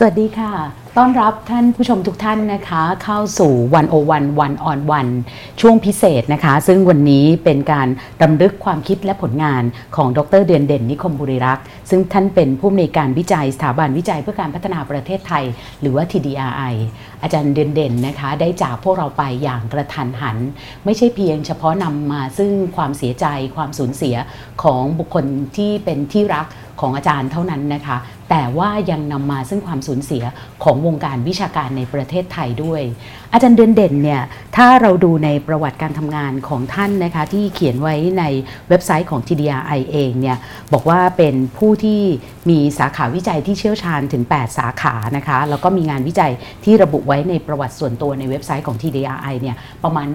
วัสดีค่ะต้อนรับท่านผู้ชมทุกท่านนะคะเข้าสู่101 One on One ช่วงพิเศษนะคะซึ่งวันนี้เป็นการรำลึกความคิดและผลงานของดร.เดือนเด่นนิคมบุริรักษ์ซึ่งท่านเป็นผู้อำนวยการวิจัยสถาบันวิจัยเพื่อการพัฒนาประเทศไทยหรือว่า TDRI อาจารย์เดือนเด่นนะคะได้จากพวกเราไปอย่างกระทันหันไม่ใช่เพียงเฉพาะนำมาซึ่งความเสียใจความสูญเสียของบุคคลที่เป็นที่รักของอาจารย์เท่านั้นนะคะแต่ว่ายังนำมาซึ่งความสูญเสียของวงการวิชาการในประเทศไทยด้วยอาจารย์เดือนเด่นเนี่ยถ้าเราดูในประวัติการทำงานของท่านนะคะที่เขียนไว้ในเว็บไซต์ของ TDRI เองเนี่ยบอกว่าเป็นผู้ที่มีสาขาวิจัยที่เชี่ยวชาญถึง8สาขานะคะแล้วก็มีงานวิจัยที่ระบุไว้ในประวัติส่วนตัวในเว็บไซต์ของ TDRI เนี่ยประมาณ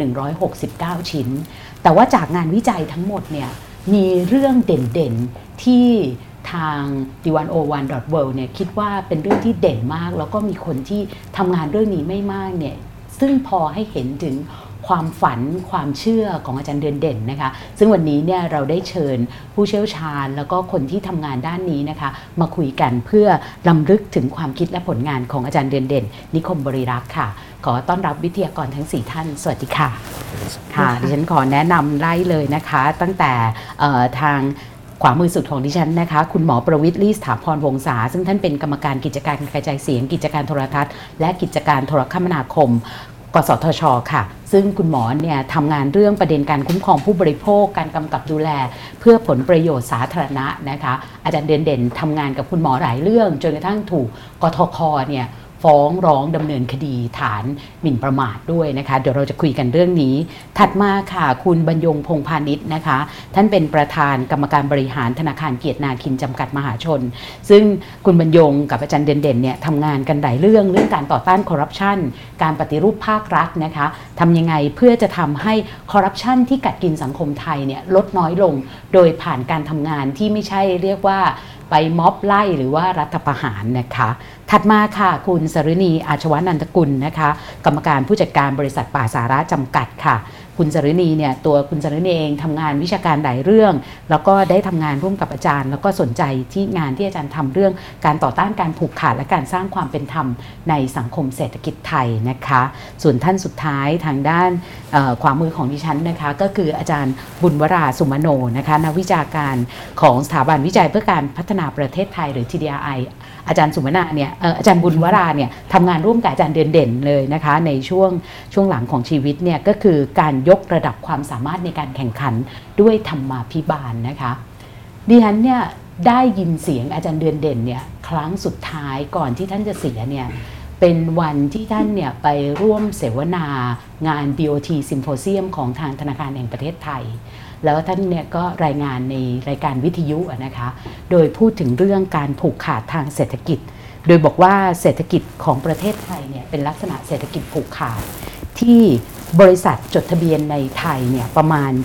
169ชิ้นแต่ว่าจากงานวิจัยทั้งหมดเนี่ยมีเรื่องเด่นๆที่ทาง d101.world เนี่ยคิดว่าเป็นเรื่องที่เด่นมากแล้วก็มีคนที่ทำงานเรื่องนี้ไม่มากเนี่ยซึ่งพอให้เห็นถึงความฝันความเชื่อของอาจารย์เดือนเด่นนะคะซึ่งวันนี้เนี่ยเราได้เชิญผู้เชี่ยวชาญแล้วก็คนที่ทำงานด้านนี้นะคะมาคุยกันเพื่อรำลึกถึงความคิดและผลงานของอาจารย์เดือนเด่นนิคมบริรักษ์ค่ะขอต้อนรับวิทยากรทั้ง4ท่านสวัสดีค่ะค่ะดิฉันขอแนะนำไล่เลยนะคะตั้งแต่ทางขวามือสุดของดิฉันนะคะคุณหมอประวิตร ลี่สถาพรวงศาซึ่งท่านเป็นกรรมการกิจการกระจายเสียงกิจการโทรทัศน์และกิจการโทรคมนาคมกสทช.ค่ะซึ่งคุณหมอเนี่ยทำงานเรื่องประเด็นการคุ้มครองผู้บริโภคการกำกับดูแลเพื่อผลประโยชน์สาธารณะนะคะอาจารย์เด่นทำงานกับคุณหมอหลายเรื่องจนกระทั่งถูกกทค.เนี่ยฟ้องร้องดำเนินคดีฐานหมิ่นประมาทด้วยนะคะเดี๋ยวเราจะคุยกันเรื่องนี้ถัดมาค่ะคุณบรรยงพงษ์พาณิชย์นะคะท่านเป็นประธานกรรมการบริหารธนาคารเกียรตินาคินจำกัดมหาชนซึ่งคุณบรรยงกับอาจารย์เด่นเนี่ยทำงานกันหลายเรื่องการต่อต้านคอร์รัปชันการปฏิรูปภาครัฐนะคะทำยังไงเพื่อจะทำให้คอร์รัปชันที่กัดกินสังคมไทยเนี่ยลดน้อยลงโดยผ่านการทำงานที่ไม่ใช่เรียกว่าไปม็อบไล่หรือว่ารัฐประหารนะคะถัดมาค่ะคุณสฤณีอาชวนันทกุลนะคะกรรมการผู้จัดการบริษัทป่าสาระจำกัดค่ะคุณสฤณีเนี่ยตัวคุณสฤณีเองทำงานวิชาการหลายเรื่องแล้วก็ได้ทำงานร่วมกับอาจารย์แล้วก็สนใจที่งานที่อาจารย์ทำเรื่องการต่อต้านการผูกขาดและการสร้างความเป็นธรรมในสังคมเศรษฐกิจไทยนะคะส่วนท่านสุดท้ายทางด้านขวามือของดิฉันนะคะก็คืออาจารย์บุญวราสุมโนนะคะนักวิชาการของสถาบันวิจัยเพื่อการพัฒนาประเทศไทยหรือ TDRI อาจารย์สุมนาเนี่ยอาจารย์บุญวราเนี่ยทำงานร่วมกับอาจารย์เด่นเลยนะคะในช่วงหลังของชีวิตเนี่ยก็คือการยกระดับความสามารถในการแข่งขันด้วยธรรมาภิบาลนะคะดิฉันเนี่ยได้ยินเสียงอาจารย์เด่นเนี่ยครั้งสุดท้ายก่อนที่ท่านจะเสียเนี่ยเป็นวันที่ท่านเนี่ยไปร่วมเสวนา งาน BOT Symposium ของทางธนาคารแห่งประเทศไทยแล้วท่านเนี่ยก็รายงานในรายการวิทยุนะคะโดยพูดถึงเรื่องการผูกขาดทางเศรษฐกิจโดยบอกว่าเศรษฐกิจของประเทศไทยเนี่ยเป็นลักษณะเศรษฐกิจผูกขาดที่บริษัทจดทะเบียนในไทยเนี่ยประมาณ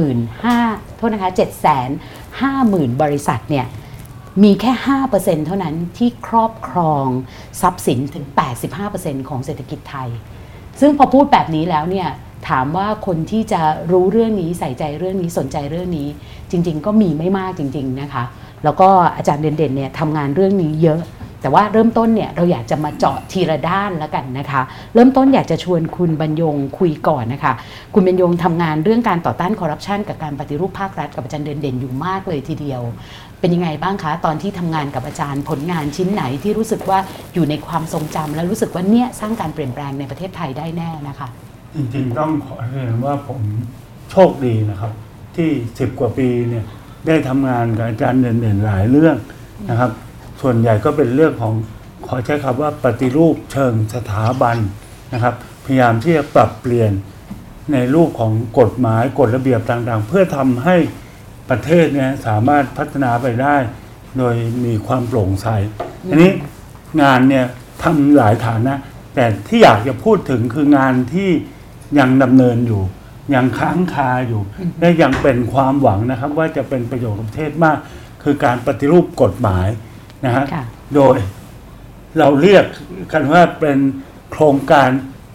750,000 บริษัทเนี่ยมีแค่ 5% เท่านั้นที่ครอบครองทรัพย์สินถึง 85% ของเศรษฐกิจไทยซึ่งพอพูดแบบนี้แล้วเนี่ยถามว่าคนที่จะรู้เรื่องนี้ใส่ใจเรื่องนี้สนใจเรื่องนี้จริงๆก็มีไม่มากจริงๆนะคะแล้วก็อาจารย์เด่นๆเนี่ยทำงานเรื่องนี้เยอะแต่ว่าเริ่มต้นเนี่ยเราอยากจะมาเจาะทีละด้านแล้วกันนะคะเริ่มต้นอยากจะชวนคุณบรรยงคุยก่อนนะคะคุณบรรยงทำงานเรื่องการต่อต้านคอร์รัปชันกับการปฏิรูปภาครัฐกับอาจารย์เด่นๆอยู่มากเลยทีเดียวเป็นยังไงบ้างคะตอนที่ทำงานกับอาจารย์ผลงานชิ้นไหนที่รู้สึกว่าอยู่ในความทรงจำและรู้สึกว่าเนี่ยสร้างการเปลี่ยนแปลงในประเทศไทยได้แน่นะคะจริงๆต้องขอเรียนว่าผมโชคดีนะครับที่10 กว่าปีเนี่ยได้ทำงานกับอาจารย์เด่นๆหลายเรื่องนะครับส่วนใหญ่ก็เป็นเรื่องของขอใช้คำว่าปฏิรูปเชิงสถาบันนะครับพยายามที่จะปรับเปลี่ยนในรูปของกฎหมายกฎระเบียบต่างๆเพื่อทำให้ประเทศเนี่ยสามารถพัฒนาไปได้โดยมีความโปร่งใสอันนี้งานเนี่ยทำหลายฐานะแต่ที่อยากจะพูดถึงคืองานที่ยังดำเนินอยู่ยังค้างคาอยู่และยังเป็นความหวังนะครับว่าจะเป็นประโยชน์กับประเทศมากคือการปฏิรูปกฎหมายนะฮะโดยเราเรียกกันว่าเป็นโครงการ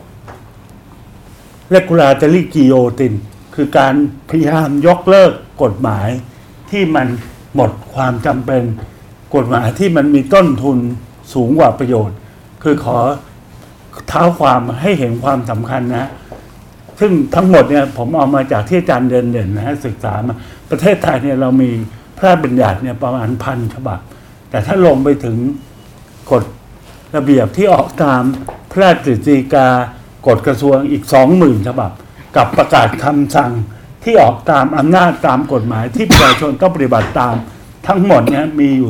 regulatory guillotine คือการพยายามยกเลิกกฎหมายที่มันหมดความจำเป็นกฎหมายที่มันมีต้นทุนสูงกว่าประโยชน์ คือขอเท้าความให้เห็นความสำคัญนะ ซึ่งทั้งหมดเนี่ยผมเอามาจากที่อาจารย์เด่นนะฮะศึกษามาประเทศไทยเนี่ยเรามีพระราชบัญญัติเนี่ยประมาณ1,000 ฉบับ แต่ถ้าลงไปถึงกฎระเบียบที่ออกตามพระราชกฤษฎีกากฎกระทรวงอีก 20,000 ฉบับ กับประกาศคำสั่งที่ออกตามอำนาจตามกฎหมายที่ประชาชนต้องปฏิบัติตามทั้งหมดเนี่ยมีอยู่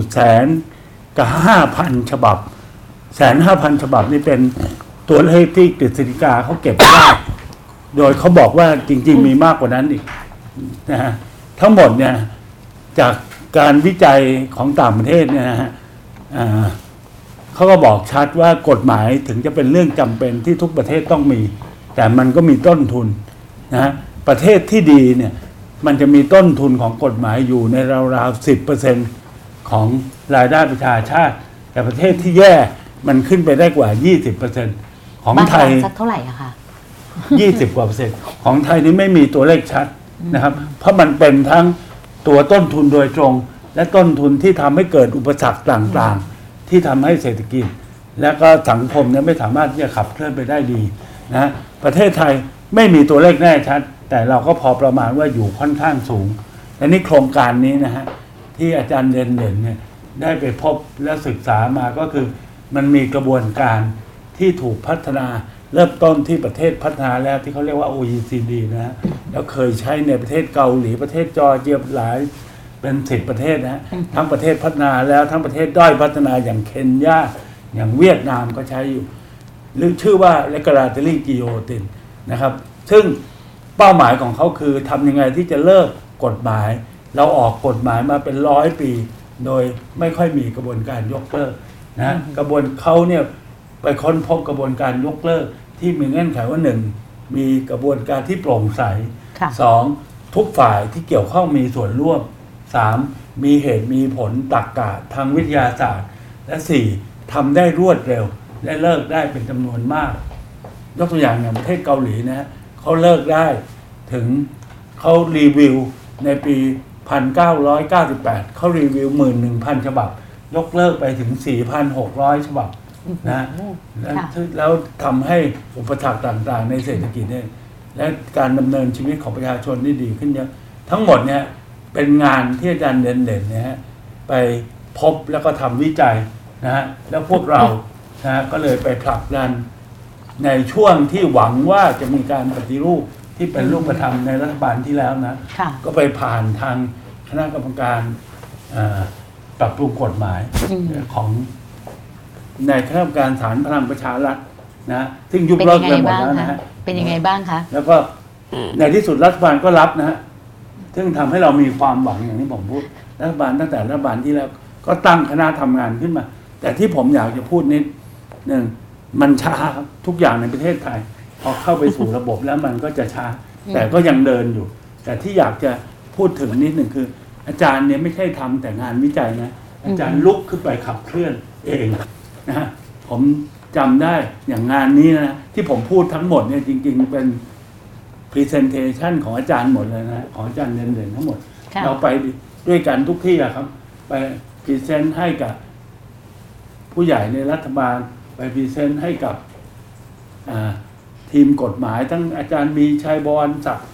105,000 ฉบับ105,000 ฉบับนี่เป็นตัวเลขที่กฤษฎีกาเขาเก็บได้โดยเขาบอกว่าจริงๆมีมากกว่านั้นอีกนะฮะทั้งหมดเนี่ยจากการวิจัยของต่างประเทศเนี่ยนะฮะเขาก็บอกชัดว่ากฎหมายถึงจะเป็นเรื่องจำเป็นที่ทุกประเทศต้องมีแต่มันก็มีต้นทุนนะฮะประเทศที่ดีเนี่ยมันจะมีต้นทุนของกฎหมายอยู่ในราวๆ 10% ของรายได้ประชาชาติแต่ประเทศที่แย่มันขึ้นไปได้กว่า 20% ของไทยสักเท่าไหร่อะคะ 20 กว่า%ของไทยนี่ไม่มีตัวเลขชัดนะครับเพราะมันเป็นทั้งตัวต้นทุนโดยตรงและต้นทุนที่ทำให้เกิดอุปสรรคต่างๆที่ทำให้เศรษฐกิจและก็สังคมเนี่ยไม่สามารถที่จะขับเคลื่อนไปได้ดีนะประเทศไทยไม่มีตัวเลขแน่ชัดแต่เราก็พอประมาณว่าอยู่ค่อนข้างสูงและนี่โครงการนี้นะฮะที่อาจารย์เด่นเนี่ยได้ไปพบและศึกษามาก็คือมันมีกระบวนการที่ถูกพัฒนาเริ่มต้นที่ประเทศพัฒนาแล้วที่เขาเรียกว่า OECD นะฮะแล้วเคยใช้ในประเทศเกาหลีประเทศจอร์เจียหลายเป็น10 ประเทศนะฮะทั้งประเทศพัฒนาแล้วทั้งประเทศด้อยพัฒนาอย่างเคนยาอย่างเวียดนามก็ใช้อยู่หรือชื่อว่า regulatory guillotine นะครับซึ่งเป้าหมายของเขาคือทำยังไงที่จะเลิกกฎหมายเราออกกฎหมายมาเป็น100 ปีโดยไม่ค่อยมีกระบวนการยกเลิกนะกระบวนเขาเนี่ยไปค้นพบกระบวนการยกเลิกที่มีเงื่อนไขว่า1มีกระบวนการที่โปร่งใส2ทุกฝ่ายที่เกี่ยวข้องมีส่วนร่วม3มีเหตุมีผลตรรกะทางวิทยาศาสตร์และ4ทำได้รวดเร็วและเลิกได้เป็นจำนวนมากยกตัวอย่างประเทศเกาหลีนะฮะเขาเลิกได้ถึงเขารีวิวในปี 1998 เขารีวิว 11,000 ฉบับยกเลิกไปถึง 4,600 ฉบับนะแล้วทำให้อุปสรรคต่างๆในเศรษฐกิจเนี่ยและการดำเนินชีวิตของประชาชนได้ดีขึ้นเยอะทั้งหมดเนี่ยเป็นงานที่อาจารย์เด่นเนี่ยฮะไปพบแล้วก็ทำวิจัยนะฮะแล้วพวกเรานะฮะก็เลยไปผลักดันในช่วงที่หวังว่าจะมีการปฏิรูปที่เป็นรูปธรรมในรัฐบาลที่แล้วนะก็ไปผ่านทางคณะกรรมการปรับปรุงกฎหมายของในคณะกรรมการศาลพลังประชารัฐนะซึ่งยุบเลิกไปหมดแล้วนะฮะเป็นยังไงบ้างคะแล้วก็ในที่สุดรัฐบาลก็รับนะฮะซึ่งทำให้เรามีความหวังอย่างที่ผมพูดรัฐบาลตั้งแต่รัฐบาลที่แล้วก็ตั้งคณะทำงานขึ้นมาแต่ที่ผมอยากจะพูดนิดหนึ่งมันช้าทุกอย่างในประเทศไทยพอเข้าไปสู่ระบบแล้วมันก็จะช้าแต่ก็ยังเดินอยู่แต่ที่อยากจะพูดถึงนิดหนึ่งคืออาจารย์เนี่ยไม่ใช่ทำแต่งานวิจัยนะอาจารย์ลุกขึ้นไปขับเคลื่อนเองนะฮะผมจำได้อย่างงานนี้นะที่ผมพูดทั้งหมดเนี่ยจริงๆเป็น presentation ของอาจารย์หมดเลยนะของอาจารย์เด่นๆทั้งหมดเราไปด้วยกันทุกที่อะครับไปพรีเซนต์ให้กับผู้ใหญ่ในรัฐบาลไปพรีเซนต์ให้กับทีมกฎหมายทั้งอาจารย์มีชัยบวรศักดิ์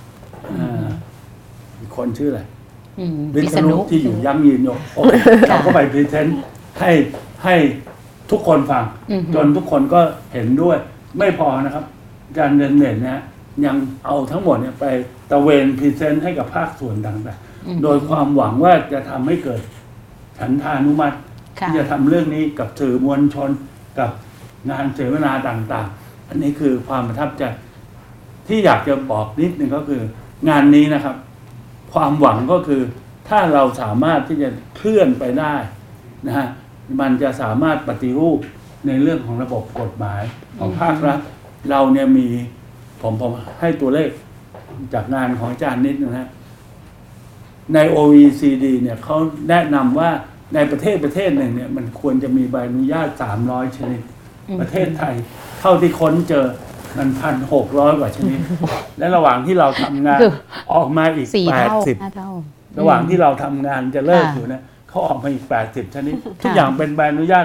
คนชื่ออะไรวิษณุที่อยู่ยั่งยืนยกเราก็ไปพรีเซนต์ให้ทุกคนฟังจนทุกคนก็เห็นด้วยไม่พอนะครับอาจารย์เด่นเนี่ยยังเอาทั้งหมดเนี่ยไปตะเวนพรีเซนต์ให้กับภาคส่วนต่างๆโดยความหวังว่าจะทำให้เกิดฉันทานุมัติที่จะทำเรื่องนี้กับสื่อมวลชนกับงานเสวนาต่างๆอันนี้คือความประทับใจที่อยากจะบอกนิดนึงก็คืองานนี้นะครับความหวังก็คือถ้าเราสามารถที่จะเคลื่อนไปได้นะฮะมันจะสามารถปฏิรูปในเรื่องของระบบกฎหมายของภาครัฐเราเนี่ยมีผมให้ตัวเลขจากงานของอาจารย์นิดนะฮะใน OECD เนี่ยเขาแนะนำว่าในประเทศหนึ่งเนี่ยมันควรจะมีใบอนุญาต300 ชนิดประเทศไทยเท่าที่ค้นเจอมัน 1,600 กว่าชนิดและระหว่างที่เราทำงานออกมาอีก80ระหว่างที่เราทำงานจะเลิกอยู่นะเขาออกมาอีก80 ชนิดทุกอย่างเป็นใบอนุญาตหมด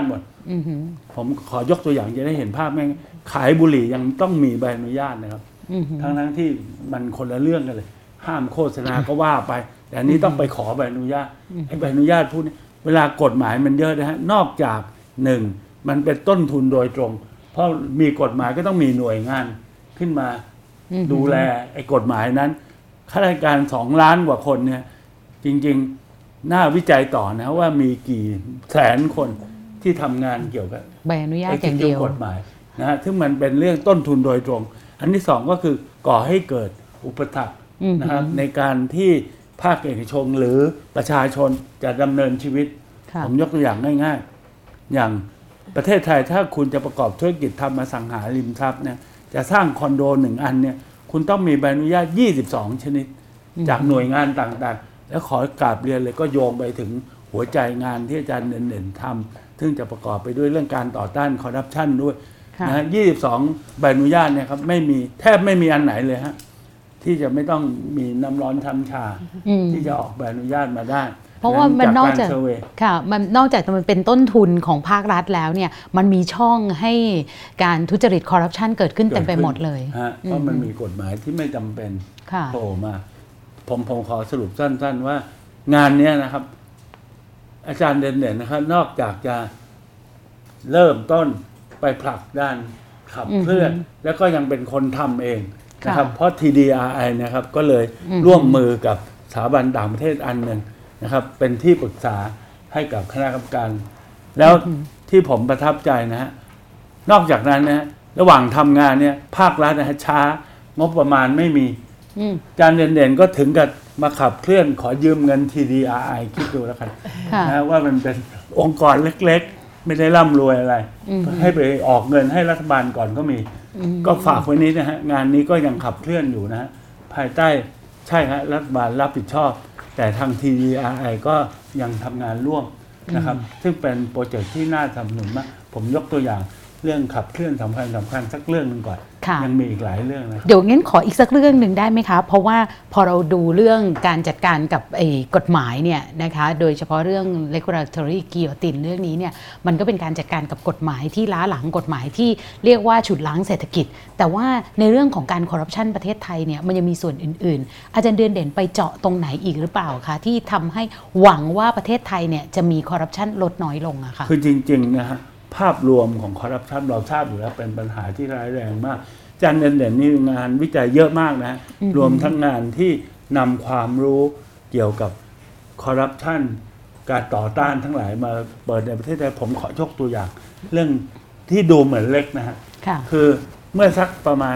ผมขอยกตัวอย่างจะได้เห็นภาพแม่งขายบุหรี่ยังต้องมีใบอนุญาตนะครับทั้งที่มันคนละเรื่องกันเลยห้ามโฆษณาก็ว่าไปแต่อันนี้ต้องไปขอใบอนุญาตไอ้ใบอนุญาตพูดเวลากฎหมายมันเยอะนะฮะนอกจากหนึ่งมันเป็นต้นทุนโดยตรงเพราะมีกฎหมายก็ต้องมีหน่วยงานขึ้นมาดูแลไอ้กฎหมายนั้นข้าราชการ2 ล้านกว่าคนเนี่ยจริงๆน่าวิจัยต่อนะว่ามีกี่แสนคนที่ทำงานเกี่ยวกับใบอนุญาตอย่างเดียวกฎหมายนะฮะซึ่งมันเป็นเรื่องต้นทุนโดยตรงอันที่2ก็คือก่อให้เกิดอุปสรรคนะครับในการที่ภาคเอกชนหรือประชาชนจะดำเนินชีวิตผมยกตัวอย่างง่ายๆอย่างประเทศไทยถ้าคุณจะประกอบธุรกิจทำอสังหาริมทรัพย์เนี่ยจะสร้างคอนโด1 อันเนี่ยคุณต้องมีใบอนุญาต22 ชนิดจากหน่วยงานต่างๆแล้วขอกราบเรียนเลยก็โยงไปถึงหัวใจงานที่อาจารย์เด่นๆทำซึ่งจะประกอบไปด้วยเรื่องการต่อต้านคอร์รัปชันด้วยนะ22 ใบอนุญาตเนี่ยครับไม่มีแทบไม่มีอันไหนเลยฮะที่จะไม่ต้องมีน้ำร้อนทำชาที่จะออกใบอนุญาตมาได้เพราะว่ามันนอกจากค่ะมันนอกจากมันเป็นต้นทุนของภาครัฐแล้วเนี่ยมันมีช่องให้การทุจริตคอร์รัปชันเกิดขึ้นเต็มไปหมดเลยเพราะมันมีกฎหมายที่ไม่จำเป็นโผล่มาผมขอสรุปสั้นๆว่างานนี้นะครับอาจารย์เด่นๆนะครับนอกจากจะเริ่มต้นไปผลักดันขับเคลื่อนแล้วก็ยังเป็นคนทำเองนะครับเพราะ TDRI นะครับก็เลยร่วมมือกับสถาบันต่างประเทศอันหนึ่งนะครับเป็นที่ปรึกษาให้กับคณะกรรมการแล้วที่ผมประทับใจนะฮะนอกจากนั้นนะระหว่างทำงานเนี่ยภาครัฐนะฮะช้างบประมาณไม่มีอาจารย์เด่นๆก็ถึงกับมาขับเคลื่อนขอยืมเงิน TDRI คิดดูแล้วกันนะว่ามันเป็นองค์กรเล็กๆไม่ได้ร่ำรวยอะไรให้ไปออกเงินให้รัฐบาลก่อนก็มีก็ฝากไว้นี้นะฮะงานนี้ก็ยังขับเคลื่อนอยู่นะฮะภายใต้ใช่ฮะรัฐบาลรับผิดชอบแต่ทาง TDRI ก็ยังทำงานร่วมนะครับซึ่งเป็นโปรเจกต์ที่น่าสนับสนุนมากผมยกตัวอย่างเรื่องขับเคลื่อนสำคัญสักเรื่องนึงก่อนยังมีอีกหลายเรื่องนะเดี๋ยวงั้นขออีกสักเรื่องหนึ่งได้ไหมคะเพราะว่าพอเราดูเรื่องการจัดการกับกฎหมายเนี่ยนะคะโดยเฉพาะเรื่อง regulatory guillotine เรื่องนี้เนี่ยมันก็เป็นการจัดการกับกฎหมายที่ล้าหลังกฎหมายที่เรียกว่าฉุดล้างเศรษฐกิจแต่ว่าในเรื่องของการคอร์รัปชันประเทศไทยเนี่ยมันยังมีส่วนอื่นๆอาจารย์เด่นไปเจาะตรงไหนอีกหรือเปล่าคะที่ทำให้หวังว่าประเทศไทยเนี่ยจะมีคอร์รัปชันลดน้อยลงอะค่ะคือจริงๆนะฮะภาพรวมของคอร์รัปชันเราทราบอยู่แล้วเป็นปัญหาที่ร้ายแรงมากอาจารย์เด่นๆนี่งานวิจัยเยอะมากนะรวมทั้งงานที่นำความรู้เกี่ยวกับคอร์รัปชันการต่อต้านทั้งหลายมาเปิดในประเทศไทยผมขอยกตัวอย่างเรื่องที่ดูเหมือนเล็กนะฮะคือเมื่อสักประมาณ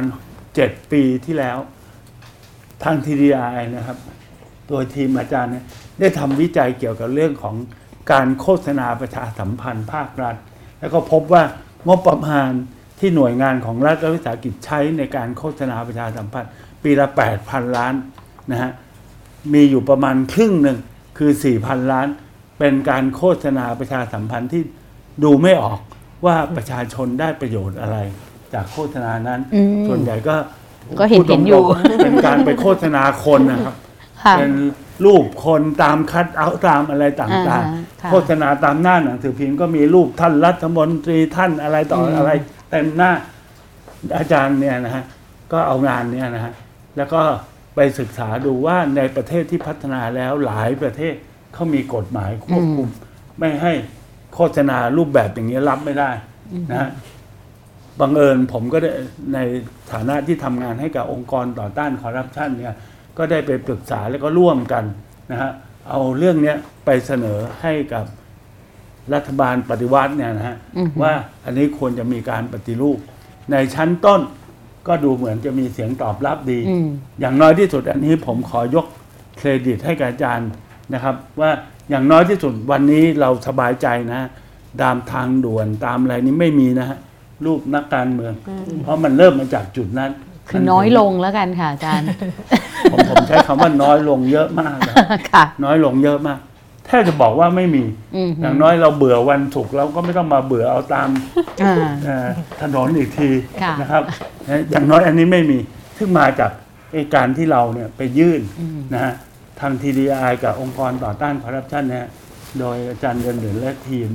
7 ปีที่แล้วทาง TDI นะครับโดยทีมอาจารย์เนี่ยได้ทำวิจัยเกี่ยวกับเรื่องของการโฆษณาประชาสัมพันธ์ภาครัฐแล้วก็พบว่างบประมาณที่หน่วยงานของรัฐวิสาหกิจใช้ในการโฆษณาประชาสัมพันธ์ปีละ 8,000 ล้านนะฮะมีอยู่ประมาณครึ่งหนึ่งคือ 4,000 ล้านเป็นการโฆษณาประชาสัมพันธ์ที่ดูไม่ออกว่าประชาชนได้ประโยชน์อะไรจากโฆษณานั้นส่วนใหญ่ก็เห็นอยู่เป็นการไปโฆษณาคนนะครับเป็นรูปคนตามคัดเอาตามอะไรต่างๆโฆษณาตามหน้าหนังสือพิมพ์ก็มีรูปท่านรัฐมนตรีท่านอะไรต่ออะไรเต็มหน้าอาจารย์เนี่ยนะฮะก็เอางานเนี่ยนะฮะแล้วก็ไปศึกษาดูว่าในประเทศที่พัฒนาแล้วหลายประเทศเขามีกฎหมายควบคุมไม่ให้โฆษณารูปแบบอย่างนี้รับไม่ได้นะฮะบังเอิญผมก็ได้ในฐานะที่ทำงานให้กับองค์กรต่อต้านคอร์รัปชันเนี่ยก็ได้ไปปรึกษาแล้วก็ร่วมกันนะฮะเอาเรื่องนี้ไปเสนอให้กับรัฐบาลปฏิวัติเนี่ยนะฮะว่าอันนี้ควรจะมีการปฏิรูปในชั้นต้นก็ดูเหมือนจะมีเสียงตอบรับดีอย่างน้อยที่สุดอันนี้ผมขอยกเครดิตให้กับอาจารย์นะครับว่าอย่างน้อยที่สุดวันนี้เราสบายใจนะตามทางด่วนตามอะไรนี้ไม่มีนะฮะรูปนักการเมืองเพราะมันเริ่มมาจากจุดนั้นคือน้อยลงแล้วกันค่ะอาจารย์ผมใช้คำว่าน้อยลงเยอะมากน้อยลงเยอะมากแทบจะบอกว่าไม่มีอย่างน้อยเราเบื่อวันศุกร์เราก็ไม่ต้องมาเบื่อเอาตามถนนอีกทีนะครับอย่างน้อยอันนี้ไม่มีซึ่งมาจากการที่เราเนี่ยไปยื่นนะฮะทาง TDI กับองค์กรต่อต้านคอร์รัปชันเนี่ยโดยอาจารย์เด่นและทีมเนี่ยช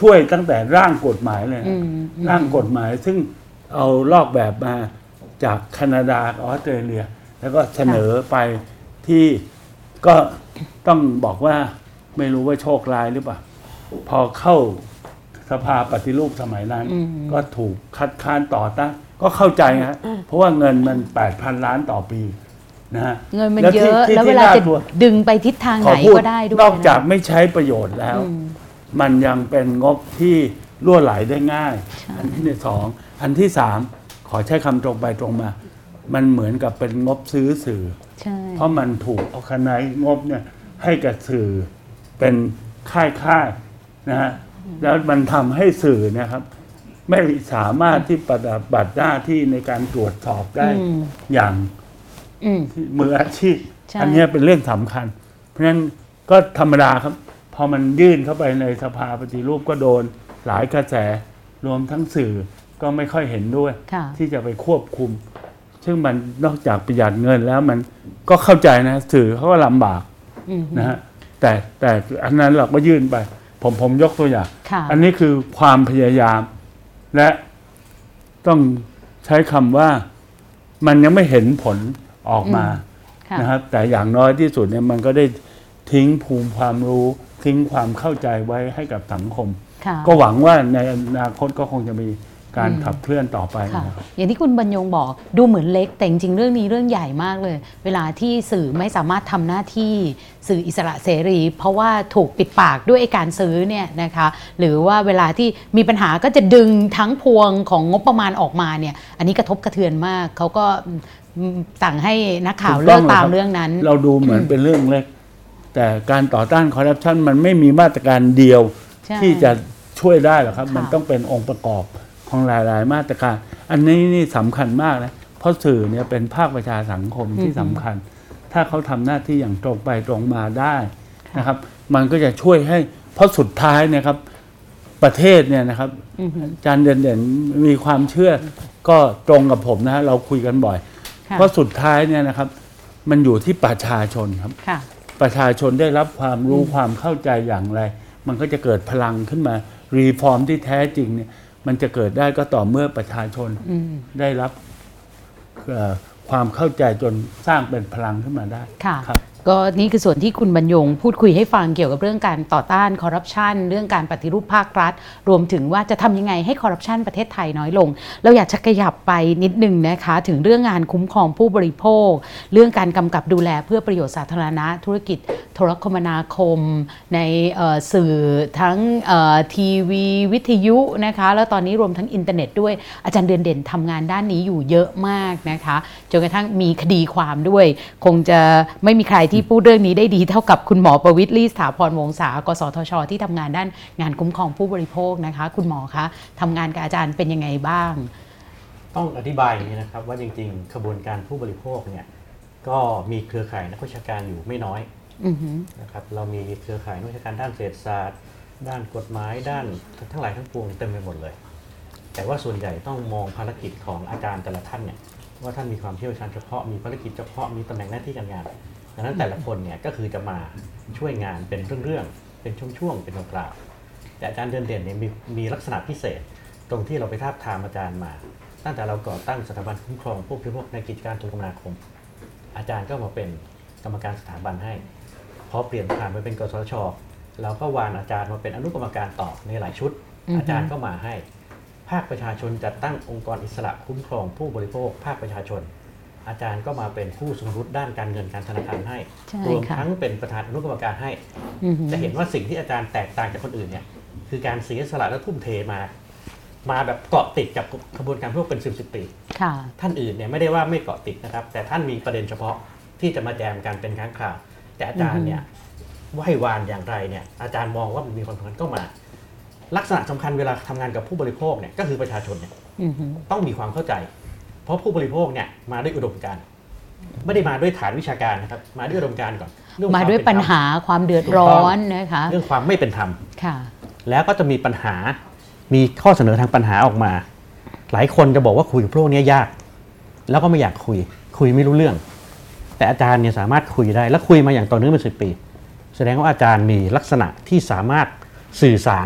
ช่วยตั้งแต่ร่างกฎหมายเลยนะร่างกฎหมายซึ่งเอาลอกแบบมาจากแคนาดาออสเตรเลีย แล้วก็เสนอไปที่ก็ต้องบอกว่าไม่รู้ว่าโชคร้ายหรือเปล่าพอเข้าสภาปฏิรูปสมัยนั้นก็ถูกคัดค้านต่อต้านก็เข้าใจฮะเพราะว่าเงินมัน 8,000 ล้านต่อปีนะฮะเงินมันเยอะแล้วเวลาจะดึงไปทิศทางไหนก็ได้ด้วยนอกจากไม่ใช้ประโยชน์แล้วมันยังเป็นงบที่รั่วไหลได้ง่ายอันที่สองอันที่สามขอใช้คำตรงไปตรงมามันเหมือนกับเป็นงบซื้อสื่อเพราะมันถูกเอาคณะงบเนี่ยให้กับสื่อเป็นค่ายนะฮะแล้วมันทำให้สื่อนะครับไม่สามารถที่ปฏิบัติหน้าที่ในการตรวจสอบได้อย่างมืออาชีพอันนี้เป็นเรื่องสำคัญเพราะฉะนั้นก็ธรรมดาครับพอมันยื่นเข้าไปในสภาปฏิรูปก็โดนหลายกระแสรวมทั้งสื่อก็ไม่ค่อยเห็นด้วยที่จะไปควบคุมซึ่งมันนอกจากประหยัดเงินแล้วมันก็เข้าใจนะสื่อเขาก็ลำบากนะฮะแต่อันนั้นเราก็ยื่นไปผมยกตัวอย่างอันนี้คือความพยายามและต้องใช้คำว่ามันยังไม่เห็นผลออกมานะครับแต่อย่างน้อยที่สุดเนี่ยมันก็ได้ทิ้งภูมิความรู้ทิ้งความเข้าใจไว้ให้กับสังคมก็หวังว่าในอนาคตก็คงจะมีการขับเคลื่อนต่อไปนะครับอย่างที่คุณบรรยงบอกดูเหมือนเล็กแต่จริงๆเรื่องนี้เรื่องใหญ่มากเลยเวลาที่สื่อไม่สามารถทำหน้าที่สื่ออิสระเสรีเพราะว่าถูกปิดปากด้วยการซื้อเนี่ยนะคะหรือว่าเวลาที่มีปัญหาก็จะดึงทั้งพวงของงบประมาณออกมาเนี่ยอันนี้กระทบกระเทือนมากเขาก็สั่งให้นักข่าวเลิกตามเรื่องนั้นเราดูเหมือนเป็นเรื่องเล็กแต่การต่อต้านคอร์รัปชันมันไม่มีมาตรการเดียวที่จะช่วยได้หรอกครับมันต้องเป็นองค์ประกอบของหลายๆมาตรการอันนี้นี่สำคัญมากนะเพราะสื่อเนี่ยเป็นภาคประชาสังคมที่สำคัญถ้าเขาทำหน้าที่อย่างตรงไปตรงมาได้นะครับมันก็จะช่วยให้เพราะสุดท้ายเนี่ยครับประเทศเนี่ยนะครับอาจารย์เด่นมีความเชื่อก็ตรงกับผมนะฮะเราคุยกันบ่อยเพราะสุดท้ายเนี่ยนะครับมันอยู่ที่ประชาชนครับประชาชนได้รับความรู้ความเข้าใจอย่างไรมันก็จะเกิดพลังขึ้นมารีฟอร์มที่แท้จริงเนี่ยมันจะเกิดได้ก็ต่อเมื่อประชาชนได้รับความเข้าใจจนสร้างเป็นพลังขึ้นมาได้ครับก็นี่คือส่วนที่คุณบรรยงพูดคุยให้ฟังเกี่ยวกับเรื่องการต่อต้านคอร์รัปชันเรื่องการปฏิรูปภาครัฐรวมถึงว่าจะทำยังไงให้คอร์รัปชันประเทศไทยน้อยลงเราอยากจะขยับไปนิดนึงนะคะถึงเรื่องงานคุ้มครองผู้บริโภคเรื่องการกำกับดูแลเพื่อประโยชน์สาธารณะธุรกิจโทรคมนาคมในสื่อทั้งทีวีวิทยุนะคะแล้วตอนนี้รวมทั้งอินเทอร์เน็ตด้วยอาจารย์เด่นทำงานด้านนี้อยู่เยอะมากนะคะจนกระทั่งมีคดีความด้วยคงจะไม่มีใครที่พูดเรื่องนี้ได้ดีเท่ากับคุณหมอประวิตร ลี่สถาพรวงศากสทช.ที่ทำงานด้านงานคุ้มครองผู้บริโภคนะคะคุณหมอคะทำงานกับอาจารย์เป็นยังไงบ้างต้องอธิบายอย่างนี้นะครับว่าจริงๆขบวนการผู้บริโภคเนี่ยก็มีเครือข่ายนักวิชาการอยู่ไม่น้อยนะครับเรามีเครือข่ายนักวิชาการด้านเศรษฐศาสตร์ด้านกฎหมายด้านทั้งหลายทั้งปวงเต็มไปหมดเลยแต่ว่าส่วนใหญ่ต้องมองภารกิจของอาจารย์แต่ละท่านเนี่ยว่าท่านมีความเชี่ยวชาญเฉพาะมีภารกิจเฉพาะมีตำแหน่งหน้าที่การงานดังนั้นแต่ละคนเนี่ยก็คือจะมาช่วยงานเป็นเรื่องๆเป็นช่วงๆเป็นคราวๆแต่อาจารย์เด่นเนี่ยมีลักษณะพิเศษตรงที่เราไปทาบทามอาจารย์มาตั้งแต่เราก่อตั้งสถาบันคุ้มครองผู้บริโภคในกิจการโทรคมนาคมอาจารย์ก็มาเป็นกรรมการสถาบันให้พอเปลี่ยนผ่านไปเป็นกสทช.เราก็วานอาจารย์มาเป็นอนุกรรมการต่อในหลายชุดอาจารย์ก็มาให้ภาคประชาชนจัดตั้งองค์กรอิสระคุ้มครองผู้บริโภคภาคประชาชนอาจารย์ก็มาเป็นผู้ทรงรู้ด้านการเงินการธนาคารให้รวมทั้งเป็นประธานอนุกรรมการให้จะเห็นว่าสิ่งที่อาจารย์แตกต่างจากคนอื่นเนี่ยคือการเสียสละและทุ่มเทมาแบบเกาะติดกับขบวนการพวกเป็น10 ปีท่านอื่นเนี่ยไม่ได้ว่าไม่เกาะติดนะครับแต่ท่านมีประเด็นเฉพาะที่จะมาแจมกันเป็นครั้งคราวแต่อาจารย์เนี่ยไหว้วานอย่างไรเนี่ยอาจารย์มองว่ามันมีความสำคัญก็มาลักษณะสำคัญเวลาทำงานกับผู้บริโภคเนี่ยก็คือประชาชนเนี่ยต้องมีความเข้าใจเพราะผู้บริโภคเนี่ยมาด้วยอุดมการณ์ไม่ได้มาด้วยฐานวิชาการนะครับมาด้วยอุดมการณ์ก่อนมาด้วยปัญหาความเดือดร้อนนะคะเรื่องความไม่เป็นธรรมแล้วก็จะมีปัญหามีข้อเสนอทางปัญหาออกมาหลายคนจะบอกว่าคุยกับพวกนี้ยากแล้วก็ไม่อยากคุยไม่รู้เรื่องแต่อาจารย์เนี่ยสามารถคุยได้และคุยมาอย่างต่อเนื่องเป็น10 ปีแสดงว่าอาจารย์มีลักษณะที่สามารถสื่อสาร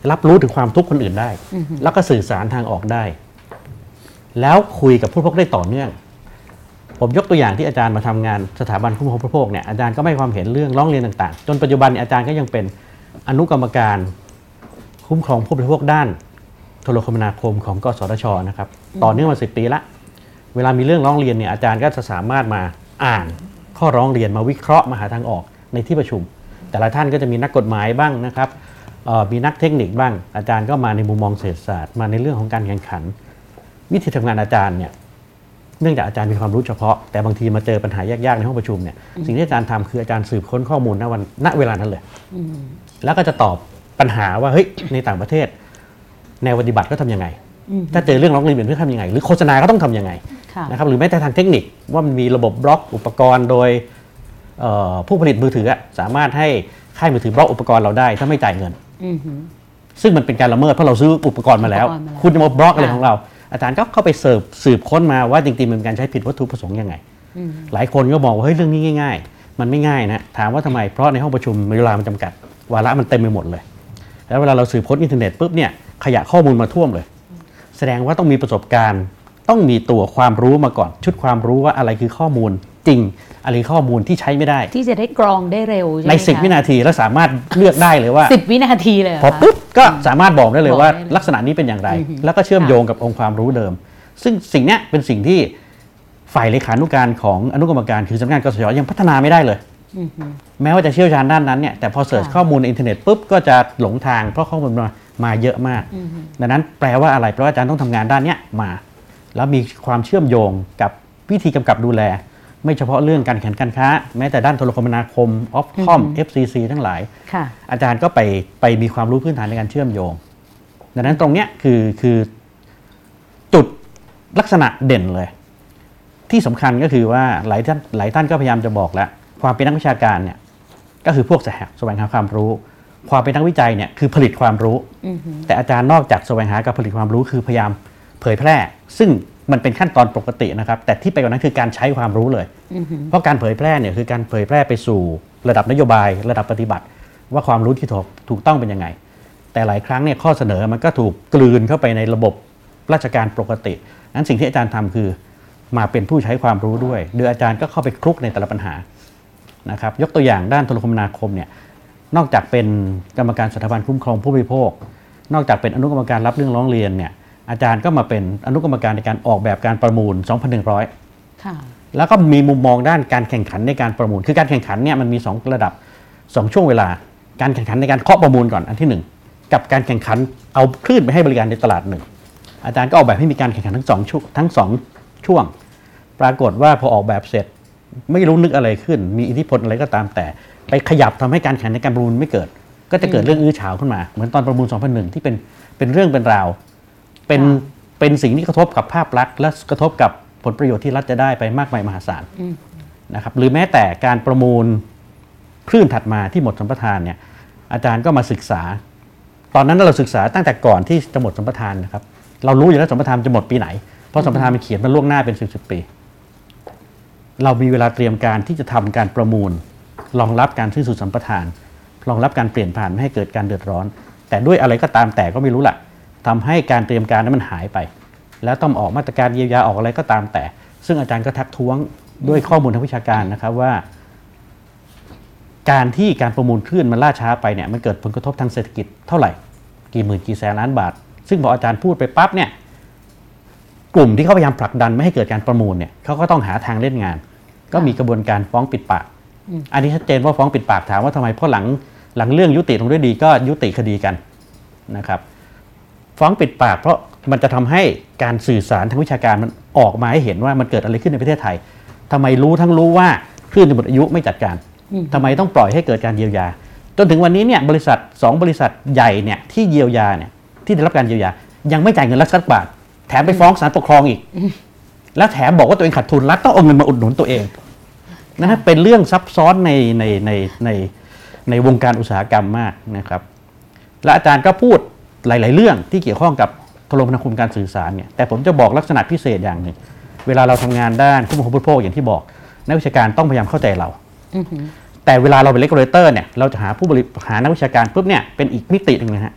รับรู้ถึงความทุกข์คนอื่นได้แล้วก็สื่อสารทางออกได้แล้วคุยกับผู้บริโภคได้ต่อเนื่องผมยกตัวอย่างที่อาจารย์มาทำงานสถาบันคุ้มครองผู้บริโภคเนี่ยอาจารย์ก็ให้ความเห็นเรื่องร้องเรียนต่างๆจนปัจจุบันอาจารย์ก็ยังเป็นอนุกรรมการคุ้มครองผู้บริโภคด้านโทรคมนาคมของกสทช.นะครับต่อเนื่องมา10 ปีละเวลามีเรื่องร้องเรียนเนี่ยอาจารย์ก็จะสามารถมาอ่านข้อร้องเรียนมาวิเคราะห์มาหาทางออกในที่ประชุมแต่ละท่านก็จะมีนักกฎหมายบ้างนะครับมีนักเทคนิคบ้างอาจารย์ก็มาในมุมมองเศรษฐศาสตร์มาในเรื่องของการแข่งขันวิธีทำงานอาจารย์เนี่ยเนื่องจากอาจารย์มีความรู้เฉพาะแต่บางทีมาเจอปัญหายากๆในห้องประชุมเนี่ยสิ่งที่อาจารย์ทำคืออาจารย์สืบค้นข้อมูลณเวลานั้นเลยแล้วก็จะตอบปัญหาว่าเฮ้ยในต่างประเทศแนวปฏิบัติก็ทำยังไงถ้าเจอเรื่องร้องเรียนแบบนี้ทำยังไงหรือโฆษณาก็ต้องทำยังไงนะครับหรือแม้แต่ทางเทคนิคว่ามันมีระบบบล็อกอุปกรณ์โดยผู้ผลิตมือถือสามารถให้ค่ายมือถือบล็อกอุปกรณ์เราได้ถ้าไม่จ่ายเงินซึ่งมันเป็นการละเมิดเพราะเราซื้ออุปกรณ์มาแล้วคุณจะมาบล็อกอะไรของเราอาจารย์ก็เข้าไปสืบค้นมาว่าจริงๆมันเป็นการใช้ผิดวัตถุประสงค์ยังไงหลายคนก็บอกว่าเฮ้ยเรื่องนี้ง่ายๆมันไม่ง่ายนะถามว่าทำไมเพราะในห้องประชุมเวลามันจำกัดวาระมันเต็มไปหมดเลยแล้วเวลาเราสืบค้นอินเทอร์เน็ตปุ๊บเนี่ยขยะข้อมูลมาท่วมเลยแสดงว่าต้องมีประสบการณ์ต้องมีตัวความรู้มาก่อนชุดความรู้ว่าอะไรคือข้อมูลจริงอะไรข้อมูลที่ใช้ไม่ได้ที่จะได้กรองได้เร็วใช่ไหมใน10 วินาทีแล้วสามารถเลือกได้เลยว่า 10 วินาทีเลยพอปุ๊บก็สามารถบอกได้เลยว่าลักษณะนี้เป็นอย่างไรแล้วก็เชื่อมโยงกับองค์ความรู้เดิมซึ่งสิ่งนี้เป็นสิ่งที่ฝ่ายเลขานุการของอนุกรรมการคือสำนักงานกสทช.ยังพัฒนาไม่ได้เลยแม้ว่าจะเชี่ยวชาญด้านนั้นเนี่ยแต่พอเสิร์ชข้อมูลในอินเทอร์เน็ตปุ๊บก็จะหลงทางเพราะข้อมูลมาเยอะมากดังนั้นแปลว่าอะไรแปลว่าอาจารย์ต้องทำงานด้านนี้มาแล้วมีความเชื่อมโยงกับวิธีกำกับดูแลไม่เฉพาะเรื่องการแข่งขันการค้าแม้แต่ด้านโทรคมนาคมออฟคอม FCC ทั้งหลายอาจารย์ก็ไปมีความรู้พื้นฐานในการเชื่อมโยงดังนั้นตรงเนี้ยคือจุดลักษณะเด่นเลยที่สำคัญก็คือว่าหลายท่านก็พยายามจะบอกแล้วความเป็นนักวิชาการเนี่ยก็คือพวกแสวงหาความรู้ความเป็นนักวิจัยเนี่ยคือผลิตความรู้แต่อาจารย์นอกจากแสวงหากับผลิตความรู้คือพยายามเผยแพร่ซึ่งมันเป็นขั้นตอนปกตินะครับแต่ที่ไปกว่านั้นคือการใช้ความรู้เลยเพราะการเผยแพร่เนี่ยคือการเผยแพร่ไปสู่ระดับนโยบายระดับปฏิบัติว่าความรู้ที่ถูกต้องเป็นยังไงแต่หลายครั้งเนี่ยข้อเสนอมันก็ถูกกลืนเข้าไปในระบบราชการปกตินั้นสิ่งที่อาจารย์ทำคือมาเป็นผู้ใช้ความรู้ด้วยโดยอาจารย์ก็เข้าไปคลุกในแต่ละปัญหานะครับยกตัวอย่างด้านโทรคมนาคมเนี่ยนอกจากเป็นกรรมการสถาบันคุ้มครองผู้บริโภคนอกจากเป็นอนุกรรมการรับเรื่องร้องเรียนเนี่ยอาจารย์ก็มาเป็นอนุกรรมการในการออกแบบการประมูล 2,100 แล้วก็มีมุมมองด้านการแข่งขันในการประมูลคือการแข่งขันเนี่ยมันมี2ระดับ2ช่วงเวลาการแข่งขันในการเคาะประมูลก่อนอันที่1กับการแข่งขันเอาคลื่นไปให้บริการในตลาด1อาจารย์ก็ออกแบบให้มีการแข่งขันทั้ง2ช่วงปรากฏว่าพอออกแบบเสร็จไม่รู้นึกอะไรขึ้นมีอิทธิพลอะไรก็ตามแต่ไปขยับทำให้การแข่งในการประมูลไม่เกิดก็จะเกิดเรื่องอื้อฉาวขึ้นมาเหมือนตอนประมูล 2001 ที่เป็นเรื่องเป็นราวเป็นสิ่งที่กระทบกับภาพลักษณ์และกระทบกับผลประโยชน์ที่รัฐจะได้ไปมากมายมหาศาลนะครับหรือแม้แต่การประมูลคลื่นถัดมาที่หมดสัมปทานเนี่ยอาจารย์ก็มาศึกษาตอนนั้นเราศึกษาตั้งแต่ก่อนที่จะหมดสัมปทานนะครับเรารู้อยู่แล้วสัมปทานจะหมดปีไหนเพราะสัมปทานมันเขียนมาล่วงหน้าเป็น10 ปีเรามีเวลาเตรียมการที่จะทำการประมูลรองรับการสิ้นสุดสัมปทานรองรับการเปลี่ยนผ่านไม่ให้เกิดการเดือดร้อนแต่ด้วยอะไรก็ตามแต่ก็ไม่รู้แหละทำให้การเตรียมการนั้นมันหายไปแล้วต้องออกมาตรการเยียวยาออกอะไรก็ตามแต่ซึ่งอาจารย์ก็ทักท้วงด้วยข้อมูลทางวิชาการนะครับว่าการที่การประมูลคลื่นมันล่าช้าไปเนี่ยมันเกิดผลกระทบทางเศรษฐกิจเท่าไหร่กี่หมื่นกี่แสนล้านบาทซึ่งพออาจารย์พูดไปปั๊บเนี่ยกลุ่มที่เขาพยายามผลักดันไม่ให้เกิดการประมูลเนี่ยเขาก็ต้องหาทางเล่นงานก็มีกระบวนการฟ้องปิดปากอันนี้ชัดเจนว่าฟ้องปิดปากถามว่าทำไมเพราะหลังเรื่องยุติลงด้วยดีก็ยุติคดีกันนะครับฟ้องปิดปากเพราะมันจะทำให้การสื่อสารทางวิชาการมันออกมาให้เห็นว่ามันเกิดอะไรขึ้นในประเทศไทยทำไมรู้ว่าคลื่นจะหมดอายุไม่จัดการทำไมต้องปล่อยให้เกิดการเยียวยาจนถึงวันนี้เนี่ยบริษัท2บริษัทใหญ่เนี่ยที่เยียวยาเนี่ยที่ได้รับการเยียวยายังไม่จ่ายเงินรัฐสักบาทแถมไปฟ้องศาลปกครองอีกแล้วแถมบอกว่าตัวเองขาดทุนรัฐต้องเอาเงินมาอุดหนุนตัวเองนะฮะเป็นเรื่องซับซ้อนในวงการอุตสาหกรรมมากนะครับและอาจารย์ก็พูดหลายๆเรื่องที่เกี่ยวข้องกับโทรคมนาคมการสื่อสารเนี่ยแต่ผมจะบอกลักษณะพิเศษอย่างหนึ่งเวลาเราทำงานด้านคุ้มครองผู้บริโภคอย่างที่บอกนักวิชาการต้องพยายามเข้าใจเราแต่เวลาเราเป็น regulator เนี่ยเราจะหานักวิชาการปุ๊บเนี่ยเป็นอีกมิติหนึ่งนะฮะ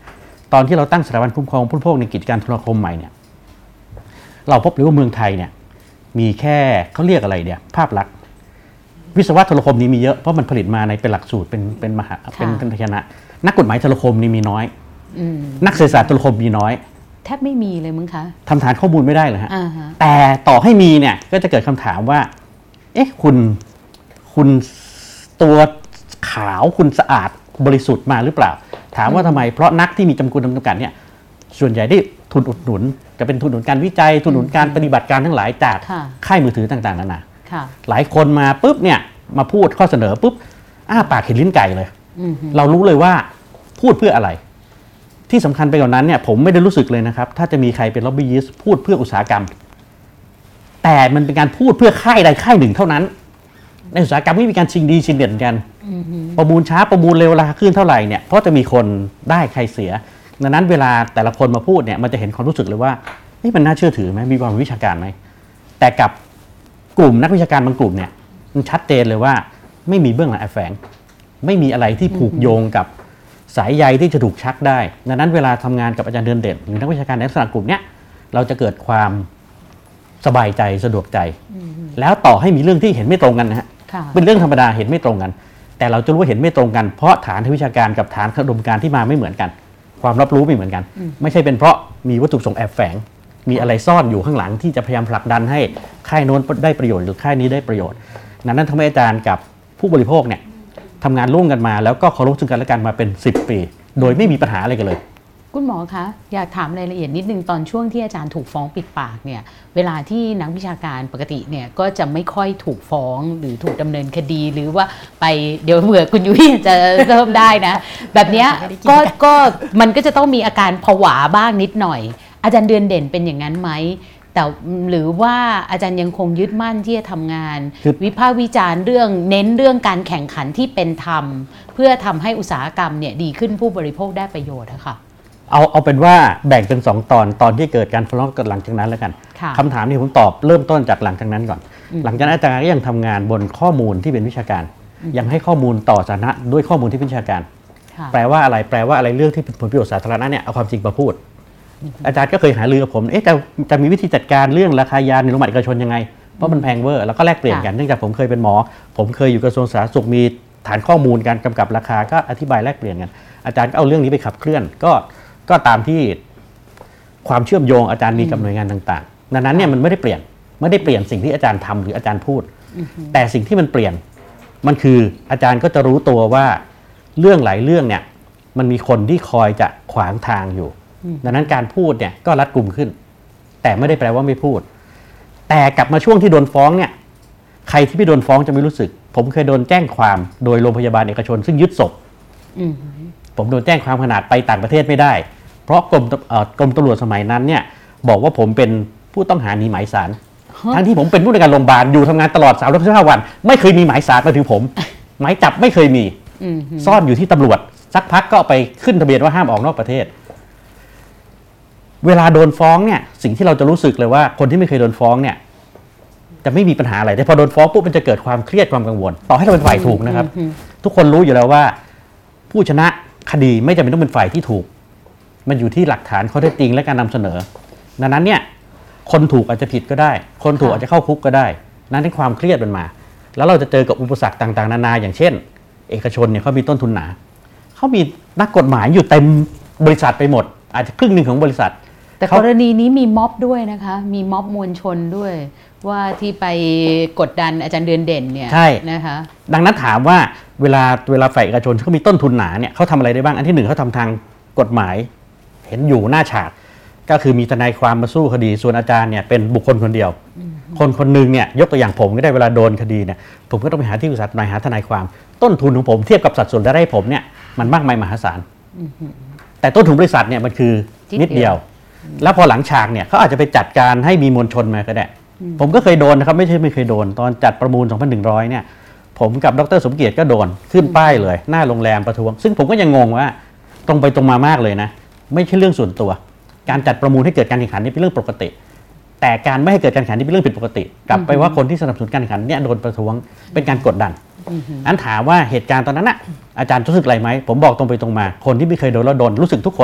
ตอนที่เราตั้งสถาบันคุ้มครองผู้บริโภคในกิจการโทรคมใหม่เนี่ยเราพบเลยว่าเมืองไทยเนี่ยมีแค่เขาเรียกอะไรเนี่ยภาพลักษณ์วิศวะโทรคมนี้มีเยอะเพราะมันผลิตมาในเป็นหลักสูตรเป็นมหาเป็นคณะนักกฎหมายโทรคมนี่มีน้อยนักเศรษฐศาสตร์โทรคมมีน้อยแทบไม่มีเลยมั้งคะทำฐานข้อมูลไม่ได้เลยฮะแต่ต่อให้มีเนี่ยก็จะเกิดคำถามว่าเอ๊ะคุณตัวขาวคุณสะอาดบริสุทธิ์มาหรือเปล่าถามว่าทำไมเพราะนักที่มีจำกัดเนี่ยส่วนใหญ่ได้ทุนอุดหนุนจะเป็นทุนอุดหนุนการวิจัยทุนอุดหนุนการปฏิบัติการทั้งหลายจากค่ายมือถือต่างๆนานาหลายคนมาปุ๊บเนี่ยมาพูดข้อเสนอปุ๊บปากเห็นลิ้นไก่เลยเรารู้เลยว่าพูดเพื่ออะไรที่สำคัญไปกว่านั้นเนี่ยผมไม่ได้รู้สึกเลยนะครับถ้าจะมีใครเป็นล็อบบี้ยิสต์พูดเพื่ออุตสาหกรรมแต่มันเป็นการพูดเพื่อค่ายใดค่ายหนึ่งเท่านั้นในอุตสาหกรรมไม่มีการชิงดีชิงเด่นกันประมูลช้าประมูลเร็วราคาขึ้นเท่าไหร่เนี่ยเพราะจะมีคนได้ใครเสียดังนั้นเวลาแต่ละคนมาพูดเนี่ยมันจะเห็นความรู้สึกเลยว่านี่มันน่าเชื่อถือไหมมีความวิชาการไหมแต่กับกลุ่มนักวิชาการบางกลุ่มเนี่ยมันชัดเจนเลยว่าไม่มีเบื้องหลังแอบแฝงไม่มีอะไรที่ผูกโยงกับสายใยที่จะถูกชักได้ดังนั้นเวลาทำงานกับอาจารย์เดือนเด่นหรือนักวิชาการในลักษณะกลุ่มเนี้ยเราจะเกิดความสบายใจสะดวกใจแล้วต่อให้มีเรื่องที่เห็นไม่ตรงกันนะฮะเป็นเรื่องธรรมดาเห็นไม่ตรงกันแต่เราจะรู้ว่าเห็นไม่ตรงกันเพราะฐานทางวิชาการกับฐานอุดมการณ์ที่มาไม่เหมือนกันความรับรู้ไม่เหมือนกันไม่ใช่เป็นเพราะมีวัตถุประสงค์แอบแฝงมีอะไรซ่อนอยู่ข้างหลังที่จะพยายามผลักดันให้ค่ายโน้นได้ประโยชน์หรือค่ายนี้ได้ประโยชน์นั้นทำให้อาจารย์กับผู้บริโภคเนี่ยทำงานร่วมกันมาแล้วก็เคารพซึ่งกันและกันมาเป็น10 ปีโดยไม่มีปัญหาอะไรกันเลยคุณหมอคะอยากถามรายละเอียดนิดนึงตอนช่วงที่อาจารย์ถูกฟ้องปิดปากเนี่ยเวลาที่นักวิชาการปกติเนี่ยก็จะไม่ค่อยถูกฟ้องหรือถูกดำเนินคดีหรือว่าไปเดี๋ยวเผื่อคุณยุ้ยจะเริ่มได้นะแบบเนี้ยก็มันก็จะต้องมีอาการผวาบ้างนิดหน่อยอาจารย์เดือนเด่นเป็นอย่างนั้นไหมแต่หรือว่าอาจารย์ยังคงยึดมั่นที่จะทำงานวิพากษ์วิจารณ์เรื่องเน้นเรื่องการแข่งขันที่เป็นธรรมเพื่อทำให้อุตสาหกรรมเนี่ยดีขึ้นผู้บริโภคได้ประโยชน์นะคะเอาเป็นว่าแบ่งเป็น2 ตอนที่เกิดการฟ้องกันหลังจากนั้นแล้วกันคำถามที่ผมตอบเริ่มต้นจากหลังจากนั้นก่อนหลังจากนั้นอาจารย์ก็ยังทำงานบนข้อมูลที่เป็นวิชาการยังให้ข้อมูลต่อสาธารณะด้วยข้อมูลที่เป็นวิชาการแปลว่าอะไรเรื่องที่เป็นผลประโยชน์สาธารณะเนี่ยเอาความจริงมาพูดอาจารย์ก็เคยหารือกับผมจะมีวิธีจัดการเรื่องราคายาในโรงพยาบาลเอกชนยังไงเพราะมันแพงเวอร์แล้วก็แลกเปลี่ยนกันเนื่องจากผมเคยเป็นหมอผมเคยอยู่กระทรวงสาธารณสุขมีฐานข้อมูลการกำกับราคาก็อธิบายแลกเปลี่ยนกันอาจารย์ก็เอาเรื่องนี้ไปขับเคลื่อนก็ตามที่ความเชื่อมโยงอาจารย์มีกับหน่วยงานต่างๆดังนั้นเนี่ยมันไม่ได้เปลี่ยนสิ่งที่อาจารย์ทำหรืออาจารย์พูดแต่สิ่งที่มันเปลี่ยนมันคืออาจารย์ก็จะรู้ตัวว่าเรื่องหลายเรื่องเนี่ยมันมีคนที่คอยจะขวางทางอยู่ดังนั้นการพูดเนี่ยก็รัดกุมขึ้นแต่ไม่ได้แปลว่าไม่พูดแต่กลับมาช่วงที่โดนฟ้องเนี่ยใครที่ไม่โดนฟ้องจะไม่รู้สึกผมเคยโดนแจ้งความโดยโรงพยาบาลเอกชนซึ่งยึดศพผมโดนแจ้งความขนาดไปต่างประเทศไม่ได้เพราะกรมตำรวจสมัยนั้นเนี่ยบอกว่าผมเป็นผู้ต้องหาหนีหมายศาลทั้งที่ผมเป็นผู้ในการโรงพยาบาลอยู่ทำงานตลอด365 วันไม่เคยมีหมายศาลมาถึงผมหมายจับไม่เคยมีซ่อนอยู่ที่ตำรวจสักพักก็ไปขึ้นทะเบียนว่าห้ามออกนอกประเทศเวลาโดนฟ้องเนี่ยสิ่งที่เราจะรู้สึกเลยว่าคนที่ไม่เคยโดนฟ้องเนี่ยจะไม่มีปัญหาอะไรแต่พอโดนฟ้องปุ๊บมันจะเกิดความเครียดความกังวลต่อให้เราเป็นฝ่ายถูกนะครับทุกคนรู้อยู่แล้วว่าผู้ชนะคดีไม่จำเป็นต้องเป็นฝ่ายที่ถูกมันอยู่ที่หลักฐานข้อเท็จจริงและการนำเสนอดังนั้นเนี่ยคนถูกอาจจะผิดก็ได้คนถูกอาจจะเข้าคุกก็ได้นั่นเป็นความเครียดมันมาแล้วเราจะเจอกับอุปสรรคต่างๆนานาอย่างเช่นเอกชนเนี่ยเขามีต้นทุนหนาเขามีนักกฎหมายอยู่เต็มบริษัทไปหมดอาจจะครึ่งหนึ่งของบริษัทแต่กรณีนี้มีม็อบด้วยนะคะมีม็อบมวลชนด้วยว่าที่ไปกดดันอาจารย์เดือนเด่นเนี่ยใช่นะคะดังนั้นถามว่าเวลาฝ่ายเอกชนเขามีต้นทุนหนาเนี่ยเขาทำอะไรได้บ้างอันที่1เขาทำทางกฎหมายเห็นอยู่หน้าฉากก็คือมีทนายความมาสู้คดีส่วนอาจารย์เนี่ยเป็นบุคคลคนเดียวคนหนึ่งเนี่ยยกตัวอย่างผมก็ได้เวลาโดนคดีเนี่ยผมก็ต้องไปหาที่ปรึกษาทนายหาทนายความต้นทุนของผมเทียบกับสัดส่วนรายได้ผมเนี่ยมันมากมายมหาศาลแต่ต้นทุนบริษัทเนี่ยมันคือนิดเดียวแล้วพอหลังฉากเนี่ยเขาอาจจะไปจัดการให้มีมวลชนมาก็ได้ผมก็เคยโดนนะครับไม่เคยโดนตอนจัดประมูล 2,100 เนี่ยผมกับดร.สมเกียรติก็โดนขึ้นป้ายเลยหน้าโรงแรมประท้วงซึ่งผมก็ยังงงว่าตรงไปตรงมามากเลยนะไม่ใช่เรื่องส่วนตัวการจัดประมูลให้เกิดการแข่งขันนี่เป็นเรื่องปกติแต่การไม่ให้เกิดการแข่งขันนี่เป็นเรื่องผิดปกติกลับไปว่าคนที่สนับสนุนการแข่งขันเนี่ยโดนประท้วงเป็นการกดดันอันถามว่าเหตุการณ์ตอนนั้นน่ะอาจารย์รู้สึกอะไรไหมผมบอกตรงไปตรงมาคนที่ไม่เคยโดนแล้วโดนรู้สึกทุกคน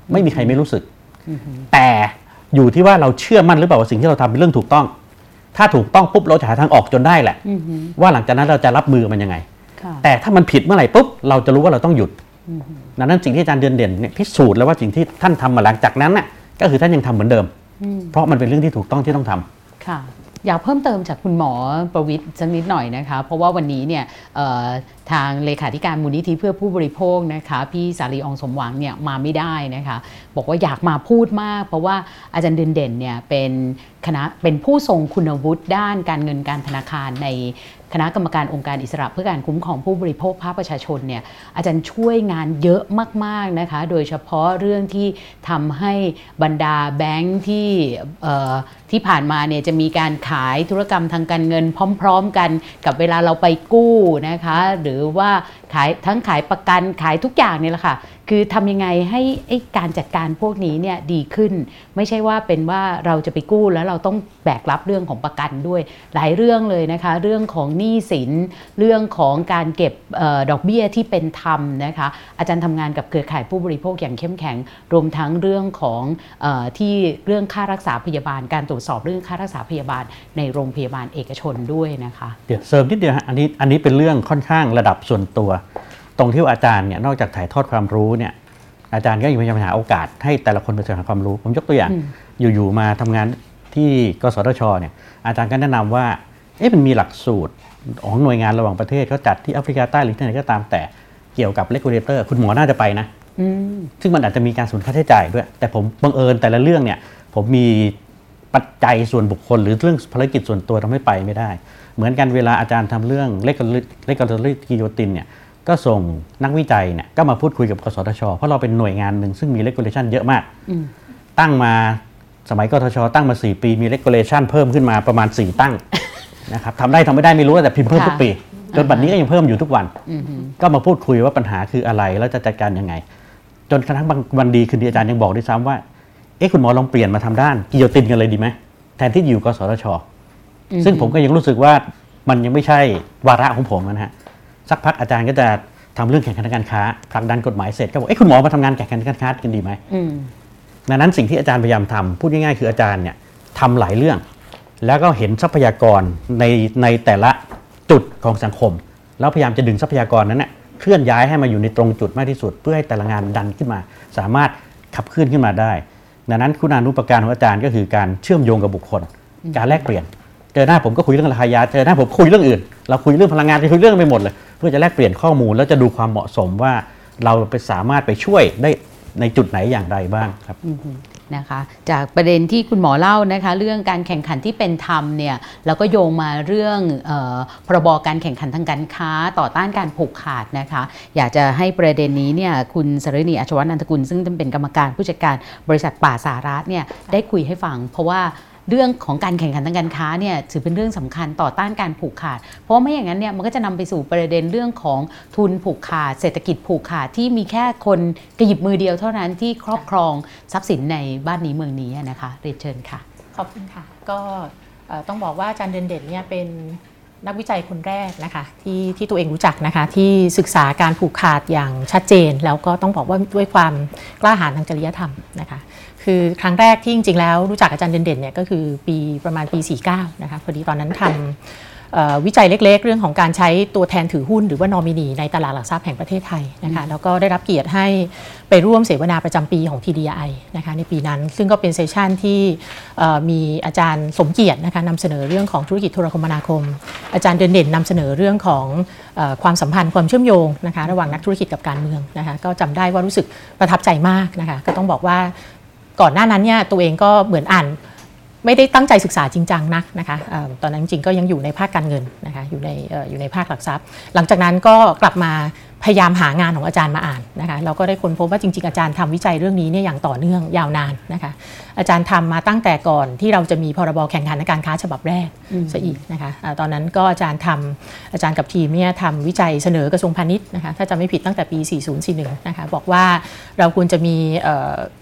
ไม่มีใครไม่รู้สึกแต่อยู่ที่ว่าเราเชื่อมั่นหรือเปล่าว่าสิ่งที่เราทำเป็นเรื่องถูกต้องถ้าถูกต้องปุ๊บเราจะหาทางออกจนได้แหละว่าหลังจากนั้นเราจะรับมือมันยังไงแต่ถ้ามันผิดเมื่อไหร่ปุ๊บเราจะรู้ว่าเราต้องหยุดนั้นสิ่งที่อาจารย์เดือนเด่นเนี่ยพิสูจน์แล้วว่าสิ่งที่ท่านทำมาหลังจากนั้นน่ะก็คือท่านยังทำเหมือนเดิมเพราะมันเป็นเรื่องที่ถูกต้องที่ต้องทำค่ะอยากเพิ่มเติมจากคุณหมอประวิตรสักนิดหน่อยนะคะเพราะว่าวันนี้เนี่ยทางเลขาธิการมูลนิธิเพื่อผู้บริโภคนะคะพี่สาลีอองสมหวังเนี่ยมาไม่ได้นะคะบอกว่าอยากมาพูดมากเพราะว่าอาจารย์เด่นเนี่ยเป็นผู้ทรงคุณวุฒิด้านการเงินการธนาคารในคณะกรรมการองค์การอิสระเพื่อการคุ้มครองผู้บริโภคภาคประชาชนเนี่ยอาจารย์ช่วยงานเยอะมากๆนะคะโดยเฉพาะเรื่องที่ทำให้บรรดาแบงค์ที่ผ่านมาเนี่ยจะมีการขายธุรกรรมทางการเงินพร้อมๆกันกับเวลาเราไปกู้นะคะหรือว่าขายประกันขายทุกอย่างเนี่ยแหละค่ะคือทำยังไงให้การจัดการพวกนี้เนี่ยดีขึ้นไม่ใช่ว่าเป็นว่าเราจะไปกู้แล้วเราต้องแบกรับเรื่องของประกันด้วยหลายเรื่องเลยนะคะเรื่องของหนี้สินเรื่องของการเก็บดอกเบี้ยที่เป็นธรรมนะคะอาจารย์ทำงานกับเครือข่ายผู้บริโภคอย่างเข้มแข็งรวมทั้งเรื่องของที่เรื่องค่ารักษาพยาบาลการตรวจสอบเรื่องค่ารักษาพยาบาลในโรงพยาบาลเอกชนด้วยนะคะเดี๋ยวเสริมนิดเดียวอันนี้เป็นเรื่องค่อนข้างระดับส่วนตัวตรงที่อาจารย์เนี่ยนอกจากถ่ายทอดความรู้เนี่ยอาจารย์ก็ยังพยายามหาโอกาสให้แต่ละคนไปศึกษาความรู้ผมยกตัวอย่างอยู่ๆมาทำงานที่กสทชเนี่ยอาจารย์ก็แนะนำว่ามันมีหลักสูตรของหน่วยงานระหว่างประเทศเขาจัดที่แอฟริกาใต้หรือที่ไหนก็ตามแต่เกี่ยวกับ regulator คุณหมอน่าจะไปนะซึ่งมันอาจจะมีการสูญค่าใช้จ่ายด้วยแต่ผมบังเอิญแต่ละเรื่องเนี่ยผมมีปัจจัยส่วนบุคคลหรือเรื่องภารกิจส่วนตัวทำให้ไปไม่ได้เหมือนกันเวลาอาจารย์ทำเรื่อง regulatory guillotine เนี่ยก็ส่งนักวิจัยเนี่ยก็มาพูดคุยกับกสทชเพราะเราเป็นหน่วยงานหนึ่งซึ่งมี regulation เยอะมากตั้งมาสมัยกสทชตั้งมา4ปีมี regulation เพิ่มขึ้นมาประมาณ4ตั้งนะครับทำได้ทำไม่ได้ไม่รู้แต่พิมพ์เพิ่มทุกปีจนบัดนี้ก็ยังเพิ่มอยู่ทุกวันก็มาพูดคุยว่าปัญหาคืออะไรแล้วจะจัดการยังไงจนกระทั่งบางวันดีคืนดีอาจารย์ยังบอกด้วยซ้ำว่าคุณหมอลองเปลี่ยนมาทำด้านกิโยตินกันเลยดีไหมแทนที่อยู่กสทชซึ่งผมก็ยังรู้สึกว่ามันยังไม่ใช่วาระของผมนะฮะสักพักอาจารย์ก็จะทำเรื่องแข่งขันการค้าผลักดันกฎหมายเสร็จก็บอกคุณหมอมาทำงานแข่งขันการค้ากันดีไหมดังนั้นสิ่งที่อาจารย์พยายามทำพูดง่ายๆคืออาจารย์เนี่ยทำหลายเรื่องแล้วก็เห็นทรัพยากรในแต่ละจุดของสังคมแล้วพยายามจะดึงทรัพยากรนั้นเคลื่อนย้ายให้มาอยู่ในตรงจุดมากที่สุดเพื่อให้แต่ละงานดันขึ้นมาสามารถขับเคลื่อนขึ้นมาได้ดังนั้นคุณานุปการของอาจารย์ก็คือการเชื่อมโยงกับบุคคลการแลกเปลี่ยนเจอหน้าผมก็คุยเรื่องราคายาเจอหน้าผมคุยเรื่องอื่นเราคุยเรื่องพลังงานคุยเรื่องไปหมดเลยเพื่อจะแลกเปลี่ยนข้อมูลแล้วจะดูความเหมาะสมว่าเราไปสามารถไปช่วยได้ในจุดไหนอย่างไรบ้างครับนะคะจากประเด็นที่คุณหมอเล่านะคะเรื่องการแข่งขันที่เป็นธรรมเนี่ยแล้วก็โยงมาเรื่องพรบการแข่งขันทางการค้าต่อต้านการผูกขาดนะคะอยากจะให้ประเด็นนี้เนี่ยคุณสฤณีอัชวนันทกุลซึ่งเป็นกรรมการผู้จัดการบริษัทป่าสาระเนี่ยได้คุยให้ฟังเพราะว่าเรื่องของการแข่งขันทางการค้าเนี่ยถือเป็นเรื่องสำคัญต่อต้านการผูกขาดเพราะไม่อย่างนั้นเนี่ยมันก็จะนำไปสู่ประเด็นเรื่องของทุนผูกขาดเศรษฐกิจผูกขาดที่มีแค่คนกระหยิบมือเดียวเท่านั้นที่ครอบครองทรัพย์สินในบ้านนี้เมืองนี้นะคะเรียนเชิญค่ะขอบคุณค่ะก็ต้องบอกว่าอาจารย์เด่นเนี่ยเป็นนักวิจัยคนแรกนะคะที่ตัวเองรู้จักนะคะที่ศึกษาการผูกขาดอย่างชัดเจนแล้วก็ต้องบอกว่าด้วยความกล้าหาญทางจริยธรรมนะคะคือครั้งแรกที่จริงๆแล้วรู้จักอาจารย์เด่นเนี่ยก็คือประมาณปี 49 นะคะพอดีตอนนั้นทำวิจัยเล็กๆเรื่องของการใช้ตัวแทนถือหุ้นหรือว่านอมินีในตลาดหลักทรัพย์แห่งประเทศไทยนะคะแล้วก็ได้รับเกียรติให้ไปร่วมเสวนาประจำปีของ TDI นะคะในปีนั้นซึ่งก็เป็นเซสชันที่มีอาจารย์สมเกียรตินะคะนำเสนอเรื่องของธุรกิจโทรคมนาคมอาจารย์เด่นนำเสนอเรื่องของความสัมพันธ์ความเชื่อมโยงนะคะระหว่างนักธุรกิจกับการเมืองนะคะก็จำได้ว่ารู้สึกประทับใจมากนะคะก็ต้องบอกว่าก่อนหน้านั้นเนี่ยตัวเองก็เหมือนอ่านไม่ได้ตั้งใจศึกษาจริงจังนักนะคะตอนนั้นจริงก็ยังอยู่ในภาคการเงินนะคะอยู่ในภาคหลักทรัพย์หลังจากนั้นก็กลับมาพยายามหางานของอาจารย์มาอ่านนะคะเราก็ได้ค้นพบว่าจริงๆอาจารย์ทำวิจัยเรื่องนี้เนี่ยอย่างต่อเนื่องยาวนานนะคะอาจารย์ทำมาตั้งแต่ก่อนที่เราจะมีพรบแข่งขันการค้าฉบับแรกซะอีกนะคะตอนนั้นก็อาจารย์กับทีมเนี่ยทำวิจัยเสนอกระทรวงพาณิชย์นะคะถ้าจำไม่ผิดตั้งแต่ปี 4041นะคะบอกว่าเราควรจะมี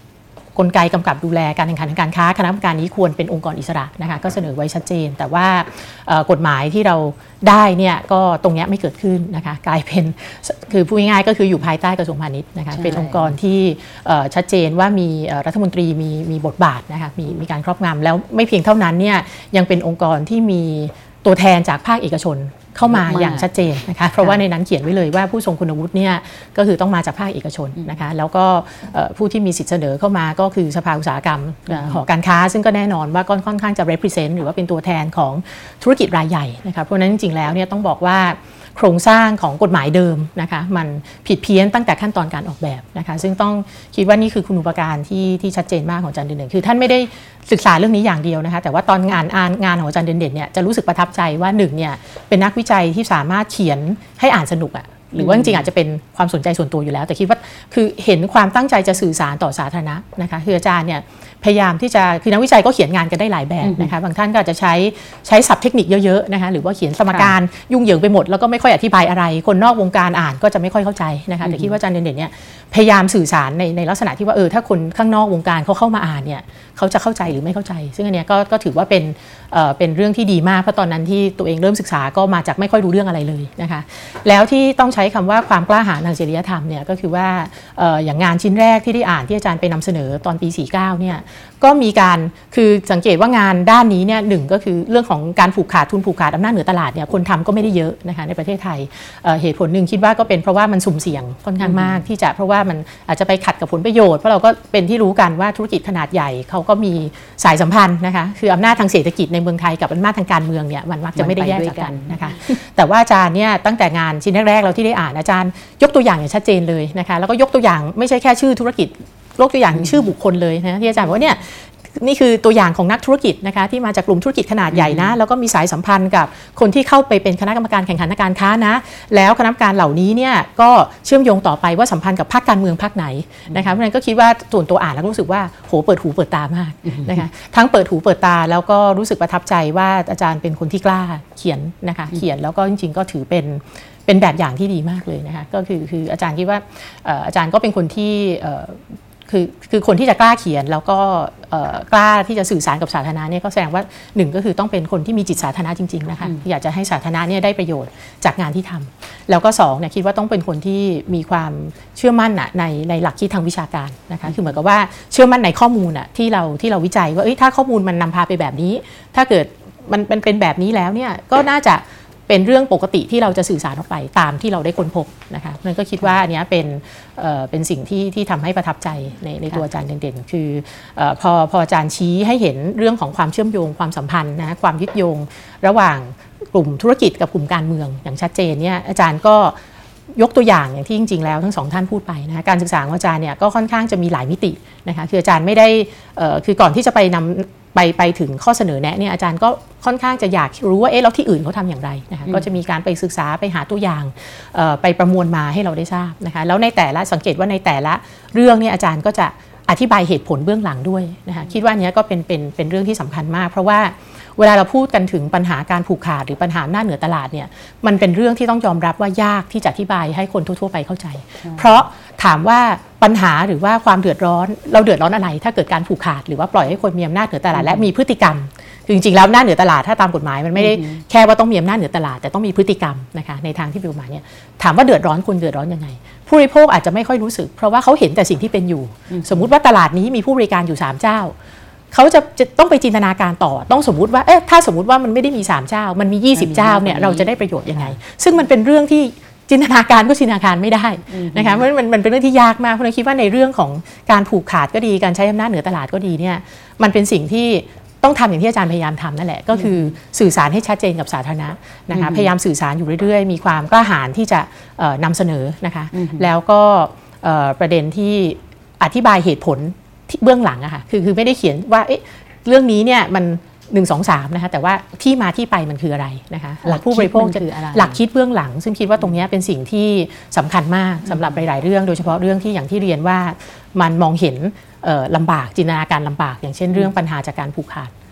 กลไกกำกับดูแลการแข่งขันทางการค้าคณะกรรมการนี้ควรเป็นองค์กรอิสระนะคะก็เสนอไว้ชัดเจนแต่ว่ากฎหมายที่เราได้เนี่ยก็ตรงนี้ไม่เกิดขึ้นนะคะกลายเป็นคือพูดง่ายๆก็คืออยู่ภายใต้กระทรวงพาณิชย์นะคะเป็นองค์กรที่ชัดเจนว่ามีรัฐมนตรีมีบทบาทนะคะมีการครอบงำแล้วไม่เพียงเท่านั้นเนี่ยยังเป็นองค์กรที่มีตัวแทนจากภาคเอกชนเข้ามาอย่างชัดเจนนะคะเพราะว่าในนั้นเขียนไว้เลยว่าผู้ทรงคุณวุฒิเนี่ยก็คือต้องมาจากภาคเอกชนนะคะแล้วก็ผู้ที่มีสิทธิเสนอเข้ามาก็คือสภาอุตสาหกรรมหอการค้าซึ่งก็แน่นอนว่าค่อนข้างจะ represent หรือว่าเป็นตัวแทนของธุรกิจรายใหญ่นะคะเพราะนั้นจริงๆแล้วเนี่ยต้องบอกว่าโครงสร้างของกฎหมายเดิมนะคะมันผิดเพี้ยนตั้งแต่ขั้นตอนการออกแบบนะคะซึ่งต้องคิดว่านี่คือคุณูปการที่ชัดเจนมากของอาจารย์เด่นคือท่านไม่ได้ศึกษาเรื่องนี้อย่างเดียวนะคะแต่ว่าตอนงานของอาจารย์เด่นเนี่ยจะรู้สึกประทับใจว่าหนึ่งเนี่ยเป็นนักวิจัยที่สามารถเขียนให้อ่านสนุกหรือว่าจริงๆอาจจะเป็นความสนใจส่วนตัวอยู่แล้วแต่คิดว่าคือเห็นความตั้งใจจะสื่อสารต่อสาธารณะนะคะคืออาจารย์เนี่ยพยายามที่จะคือนักวิจัยก็เขียนงานกันได้หลายแบบนะคะบางท่านก็อาจจะใช้ศัพท์เทคนิคเยอะๆนะคะหรือว่าเขียนสมการยุ่งเหยิงไปหมดแล้วก็ไม่ค่อยอธิบายอะไรคนนอกวงการอ่านก็จะไม่ค่อยเข้าใจนะคะแต่คิดว่าอาจารย์เด่นเนี่ยพยายามสื่อสารในลักษณะที่ว่าถ้าคนข้างนอกวงการเขาเข้ามาอ่านเนี่ยเขาจะเข้าใจหรือไม่เข้าใจซึ่งอันเนี้ยก็ถือว่าเป็นเรื่องที่ดีมากเพราะตอนนั้นที่ตัวเองเริ่มศึกษาก็มาจากไม่ค่อยรู้เรื่องอะไรเลยนะคะแล้วที่ต้องใช้คำว่าความกล้าหาญทางจริยธรรมเนี่ยก็คือว่าอย่างงานชิ้นแรกที่ได้อ่านที่อาจารย์ไปนำเสนอตอนปี 49 เนี่ยก็มีการคือสังเกตว่างานด้านนี้เนี่ยหนึ่งก็คือเรื่องของการผูกขาดทุนผูกขาดอำนาจเหนือตลาดเนี่ยคนทำก็ไม่ได้เยอะนะคะในประเทศไทยเหตุผลหนึ่งคิดว่าก็เป็นเพราะว่ามันสุ่มเสี่ยงค่อนข้างมากที่จะเพราะว่ามันอาจจะไปขัดกับผลประโยชน์เพราะเราก็เป็นที่รู้กันว่าธุรกิจขนาดใหญ่เขาก็มีสายสัมพันธ์นะคะคืออำนาจทางเศรษฐกิจในเมืองไทยกับอำนาจทางการเมืองเนี่ยมันมักจะไม่ได้แยกจากกันนะคะแต่ว่าอาจารย์เนี่ยตั้งแต่งานชิ้นแรกๆเราที่ได้อ่านอาจารย์ยกตัวอย่างอย่างชัดเจนเลยนะคะแล้วก็ยกตัวอย่างไม่ใช่แค่ชื่อธุรกิจยกตัวอย่างชื่อบุคคลเลยนะที่อาจารย์บอกว่าเนี่ยนี่คือตัวอย่างของนักธุรกิจนะคะที่มาจากกลุ่มธุรกิจขนาดใหญ่นะแล้วก็มีสายสัมพันธ์กับคนที่เข้าไปเป็นคณะกรรมการแข่งขันทางการค้านะแล้วคณะกรรมการเหล่านี้เนี่ยก็เชื่อมโยงต่อไปว่าสัมพันธ์กับพรรคการเมืองพรรคไหนนะคะเพราะฉะนั้นก็คิดว่าส่วนตัวอ่านแล้วรู้สึกว่าโหเปิดหูเปิดตามากนะคะทั้งเปิดหูเปิดตาแล้วก็รู้สึกประทับใจว่าอาจารย์เป็นคนที่กล้าเขียนนะคะเขียนแล้วก็จริงๆก็ถือเป็นแบบอย่างที่ดีมากเลยนะคะก็คืออาจารย์คิดว่าอาจารย์ก็เป็นคนที่คือคนที่จะกล้าเขียนแล้วก็กล้าที่จะสื่อสารกับสาธารณะเนี่ยก็แสดงว่าหนึ่งก็คือต้องเป็นคนที่มีจิตสาธารณะจริงๆนะคะอยากจะให้สาธารณะเนี่ยได้ประโยชน์จากงานที่ทำแล้วก็สองเนี่ยคิดว่าต้องเป็นคนที่มีความเชื่อมั่นในหลักคิดทางวิชาการนะคะคือเหมือนกับว่าเชื่อมั่นในข้อมูลที่เราวิจัยว่าถ้าข้อมูลมันนำพาไปแบบนี้ถ้าเกิดมันเป็นแบบนี้แล้วเนี่ยก็น่าจะเป็นเรื่องปกติที่เราจะสื่อสารออกไปตามที่เราได้ค้นพบนะคะนั่นก็คิดว่าอันนี้เป็นสิ่งที่ทำให้ประทับใจในตัวอาจารย์เด่นๆคือพออาจารย์ชี้ให้เห็นเรื่องของความเชื่อมโยงความสัมพันธ์นะความยึดโยงระหว่างกลุ่มธุรกิจกับกลุ่มการเมืองอย่างชัดเจนเนี่ยอาจารย์ก็ยกตัวอย่างอย่างที่จริงๆแล้วทั้งสองท่านพูดไปนะการศึกษาของอาจารย์เนี่ยก็ค่อนข้างจะมีหลายมิตินะคะคืออาจารย์ไม่ได้คือก่อนที่จะไปถึงข้อเสนอแนะเนี่ยอาจารย์ก็ค่อนข้างจะอยากรู้ว่าแล้วที่อื่นเขาทำอย่างไรนะคะก็จะมีการไปศึกษาไปหาตัวอย่างไปประมวลมาให้เราได้ทราบนะคะแล้วในแต่ละสังเกตว่าในแต่ละเรื่องเนี่ยอาจารย์ก็จะอธิบายเหตุผลเบื้องหลังด้วยนะคะคิดว่านี้ก็เป็นเรื่องที่สำคัญมากเพราะว่าเวลาเราพูดกันถึงปัญหาการผูกขาดหรือปัญหาหน้าเหนือตลาดเนี่ยมันเป็นเรื่องที่ต้องยอมรับว่ายากที่จะอธิบายให้คนทั่วๆไปเข้าใจเพราะถามว่าปัญหาหรือว่าความเดือดร้อนเราเดือดร้อนอะไรถ้าเกิดการผูกขาดหรือว่าปล่อยให้คนมีอำนาจเหนือตลาดและมีพฤติกรรมคือจริงๆแล้วอำนาจเหนือตลาดถ้าตามกฎหมายมันไม่ได้แค่ว่าต้องมีอำนาจเหนือตลาดแต่ต้องมีพฤติกรรมนะคะในทางที่เป็นกฎหมายเนี่ยถามว่าเดือดร้อนคนเดือดร้อนยังไงผู้บริโภคอาจจะไม่ค่อยรู้สึกเพราะว่าเขาเห็นแต่สิ่งที่เป็นอยู่สมมุติว่าตลาดนี้มีผู้บริการอยู่3เจ้าเขาจะต้องไปจินตนาการต่อต้องสมมุติว่าถ้าสมมุติว่ามันไม่ได้มี3เจ้ามันมี20เจ้าเนี่ยเราจะได้ประโยชน์ยังไงซึ่งมันเป็นเรื่องที่จินตนาการก็จินตนาการไม่ได้นะคะเพราะมันเป็นเรื่องที่ยากมากเพราะเราคิดว่าในเรื่องของการผูกขาดก็ดีการใช้อำนาจเหนือตลาดก็ดีเนี่ยมันเป็นสิ่งที่ต้องทำอย่างที่อาจารย์พยายามทำนั่นแหละก็คือสื่อสารให้ชัดเจนกับสาธารณะนะคะพยายามสื่อสารอยู่เรื่อยๆมีความกล้าหาญที่จะนำเสนอนะคะแล้วก็ประเด็นที่อธิบายเหตุผลเบื้องหลังอะค่ะคือไม่ได้เขียนว่าเรื่องนี้เนี่ยมัน1 2 3นะคะแต่ว่าที่มาที่ไปมันคืออะไรนะคะหลักผู้บริโภคจะหลักคิดเบื้องหลังซึ่งคิดว่าตรงนี้เป็นสิ่งที่สำคัญมากสำหรับหลายๆเรื่องโดยเฉพาะเรื่องที่อย่างที่เรียนว่ามันมองเห็นลำบากจินตนาการลำบากอย่างเช่นเรื่องปัญหาจากการผูกขาด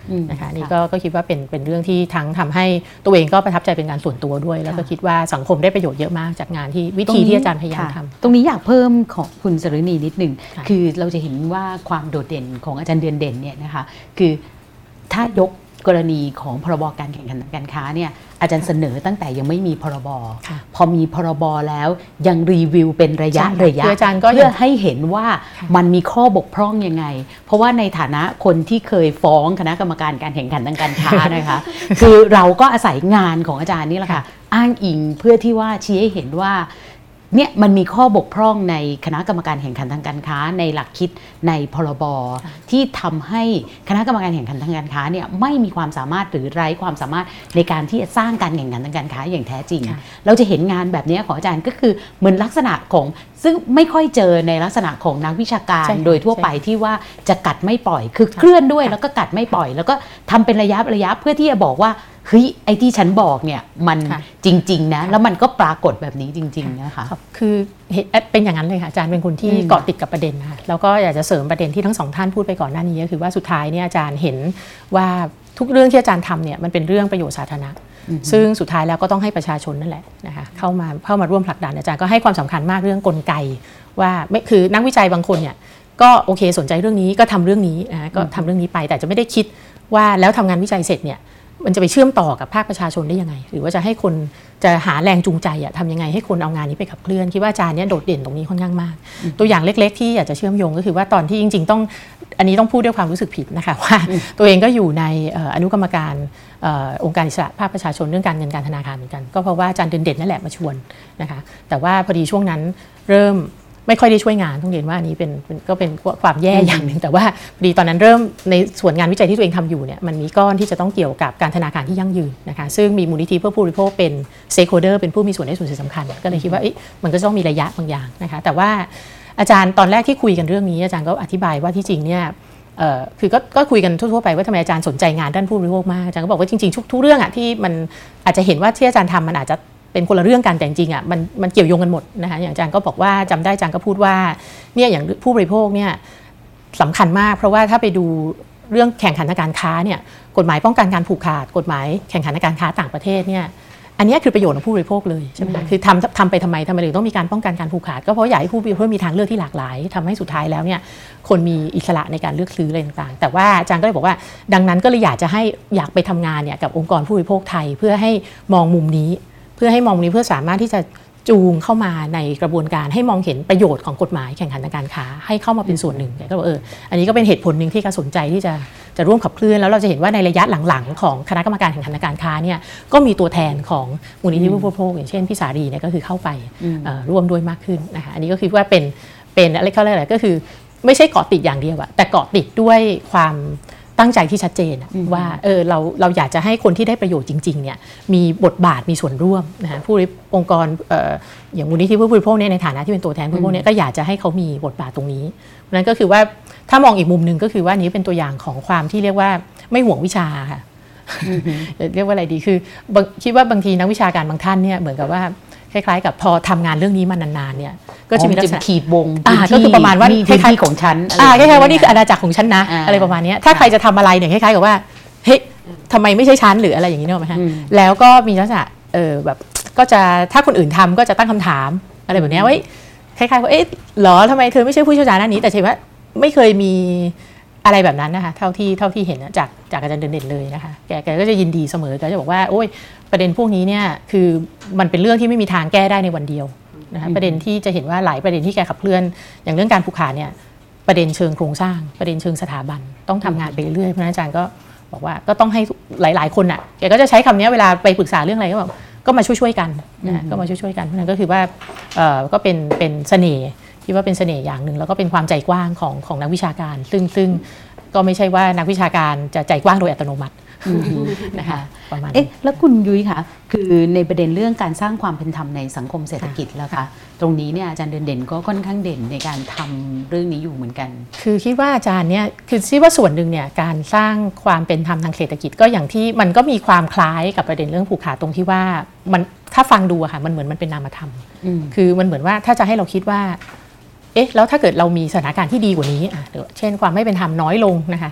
นะคะนี่ก็คิดว่าเป็นเรื่องที่ทั้งทำให้ตัวเองก็ประทับใจเป็นงานส่วนตัวด้วยแล้วก็คิดว่าสังคมได้ประโยชน์เยอะมากจากงานที่วิธีที่อาจารย์พยายามทำตรงนี้อยากเพิ่มของคุณสฤณีนิดหนึ่งคือเราจะเห็นว่าความโดดเด่นของอาจารย์เดือนเด่นเนี่ยนะคะคือถ้ายกกรณีของพรบการแข่งขันทางการค้าเนี่ยอาจารย์เสนอตั้งแต่ยังไม่มีพรบพอมีพรบแล้วยังรีวิวเป็นระยะเพื่อให้เห็นว่ามันมีข้อบกพร่องยังไงเพราะว่าในฐานะคนที่เคยฟ้องคณะกรรมการการแข่งขันทางการค้านะคะคือเราก็อาศัยงานของอาจารย์นี่แหละค่ะอ้างอิงเพื่อที่ว่าชี้ให้เห็นว่าเนี่ยมันมีข้อบกพร่องในคณะกรรมการแข่งขันทางการค้าในหลักคิดในพรบที่ทำให้คณะกรรมการแข่งขันทางการค้าเนี่ยไม่มีความสามารถหรือไร้ความสามารถในการที่จะสร้างการแข่งขันทางการค้าอย่างแท้จริงเราจะเห็นงานแบบนี้ของอาจารย์ก็คือเหมือนลักษณะของซึ่งไม่ค่อยเจอในลักษณะของนักวิชาการโดยทั่วไปที่ว่าจะกัดไม่ปล่อยคือเคลื่อนด้วยแล้วก็กัดไม่ปล่อยแล้วก็ทำเป็นระยะเพื่อที่จะบอกว่าเฮ้ยไอ้ที่ฉันบอกเนี่ยมันจริงๆนะแล้วมันก็ปรากฏแบบนี้จริงๆนะคะคือเป็นอย่างนั้นเลยค่ะอาจารย์เป็นคนที่เกาะติดกับประเด็นนะคะแล้วก็อยากจะเสริมประเด็นที่ทั้งสองท่านพูดไปก่อนหน้านี้ก็คือว่าสุดท้ายเนี่ยอาจารย์เห็นว่าทุกเรื่องที่อาจารย์ทำเนี่ยมันเป็นเรื่องประโยชน์สาธารณะซึ่งสุดท้ายแล้วก็ต้องให้ประชาชนนั่นแหละนะคะเข้ามาร่วมผลักดันอาจารย์ก็ให้ความสำคัญมากเรื่องกลไกว่าไม่คือนักวิจัยบางคนเนี่ยก็โอเคสนใจเรื่องนี้ก็ทำเรื่องนี้นะก็ทำเรื่องนี้ไปแต่จะไม่ได้คิดว่าแล้วทำงานวิจัยเสร็จเนี่ยมันจะไปเชื่อมต่อกับภาคประชาชนได้ยังไงหรือว่าจะให้คนจะหาแรงจูงใจทำยังไงให้คนเอางานนี้ไปขับเคลื่อนคิดว่าอาจารย์เนี่ยโดดเด่นตรงนี้ค่อนข้างมากตัวอย่างเล็กๆที่อยากจะเชื่อมโยงก็คือว่าตอนที่จริงๆต้องอันนี้ต้องพูดด้วยความรู้สึกผิดนะคะว่าตัวเองก็อยู่ในอนุกรรมการองค์การอิสระภาคประชาชนเรื่องการเงินการธนาคารเหมือนกันก็เพราะว่าอาจารย์เด่นๆนั่นแหละมาชวนนะคะแต่ว่าพอดีช่วงนั้นเริ่มไม่ค่อยได้ช่วยงานต้องเรียนว่าอันนี้ก็เป็นความแย่อย่างหนึ่งแต่ว่าพอดีตอนนั้นเริ่มในส่วนงานวิจัยที่ตัวเองทำอยู่เนี่ยมันมีก้อนที่จะต้องเกี่ยวกับการธนาคารที่ยั่งยืนนะคะซึ่งมีมูลนิธิเพื่อผู้บริโภคเป็น stakeholder เป็นผู้มีส่วนได้ส่วนเสียสำคัญก็เลยคิดว่ามันก็ต้องมีระยะบางอย่างนะคะแต่ว่าอาจารย์ตอนแรกที่คุยกันเรื่องนี้อาจารย์ก็อธิบายว่าที่จริงเนี่ยคือก็คุยกันทั่วๆไปว่าทำไมอาจารย์สนใจงานด้านผู้บริโภคมากอาจารย์ก็บอกว่าจริงๆทุกเรื่องที่มันอาจจะเห็นว่าที่อาจารย์ทำมันอาจจะเป็นคนละเรื่องกันแต่จริงๆมันเกี่ยวโยงกันหมดนะคะอย่างอาจารย์ก็บอกว่าจำได้อาจารย์ก็พูดว่าเนี่ยอย่างผู้บริโภคเนี่ยสำคัญมากเพราะว่าถ้าไปดูเรื่องแข่งขันทางการค้าเนี่ยกฎหมายป้องกันการผูกขาดกฎหมายแข่งขันทางการค้าต่างประเทศเนี่ยอันนี้คือประโยชน์ของผู้บริโภคเลยใช่ไหมคะคือทำไปทำไมถึงต้องมีการป้องกันการผูกขาดก็เพราะอยากให้ผู้บริโภคมีทางเลือกที่หลากหลายทำให้สุดท้ายแล้วเนี่ยคนมีอิสระในการเลือกซื้ออะไรต่างๆแต่ว่าอาจารย์ก็เลยบอกว่าดังนั้นก็เลยอยากไปทำงานเนี่ยกับองค์กรผู้บริโภคไทยเพื่อให้มองมุมนี้เพื่อสามารถที่จะจูงเข้ามาในกระบวนการให้มองเห็นประโยชน์ของกฎหมายแข่งขันทางการค้าให้เข้ามาเป็นส่วนหนึ่งก็บอกอันนี้ก็เป็นเหตุผลหนึ่งที่เขาสนใจที่จะร่วมขับเคลื่อนแล้วเราจะเห็นว่าในระยะหลังๆของคณะกรรมการแข่งขันทางการค้าเนี่ยก็มีตัวแทนของมูลนิธิผู้บริโภคอย่างเช่นพี่สารีเนี่ยก็คือเข้าไปร่วมด้วยมากขึ้นนะคะอันนี้ก็คือว่าเป็นอะไรเขาเรียกอะไรก็คือไม่ใช่เกาะติดอย่างเดียวอะแต่เกาะติดด้วยความตั้งใจที่ชัดเจนว่าเราอยากจะให้คนที่ได้ประโยชน์จริงๆเนี่ยมีบทบาทมีส่วนร่วมนะผู้องค์กรอย่างมูลนิธิผู้บริโภคในฐานะที่เป็นตัวแทนผู้บริโภคเนี่ยก็อยากจะให้เขามีบทบาทตรงนี้นั่นก็คือว่าถ้ามองอีกมุมนึงก็คือว่านี้เป็นตัวอย่างของความที่เรียกว่าไม่ห่วงวิชาค่ะเรียกว่าอะไรดีคือคิดว่าบางทีนักวิชาการบางท่านเนี่ยเหมือนกับว่าคล้ายๆกับพอทำงานเรื่องนี้มานานๆเนี่ยก็จะมีลักษณะขีดวงก็คือประมาณว่าคล้ายๆของฉันคล้ายๆว่านี่คืออาณาจักรของฉันนะอะไรประมาณนี้ถ้าใครจะทำอะไรเนี่ยคล้ายๆกับว่าเฮ้ยทำไมไม่ใช่ฉันหรืออะไรอย่างนี้เนอะไหมฮะแล้วก็มีลักษณะแบบก็จะถ้าคนอื่นทำก็จะตั้งคำถามอะไรแบบนี้ว่าคล้ายๆว่าหรอทำไมเธอไม่ใช่ผู้เชี่ยวชาญด้านนี้แต่ใช่ว่าไม่เคยมีอะไรแบบนั้นนะคะเท่าที่เห็นจากอาจารย์เด่นๆเลยนะคะแกก็จะยินดีเสมอแกจะบอกว่าโอ้ยประเด็นพวกนี้เนี่ยคือมันเป็นเรื่องที่ไม่มีทางแก้ได้ในวันเดียวนะคะประเด็นที่จะเห็นว่าหลายประเด็นที่แกขับเคลื่อนอย่างเรื่องการผูกขาดเนี่ยประเด็นเชิงโครงสร้างประเด็นเชิงสถาบันต้องทำงานไปเรื่อยๆเพราะอาจารย์ก็บอกว่าก็ต้องให้หลายๆคนอ่ะแกก็จะใช้คำนี้เวลาไปปรึกษาเรื่องอะไรก็บอกก็มาช่วยๆกันนะก็มาช่วยๆกันเพราะนั้นก็คือว่าก็เป็นเสน่ห์คิดว่าเป็นเสน่ห์อย่างหนึ่งแล้วก็เป็นความใจกว้างของนักวิชาการซึ่งก็ไม่ใช่ว่านักวิชาการจะใจกว้างโดยอัตโนมัตินะคะประมาณแล้วคุณยุ้ยคะคือในประเด็นเรื่องการสร้างความเป็นธรรมในสังคมเศรษฐกิจแล้วคะตรงนี้เนี่ยอาจารย์เด่นก็ค่อนข้างเด่นในการทำเรื่องนี้อยู่เหมือนกันคือคิดว่าอาจารย์เนี่ยคือคิดว่าส่วนหนึ่งเนี่ยการสร้างความเป็นธรรมทางเศรษฐกิจก็อย่างที่มันก็มีความคล้ายกับประเด็นเรื่องผูกขาดตรงที่ว่ามันถ้าฟังดูอะค่ะมันเหมือนมันเป็นนามธรรมคือมันเหมือนว่าถ้าจะให้เราคิดว่าแล้วถ้าเกิดเรามีสถานการณ์ที่ดีกว่านี้เช่นความไม่เป็นธรรมน้อยลงนะคะ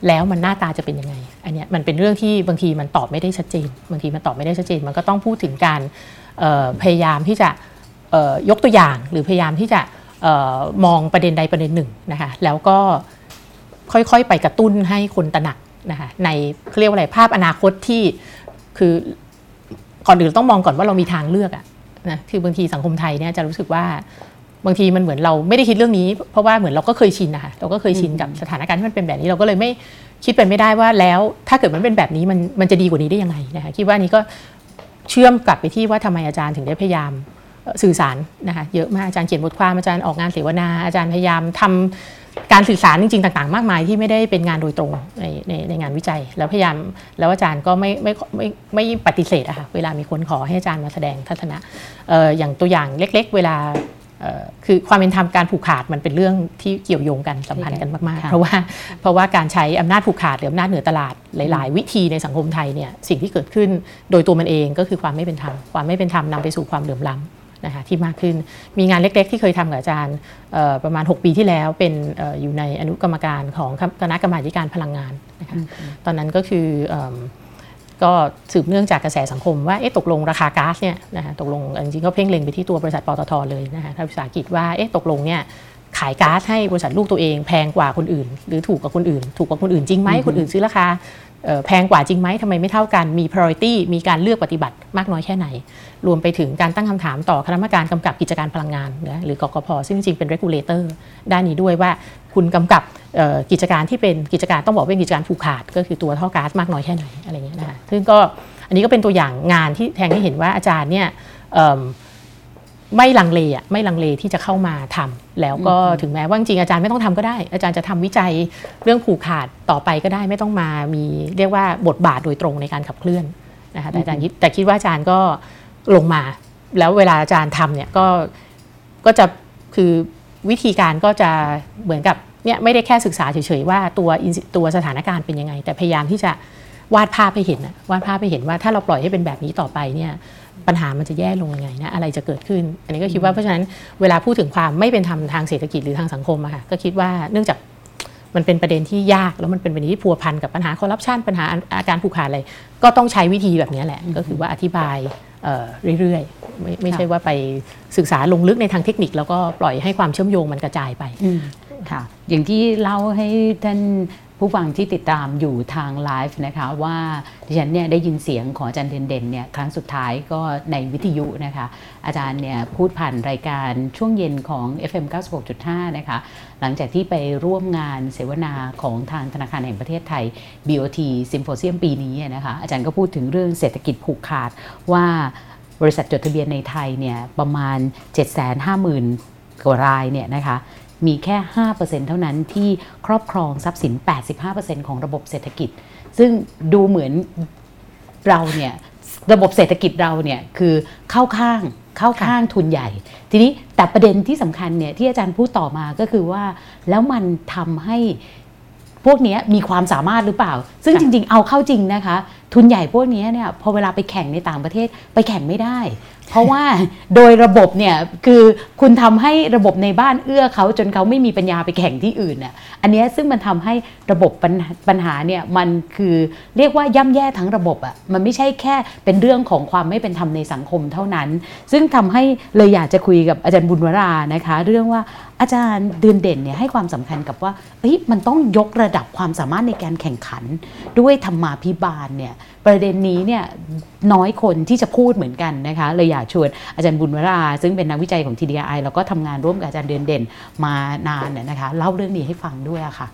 แล้วมันหน้าตาจะเป็นยังไงอันเนี้ยมันเป็นเรื่องที่บางทีมันตอบไม่ได้ชัดเจนมันก็ต้องพูดถึงการพยายามที่จะยกตัวอย่างหรือพยายามที่จะมองประเด็นใดประเด็นหนึ่งนะคะแล้วก็ค่อยๆไปกระตุ้นให้คนตระหนักนะคะในเขาเรียกว่าอะไรภาพอนาคตที่คือก่อนอื่นต้องมองก่อนว่าเรามีทางเลือกอะนะคือบางทีสังคมไทยเนี่ยจะรู้สึกว่าบางทีมันเหมือนเราไม่ได้คิดเรื่องนี้เพราะว่าเหมือนเราก็เคยชินนะคะเราก็เคยชินกับสถานการณ์ที่มันเป็นแบบนี้เราก็เลยไม่คิดเป็นไม่ได้ว่าแล้วถ้าเกิดมันเป็นแบบนี้มันจะดีกว่านี้ได้ยังไงนะคะคิดว่านี้ก็เชื่อมกลับไปที่ว่าทำไมอาจารย์ถึงได้พยายามสื่อสารนะคะเยอะมากอาจารย์เขียนบทความอาจารย์ออกงานเสวนาอาจารย์พยายามทำการสื่อสารจริงๆต่างๆมากมายที่ไม่ได้เป็นงานโดยตรงในงานวิจัยแล้วพยายามแล้วอาจารย์ก็ไม่ปฏิเสธอะค่ะเวลามีคนขอให้อาจารย์มาแสดงทัศนะอย่างตัวอย่างเล็กๆเวลาคือความเป็นธรรมการผูกขาดมันเป็นเรื่องที่เกี่ยวโยงกันสัมพันธ์กันมากๆเพราะว่าการใช้อำนาจผูกขาดหรืออำนาจเหนือตลาดหลายๆวิธีในสังคมไทยเนี่ยสิ่งที่เกิดขึ้นโดยตัวมันเองก็คือความไม่เป็นธรรมนำไปสู่ความเหลื่อมล้ำนะคะที่มากขึ้นมีงานเล็กๆที่เคยทำกับอาจารย์ประมาณ6 ปีที่แล้วเป็นอยู่ในอนุกรรมการของคณะกรรมาธิการพลังงานนะคะตอนนั้นก็คือก็สืบเนื่องจากกระแสสังคมว่าตกลงราคาก๊าซเนี่ยนะคะตกลงจริงๆก็เพ่งเล็งไปที่ตัวบริษัทปตทเลยนะคะทางวิสาหกิจว่าตกลงเนี่ยขายก๊าซให้บริษัทลูกตัวเองแพงกว่าคนอื่นหรือถูกกว่าคนอื่นจริงไหมคนอื่นซื้อราคาแพงกว่าจริงไหมทำไมไม่เท่ากันมี priority มีการเลือกปฏิบัติมากน้อยแค่ไหนรวมไปถึงการตั้งคำถามต่อคณะกรรมการกำกับกิจการพลังงานหรือกกพ.ซึ่งจริงๆเป็น regulator ด้านนี้ด้วยว่าคุณกำกับกิจการที่เป็นกิจการต้องบอกเป็นกิจการผูกขาดก็คือตัวท่อก๊าซมากน้อยแค่ไหนอะไรเงี้ยนะคะซึ่งก็อันนี้ก็เป็นตัวอย่างงานที่แทงให้เห็นว่าอาจารย์เนี่ยไม่ลังเลที่จะเข้ามาทำแล้วก็ถึงแม้ว่าจริงอาจารย์ไม่ต้องทำก็ได้อาจารย์จะทำวิจัยเรื่องผูกขาดต่อไปก็ได้ไม่ต้องมามีเรียกว่าบทบาทโดยตรงในการขับเคลื่อนนะคะแต่คิดว่าอาจารย์ก็ลงมาแล้วเวลาอาจารย์ทำเนี่ยก็จะคือวิธีการก็จะเหมือนกับเนี่ยไม่ได้แค่ศึกษาเฉยๆว่าตัวสถานการณ์เป็นยังไงแต่พยายามที่จะวาดภาพให้เห็นว่าถ้าเราปล่อยให้เป็นแบบนี้ต่อไปเนี่ยปัญหามันจะแย่ลงยังไงนะอะไรจะเกิดขึ้นอันนี้ก็คิดว่าเพราะฉะนั้นเวลาพูดถึงความไม่เป็นธรรมทางเศรษฐกิจหรือทางสังคมอะค่ะก็คิดว่าเนื่องจากมันเป็นประเด็นที่ยากแล้วมันเป็นประเด็นที่พัวพันกับปัญหาคอร์รัปชันปัญหาอาการผูกขาดอะไรก็ต้องใช้วิธีแบบนี้แหละก็คือว่าอธิบายเรื่อยๆไม่ใช่ว่าไปศึกษาลงลึกในทางเทคนิคแล้วก็ปล่อยให้ความเชื่อมโยงมันกระจายไปค่ะอย่างที่เล่าให้ท่านผู้ฟังที่ติดตามอยู่ทางไลฟ์นะคะว่าดิฉันเนี่ยได้ยินเสียงของอาจารย์เด่นเนี่ยครั้งสุดท้ายก็ในวิทยุนะคะอาจารย์เนี่ยพูดผ่านรายการช่วงเย็นของ FM 96.5 นะคะหลังจากที่ไปร่วมงานเสวนาของทางธนาคารแห่งประเทศไทย BOT Symposium ปีนี้นะคะอาจารย์ก็พูดถึงเรื่องเศรษฐกิจผูกขาดว่าบริษัทจดทะเบียนในไทยเนี่ยประมาณ 750,000 กว่ารายเนี่ยนะคะมีแค่ 5% เท่านั้นที่ครอบครองทรัพย์สิน 85% ของระบบเศรษฐกิจซึ่งดูเหมือนเราเนี่ยระบบเศรษฐกิจเราเนี่ยคือเข้าข้างทุนใหญ่ทีนี้แต่ประเด็นที่สำคัญเนี่ยที่อาจารย์พูดต่อมาก็คือว่าแล้วมันทำให้พวกนี้มีความสามารถหรือเปล่าซึ่งจริงๆเอาเข้าจริงนะคะทุนใหญ่พวกนี้เนี่ยพอเวลาไปแข่งในต่างประเทศไปแข่งไม่ได้เพราะว่าโดยระบบเนี่ยคือคุณทำให้ระบบในบ้านเอื้อเขาจนเขาไม่มีปัญญาไปแข่งที่อื่นน่ะอันนี้ซึ่งมันทำให้ระบบปัญหาเนี่ยมันคือเรียกว่าย่ำแย่ทั้งระบบอ่ะมันไม่ใช่แค่เป็นเรื่องของความไม่เป็นธรรมในสังคมเท่านั้นซึ่งทำให้เลยอยากจะคุยกับอาจารย์บุญวรานะคะเรื่องว่าอาจารย์เด่นเนี่ยให้ความสำคัญกับว่ามันต้องยกระดับความสามารถในการแข่งขันด้วยธรรมาภิบาลเนี่ยประเด็นนี้เนี่ยน้อยคนที่จะพูดเหมือนกันนะคะเลยอยากชวนอาจารย์บุญวราซึ่งเป็นนักวิจัยของ TDI แล้วก็ทำงานร่วมกับอาจารย์เด่นมานานเนี่ยนะคะเล่าเรื่องนี้ให้ฟังด้วยค่ะ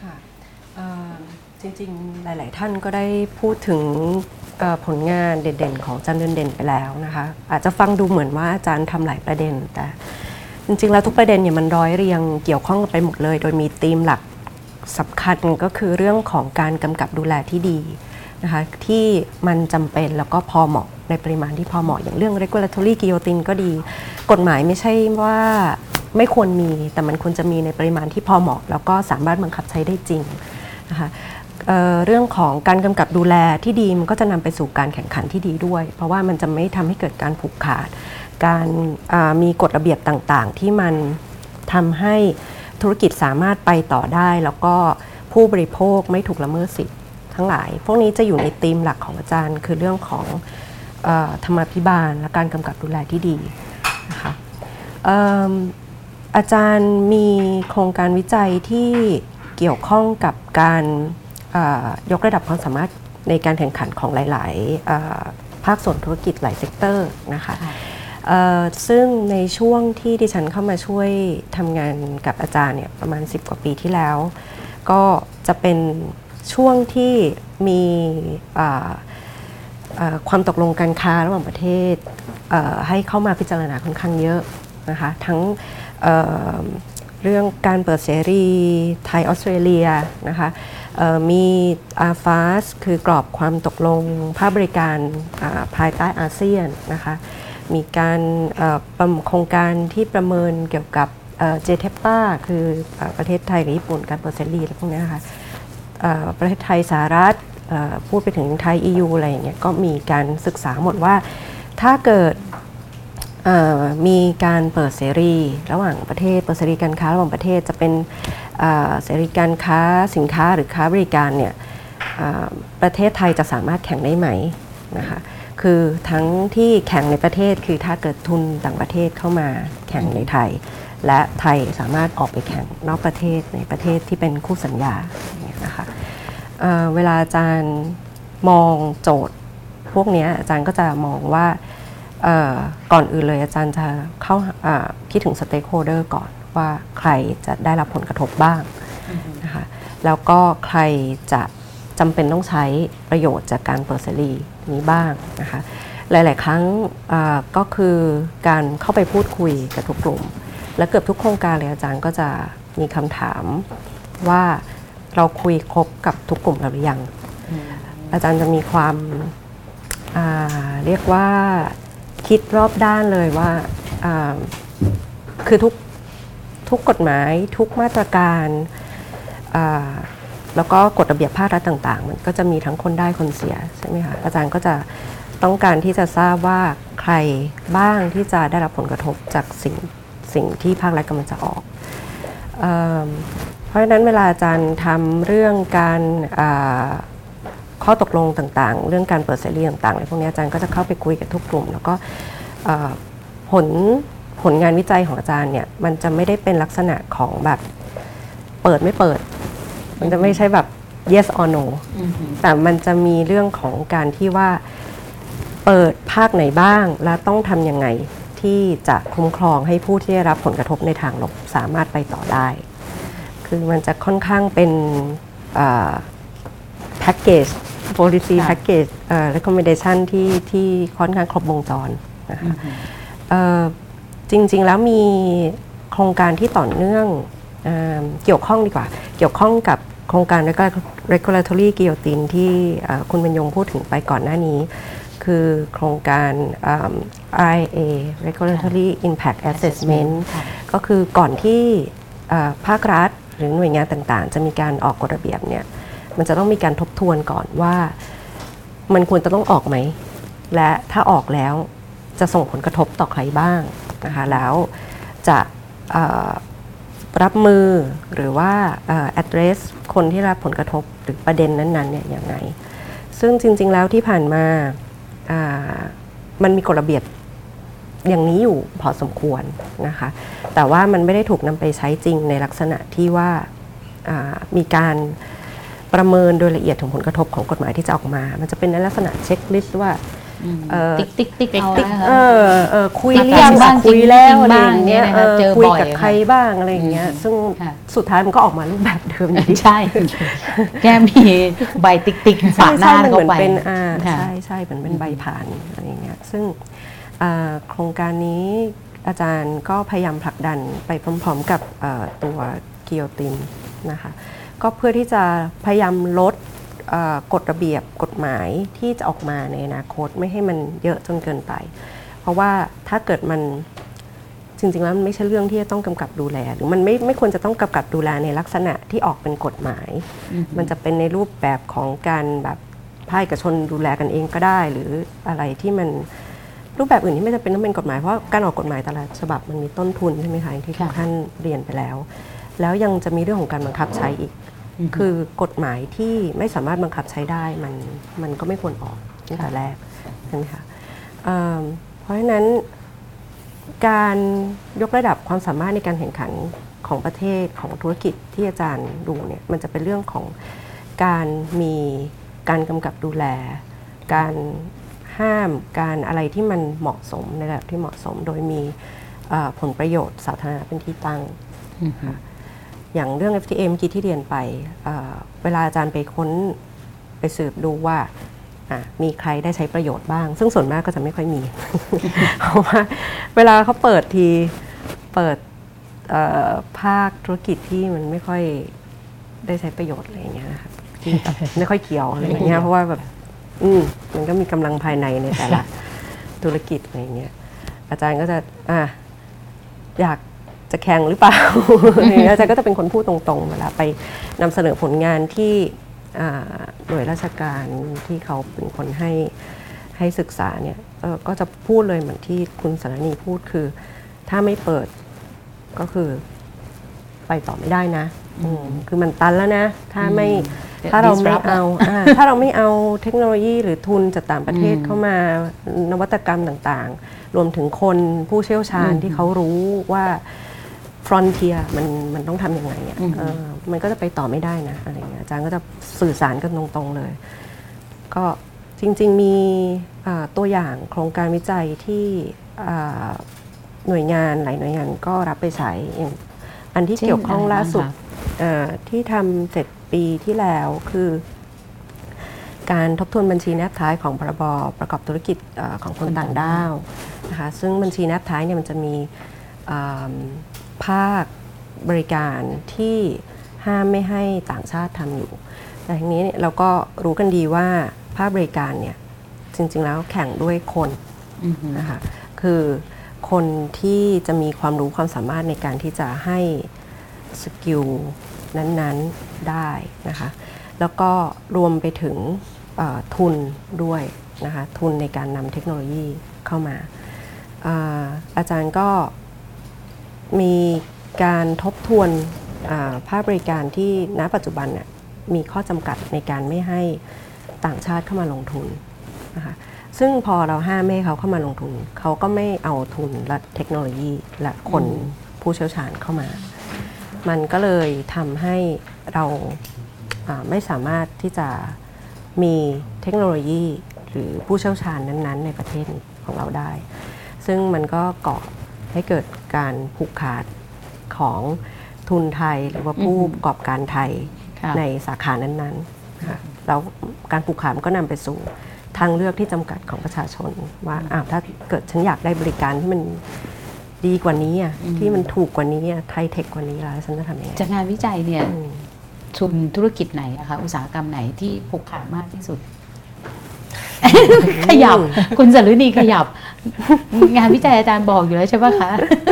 จริงๆหลายๆท่านก็ได้พูดถึงผลงานเด่นๆของอาจารย์เด่นไปแล้วนะคะอาจจะฟังดูเหมือนว่าอาจารย์ทำหลายประเด็นแต่จริงๆแล้วทุกประเด็นเนี่ยมันร้อยเรียงเกี่ยวข้องกันไปหมดเลยโดยมีธีมหลักสำคัญก็คือเรื่องของการกำกับดูแลที่ดีนะคะที่มันจำเป็นแล้วก็พอเหมาะในปริมาณที่พอเหมาะอย่างเรื่อง regulatory guillotine ก็ดีกฎหมายไม่ใช่ว่าไม่ควรมีแต่มันควรจะมีในปริมาณที่พอเหมาะแล้วก็สามารถบังคับใช้ได้จริงนะคะเรื่องของการกำกับดูแลที่ดีมันก็จะนำไปสู่การแข่งขันที่ดีด้วยเพราะว่ามันจะไม่ทำให้เกิดการผูกขาดการมีกฎระเบียบต่างๆที่มันทำให้ธุรกิจสามารถไปต่อได้แล้วก็ผผู้บริโภคไม่ถูกละเมิดสิทธิ์ทั้งหลายพวกนี้จะอยู่ในธีมหลักของอาจารย์คือเรื่องของธรรมาภิบาลและการกำกับดูแลที่ดีนะคะอาจารย์มีโครงการวิจัยที่เกี่ยวข้องกับการยกระดับความสามารถในการแข่งขันของหลายๆภาคส่วนธุรกิจหลายเซกเตอร์นะคะซึ่งในช่วงที่ดิฉันเข้ามาช่วยทำงานกับอาจารย์เนี่ยประมาณ10 กว่าปีที่แล้วก็จะเป็นช่วงที่มีความตกลงการค้าระหว่างประเทศให้เข้ามาพิจารณาค่อนข้างเยอะนะคะทั้งเรื่องการเปิดเสรีไทยออสเตรเลียนะคะมีAFAS คือกรอบความตกลงภาคบริการภายใต้อาเซียนนะคะมีการโครงการที่ประเมินเกี่ยวกับJTEPA คือประเทศไทยกับญี่ปุ่นการเปิดเสรีอะไรพวกนี้นะคะประเทศไทยสหรัฐพูดไปถึงไทย EU อะไรอย่างเงี้ยก็มีการศึกษาหมดว่าถ้าเกิดมีการเปิดเสรีระหว่างประเทศเปิดเสรีการค้าระหว่างประเทศจะเป็นเสรีการค้าสินค้าหรือค้าบริการเนี่ยประเทศไทยจะสามารถแข่งได้ไหมนะคะคือทั้งที่แข่งในประเทศคือถ้าเกิดทุนต่างประเทศเข้ามาแข่งในไทยและไทยสามารถออกไปแข่งนอกประเทศในประเทศที่เป็นคู่สัญญาอย่างเงี้ยนะคะเวลาอาจารย์มองโจทย์พวกนี้อาจารย์ก็จะมองว่าก่อนอื่นเลยอาจารย์จะเข้าคิดถึงสเต็กโฮเดอร์ก่อนว่าใครจะได้รับผลกระทบบ้างนะคะแล้วก็ใครจะจำเป็นต้องใช้ประโยชน์จากการเปิดเสรีนี้บ้างนะคะหลายๆครั้งก็คือการเข้าไปพูดคุยกับทุกกลุ่มและเกือบทุกโครงการเลยอาจารย์ก็จะมีคำถามว่าเราคุยครบกับทุกกลุ่มหรือยังอาจารย์จะมีความเรียกว่าคิดรอบด้านเลยว่าคือทุกกฎหมายทุกมาตรการแล้วก็กฎระเบียบภาครัฐต่างๆมันก็จะมีทั้งคนได้คนเสียใช่ไหมคะอาจารย์ก็จะต้องการที่จะทราบว่าใครบ้างที่จะได้รับผลกระทบจากสิ่งที่ภาครัฐกำลังจะออกเพราะฉะนั้นเวลาอาจารย์ทำเรื่องการข้อตกลงต่างๆเรื่องการเปิดเสรีต่างๆอะไรพวกนี้อาจารย์ก็จะเข้าไปคุยกับทุกกลุ่มแล้วก็ผลงานวิจัยของอาจารย์เนี่ยมันจะไม่ได้เป็นลักษณะของแบบเปิดไม่เปิดมันจะไม่ใช่แบบ yes or no แต่มันจะมีเรื่องของการที่ว่าเปิดภาคไหนบ้างและต้องทำยังไงที่จะคุ้มครองให้ผู้ที่ได้รับผลกระทบในทางลบสามารถไปต่อได้คือมันจะค่อนข้างเป็นpackage policy package recommendation ที่ค่อนข้างครบวงจรนะคะจริงๆแล้วมีโครงการที่ต่อเนื่องเกี่ยวข้องดีกว่าเกี่ยวข้องกับโครงการ regulatory guillotine ที่คุณบรรยงพูดถึงไปก่อนหน้านี้คือโครงการ RIA regulatory impact assessment ก็คือก่อนที่ภาครัฐหรือหน่วยงานต่างๆจะมีการออกกฎระเบียบเนี่ยมันจะต้องมีการทบทวนก่อนว่ามันควรจะต้องออกไหมและถ้าออกแล้วจะส่งผลกระทบต่อใครบ้างนะคะแล้วจะรับมือหรือว่าaddress คนที่รับผลกระทบหรือประเด็นนั้นๆเนี่ยยังไงซึ่งจริงๆแล้วที่ผ่านมามันมีกฎระเบียบอย่างนี้อยู่พอสมควรนะคะแต่ว่ามันไม่ได้ถูกนำไปใช้จริงในลักษณะที่ว่ามีการประเมินโดยละเอียดถึงผลกระทบของกฎหมายที่จะออกมามันจะเป็นในลักษณะเช็คลิสต์ว่าติ๊กเอาคุยเรื่องคุยแล้วอะไรอย่างเงี้ยคุยกับใครบ้างอะไรอย่างเงี้ยซึ่งสุดท้ายมันก็ออกมารูปแบบเดิมอยู่ใช่แค่มีใบติ๊กฝาหน้าเข้าไปใช่มันเป็นใบผ่านอะไรอย่างเงี้ยซึ่งโครงการนี้อาจารย์ก็พยายามผลักดันไปพร้อมๆกับตัวกิโยตินนะคะก็เพื่อที่จะพยายามลดกฎระเบียบกฎหมายที่จะออกมาในอนาคตไม่ให้มันเยอะจนเกินไปเพราะว่าถ้าเกิดมันจริงๆแล้วมันไม่ใช่เรื่องที่จะต้องกำกับดูแลหรือมันไม่ควรจะต้องกำกับดูแลในลักษณะที่ออกเป็นกฎหมายมันจะเป็นในรูปแบบของการแบบภาคเอกชนดูแลกันเองก็ได้หรืออะไรที่มันรูปแบบอื่นที่ไม่จำเป็นต้องเป็นกฎหมายเพราะการออกกฎหมายแต่ละฉบับมันมีต้นทุนใช่ไหมคะที่ทุกท่านเรียนไปแล้วยังจะมีเรื่องของการบังคับใช้อีกคือกฎหมายที่ไม่สามารถบังคับใช้ได้มันก็ไม่ควรออกตั้งแต่แรกใช่ไหมคะเพราะฉะนั้นการยกระดับความสามารถในการแข่งขันของประเทศของธุรกิจที่อาจารย์ดูเนี่ยมันจะเป็นเรื่องของการมีการกำกับดูแลการห้ามการอะไรที่มันเหมาะสมในระดับที่เหมาะสมโดยมีผลประโยชน์สาธารณะเป็นที่ตั้งอย่างเรื่อง FTA เมื่อกี้ที่เรียนไปเวลาอาจารย์ไปค้นไปสืบดูว่ามีใครได้ใช้ประโยชน์บ้างซึ่งส่วนมากก็จะไม่ค่อยมี เพราะว่าเวลาเขาเปิดภาคธุรกิจที่มันไม่ค่อยได้ใช้ประโยชน์อะไรอย่างเงี้ยนะครับที่ไม่ค่อยเกี่ยวอะไรอย่างเงี้ยเพราะว่าแบบมันก็มีกำลังภายในแต่ละธุรกิจอะไรอย่างเงี้ยอาจารย์ก็จะอยากจะแข่งหรือเปล่า อาจารย์ก็จะเป็นคนพูดตรงๆเวลาไปนำเสนอผลงานที่หน่วยราชการที่เขาเป็นคนให้ศึกษาเนี่ยก็จะพูดเลยเหมือนที่คุณสรณีพูดคือถ้าไม่เปิดก็คือไปต่อไม่ได้นะคือมันตันแล้วนะถ้าเราไม่เอาถ้าเราไม่เอาเทคโนโลยีหรือทุนจากต่างประเทศเข้ามานวัตกรรมต่างๆรวมถึงคนผู้เชี่ยวชาญที่เขารู้ว่าฟรอนเทียมันต้องทำยังไงมันก็จะไปต่อไม่ได้นะอะไรเงี้ยอาจารย์ก็จะสื่อสารกันตรงๆเลยก็จริงๆมีตัวอย่างโครงการวิจัยที่หน่วยงานหลายหน่วยงานก็รับไปใช้อย่างอันที่เกี่ยวข้องล่าสุดที่ทำเสร็จปีที่แล้วคือการทบทวนบัญชีแนบท้ายของพรบประกอบธุรกิจของคนต่างด้าวนะคะซึ่งบัญชีแนบท้ายเนี่ยมันจะมีภาคบริการที่ห้ามไม่ให้ต่างชาติทำอยู่แต่ทีนี้เราก็รู้กันดีว่าภาคบริการเนี่ยจริงๆแล้วแข่งด้วยคนนะคะคือคนที่จะมีความรู้ความสามารถในการที่จะให้สกิลนั้นๆได้นะคะแล้วก็รวมไปถึงทุนด้วยนะคะทุนในการนำเทคโนโลยีเข้ามาอาจารย์ก็มีการทบทวนภาคบริการที่ณปัจจุบันเนี่ยมีข้อจำกัดในการไม่ให้ต่างชาติเข้ามาลงทุนนะคะซึ่งพอเราห้ามไม่ให้เขาเข้ามาลงทุนเขาก็ไม่เอาทุนและเทคโนโลยีและคนผู้เชี่ยวชาญเข้ามามันก็เลยทำให้เราไม่สามารถที่จะมีเทคโนโลยีหรือผู้เชี่ยวชาญนั้นๆในประเทศของเราได้ซึ่งมันก็ก่อให้เกิดการผูกขาดของทุนไทยหรือว่าผู้ประกอบการไทยในสาขานั้นๆแล้วการผูกขาดมันก็นำไปสู่ทางเลือกที่จำกัดของประชาชนว่าถ้าเกิดฉันอยากได้บริการที่มันดีกว่านี้ที่มันถูกกว่านี้ไทยเทคกว่านี้แล้วฉันจะทำยังไงจากงานวิจัยเนี่ยชุมธุรกิจไหนคะอุตสาหกรรมไหนที่ผูกขาดมากที่สุด ขยับคุณสรุณีขยับงานวิจัยอาจารย์บอกอยู่แล้วใช่ไหมคะ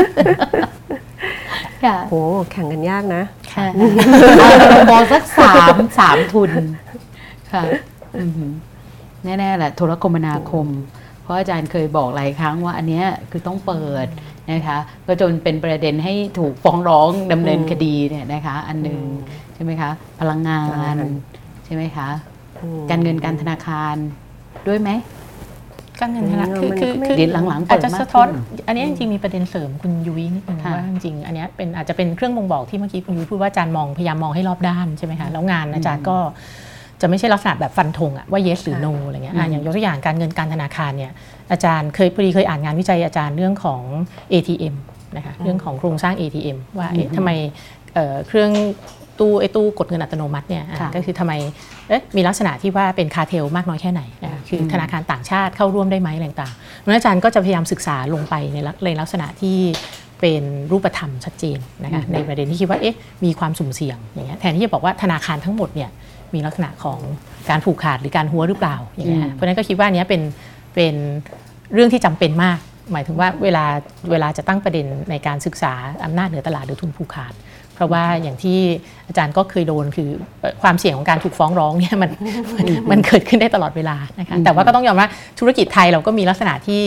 โอ้แข่งกันยากนะมองสักสามทุนค่ะแน่ๆแหละโทรคมนาคมเพราะอาจารย์เคยบอกหลายครั้งว่าอันนี้คือต้องเปิดนะคะก็จนเป็นประเด็นให้ถูกฟ้องร้องดำเนินคดีเนี่ยนะคะอันหนึ่งใช่ไหมคะพลังงานใช่ไหมคะการเงินการธนาคารด้วยไหมการเงินธนาคารคือหลังๆอาจจะสะท้อนอันนี้จริงๆมีประเด็นเสริมคุณยุ้ยนิดนึงว่าจริงๆอันนี้เป็นอาจจะเป็นเครื่องบ่งบอกที่เมื่อกี้คุณยุ้ยพูดว่าอาจารย์พยายามมองให้รอบด้านใช่ไหมคะแล้วงานอาจารย์ก็จะไม่ใช่ลักษณะแบบฟันธงว่า yes หรือ no อะไรเงี้ยอย่างยกตัวอย่างการเงินการธนาคารเนี่ยอาจารย์เคยอ่านงานวิจัยอาจารย์เรื่องของ ATM นะคะเรื่องของโครงสร้าง ATM ว่าทำไมเครื่องตู้กดเงินอัตโนมัติเนี่ยก็คือทำไมมีลักษณะที่ว่าเป็นคาร์เทลมากน้อยแค่ไหนคือธนาคารต่างชาติเข้าร่วมได้ไหมอะไรต่างๆเพราะอาจารย์ก็จะพยายามศึกษาลงไปในลักษณะที่เป็นรูปธรรมชัดเจนนะคะในประเด็นที่คิดว่ามีความสุ่มเสี่ยงอย่างเงี้ยแทนที่จะบอกว่าธนาคารทั้งหมดเนี่ยมีลักษณะของการผูกขาดหรือการหัวหรือเปล่าอย่างเงี้ยเพราะนั้นก็คิดว่านี้เป็นเรื่องที่จำเป็นมากหมายถึงว่าเวลาจะตั้งประเด็นในการศึกษาอำนาจเหนือตลาดหรือทุนผูกขาดเพราะว่าอย่างที่อาจารย์ก็เคยโดนคือความเสี่ยงของการถูกฟ้องร้องเนี่ยมันเกิดขึ้นได้ตลอดเวลานะคะแต่ว่าก็ต้องยอมว่าธุรกิจไทยเราก็มีลักษณะที่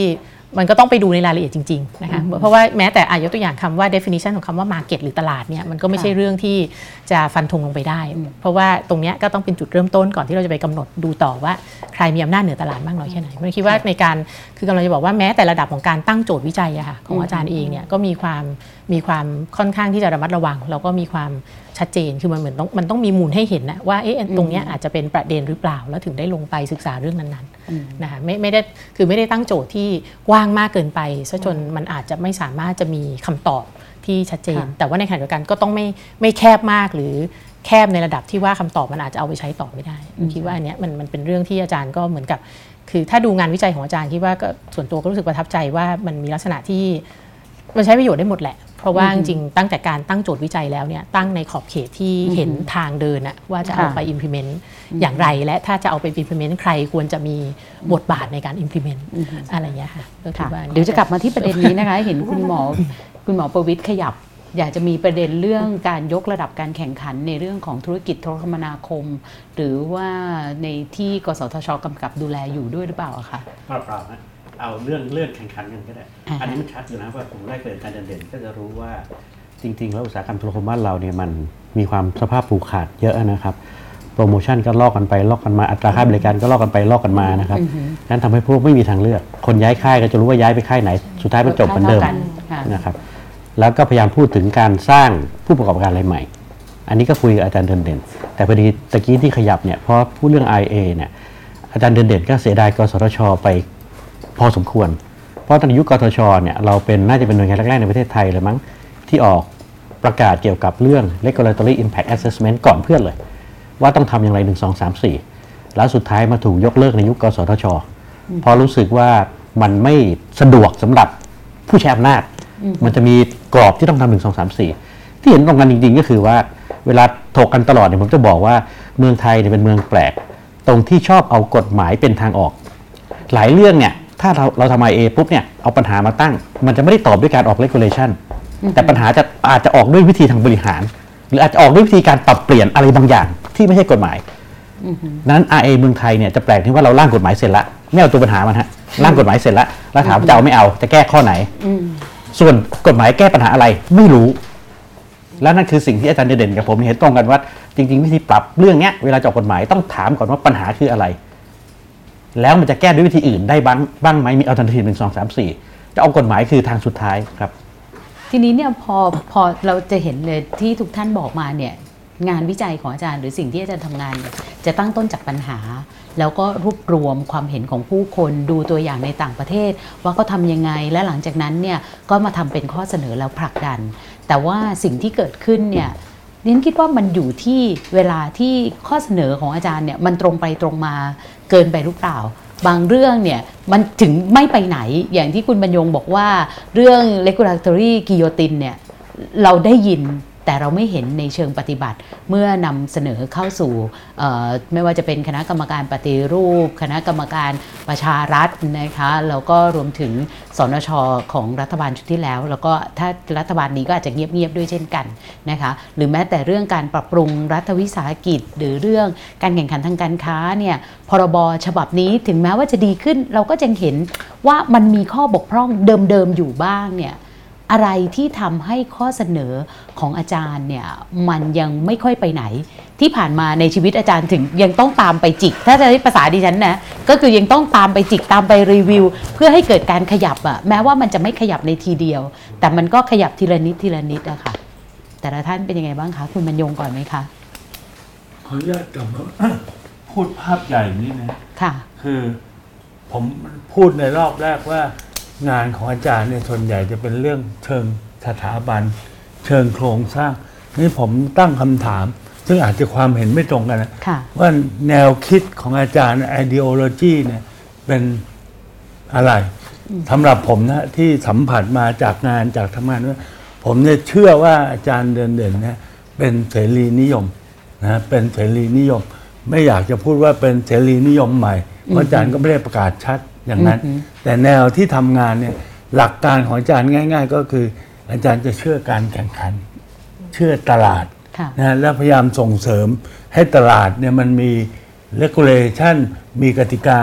มันก็ต้องไปดูในรายละเอียดจริงๆนะคะเพราะว่าแม้แต่ยกตัวอย่างคำว่า definition ของคำว่า market หรือตลาดเนี่ยมันก็ไม่ใช่เรื่องที่จะฟันธงลงไปได้เพราะว่าตรงนี้ก็ต้องเป็นจุดเริ่มต้นก่อนที่เราจะไปกำหนดดูต่อว่าใครมีอำนาจเหนือตลาดมากน้อยแค่ไหนผมคิดว่าในการคือกำลังจะบอกว่าแม้แต่ระดับของการตั้งโจทย์วิจัยอะค่ะของอาจารย์เองเนี่ยก็มีความค่อนข้างที่จะระมัดระวังแล้วก็มีความชัดเจนคือมันต้องมีมูลให้เห็นนะว่าตรงนี้อาจจะเป็นประเด็นหรือเปล่าแล้วถึงได้ลงไปศึกษาเรื่องนั้นๆนะคะไม่ได้ตั้งโจทย์ที่กว้างมากเกินไปซะจนมันอาจจะไม่สามารถจะมีคำตอบที่ชัดเจนแต่ว่าในขณะเดียวกันก็ต้องไม่แคบมากหรือแคบในระดับที่ว่าคำตอบมันอาจจะเอาไปใช้ต่อไม่ได้คิดว่าอันนี้มันเป็นเรื่องที่อาจารย์ก็เหมือนกับคือถ้าดูงานวิจัยของอาจารย์คิดว่าก็ส่วนตัวก็รู้สึกประทับใจว่ามันมีลักษณะที่มันใช้ประโยชน์ได้หมดแหละเพราะว่าจริงๆตั้งแต่การตั้งโจทย์วิจัยแล้วเนี่ยตั้งในขอบเขตที่เห็นทางเดินอะว่าจะเอาไป implement อย่างไรและถ้าจะเอาไป implement ใครควรจะมีบทบาทในการ implement อะไรอย่างเงี้ยค่ะเดี๋ยวจะกลับมาที่ประเด็นนี้นะคะเห็นคุณหมอประวิตรขยับอยากจะมีประเด็นเรื่องการยกระดับการแข่งขันในเรื่องของธุรกิจโทรคมนาคมหรือว่าในที่กสทช.กำกับดูแลอยู่ด้วยหรือเปล่าคะเปล่านะเอาเรื่องแข่งขันกันก็ได้อันนี้มันชัดอยู่นะว่าผมได้เคยอาจารย์เด่นก็จะรู้ว่าจริงๆแล้วอุตสาหกรรมโทรคมบ้านเราเนี่ยมันมีความสภาพผูกขาดเยอะนะครับโปรโมชั่นก็ลอกกันไปลอกกันมาอัตราค่าบริการก็ลอกกันไปลอกกันมานะครับนั้นทำให้พวกไม่มีทางเลือกคนย้ายค่ายก็จะรู้ว่าย้ายไปค่ายไหนสุดท้ายมันจบเหมือนเดิมนะครับแล้วก็พยายามพูดถึงการสร้างผู้ประกอบการรายใหม่อันนี้ก็คุยกับอาจารย์เด่นแต่พอดีตะกี้ที่ขยับเนี่ยเพราะพูดเรื่อง IA เนี่ยอาจารย์เด่นก็เสียดายกสทช.ไปพอสมควรเพราะตอนยุคกทช.เนี่ยเราน่าจะเป็นหน่วยงานแรกๆในประเทศไทยเลยมั้งที่ออกประกาศเกี่ยวกับเรื่อง regulatory impact assessment ก่อนเพื่อนเลยว่าต้องทำอย่างไร1 2 3 4แล้วสุดท้ายมาถูกยกเลิกในยุคกสทช.เพราะรู้สึกว่ามันไม่สะดวกสำหรับผู้ใช้อำนาจมันจะมีกรอบที่ต้องทำ1 2 3 4ที่เห็นตรงกันจริงๆก็คือว่าเวลาถกกันตลอดเนี่ยผมจะบอกว่าเมืองไทยเนี่ยเป็นเมืองแปลกตรงที่ชอบเอากฎหมายเป็นทางออกหลายเรื่องเนี่ยถ้าเราทำ IA ปุ๊บเนี่ยเอาปัญหามาตั้งมันจะไม่ได้ตอบด้วยการออก regulation แต่ปัญหาอาจจะออกด้วยวิธีทางบริหารหรืออาจจะออกด้วยวิธีการปรับเปลี่ยนอะไรบางอย่างที่ไม่ใช่กฎหมายนั้น IA เมืองไทยเนี่ยจะแปลกที่ว่าเราร่างกฎหมายเสร็จแล้วไม่เอาตัวปัญหามันฮะร่างกฎหมายเสร็จแล้วแล้วถามจะเอาไม่เอาจะแก้ข้อไหนส่วนกฎหมายแก้ปัญหาอะไรไม่รู้แล้วนั่นคือสิ่งที่อาจารย์เด่นกับผมเห็นตรงกันว่าจริงๆวิธีปรับเรื่องนี้เวลาจะออกกฎหมายต้องถามก่อนว่าปัญหาคืออะไรแล้วมันจะแก้ด้วยวิธีอื่นได้บ้างไหมมีอัลเทอร์เนทีฟ1 2 3 4จะเอากฎหมายคือทางสุดท้ายครับทีนี้เนี่ยพอเราจะเห็นเลยที่ทุกท่านบอกมาเนี่ยงานวิจัยของอาจารย์หรือสิ่งที่อาจารย์ทำงานเนี่ยจะตั้งต้นจากปัญหาแล้วก็รวบรวมความเห็นของผู้คนดูตัวอย่างในต่างประเทศว่าเขาทำยังไงและหลังจากนั้นเนี่ยก็มาทำเป็นข้อเสนอแล้วผลักดันแต่ว่าสิ่งที่เกิดขึ้นเนี่ยนี่คิดว่ามันอยู่ที่เวลาที่ข้อเสนอของอาจารย์เนี่ยมันตรงไปตรงมาเกินไปหรือเปล่าบางเรื่องเนี่ยมันถึงไม่ไปไหนอย่างที่คุณบรรยงบอกว่าเรื่อง regulatory guillotine เนี่ยเราได้ยินแต่เราไม่เห็นในเชิงปฏิบัติเมื่อนำเสนอเข้าสู่ไม่ว่าจะเป็นคณะกรรมการปฏิรูปคณะกรรมการประชารัฐนะคะแล้วก็รวมถึงสนช.ของรัฐบาลชุดที่แล้วแล้วก็ถ้ารัฐบาลนี้ก็อาจจะเงียบๆด้วยเช่นกันนะคะหรือแม้แต่เรื่องการปรับปรุงรัฐวิสาหกิจหรือเรื่องการแข่งขันทางการค้าเนี่ยพรบฉบับนี้ถึงแม้ว่าจะดีขึ้นเราก็ยังเห็นว่ามันมีข้อบกพร่องเดิมๆอยู่บ้างเนี่ยอะไรที่ทำให้ข้อเสนอของอาจารย์เนี่ยมันยังไม่ค่อยไปไหนที่ผ่านมาในชีวิตอาจารย์ถึงยังต้องตามไปจิกถ้าจะได้ภาษาดิฉันนะก็คือยังต้องตามไปจิกตามไปรีวิวเพื่อให้เกิดการขยับอะแม้ว่ามันจะไม่ขยับในทีเดียวแต่มันก็ขยับทีละนิดอะค่ะแต่ละท่านเป็นยังไงบ้างคะคุณบรรยงก่อนไหมคะขออนุญาตกลับมาพูดภาพใหญ่นี้นะค่ะคือผมพูดในรอบแรกว่างานของอาจารย์เนี่ยส่วนใหญ่จะเป็นเรื่องเชิงสถาบันเชิงโครงสร้างนี่ผมตั้งคำถามซึ่งอาจจะความเห็นไม่ตรงกันนะว่าแนวคิดของอาจารย์ ideology เนี่ยเป็นอะไรสำหรับผมนะที่สัมผัสมาจากงานจากทำงานว่าผมเนี่ยเชื่อว่าอาจารย์เด่นๆเนี่ยเป็นเสรีนิยมนะเป็นเสรีนิยมไม่อยากจะพูดว่าเป็นเสรีนิยมใหม่เพราะอาจารย์ก็ไม่ได้ประกาศชัดอย่างนั้นแต่แนวที่ทำงานเนี่ยหลักการของอาจารย์ง่ายๆก็คืออาจารย์จะเชื่อการแข่งขันเชื่อตลาดนะและพยายามส่งเสริมให้ตลาดเนี่ยมันมี regulation มีกติกา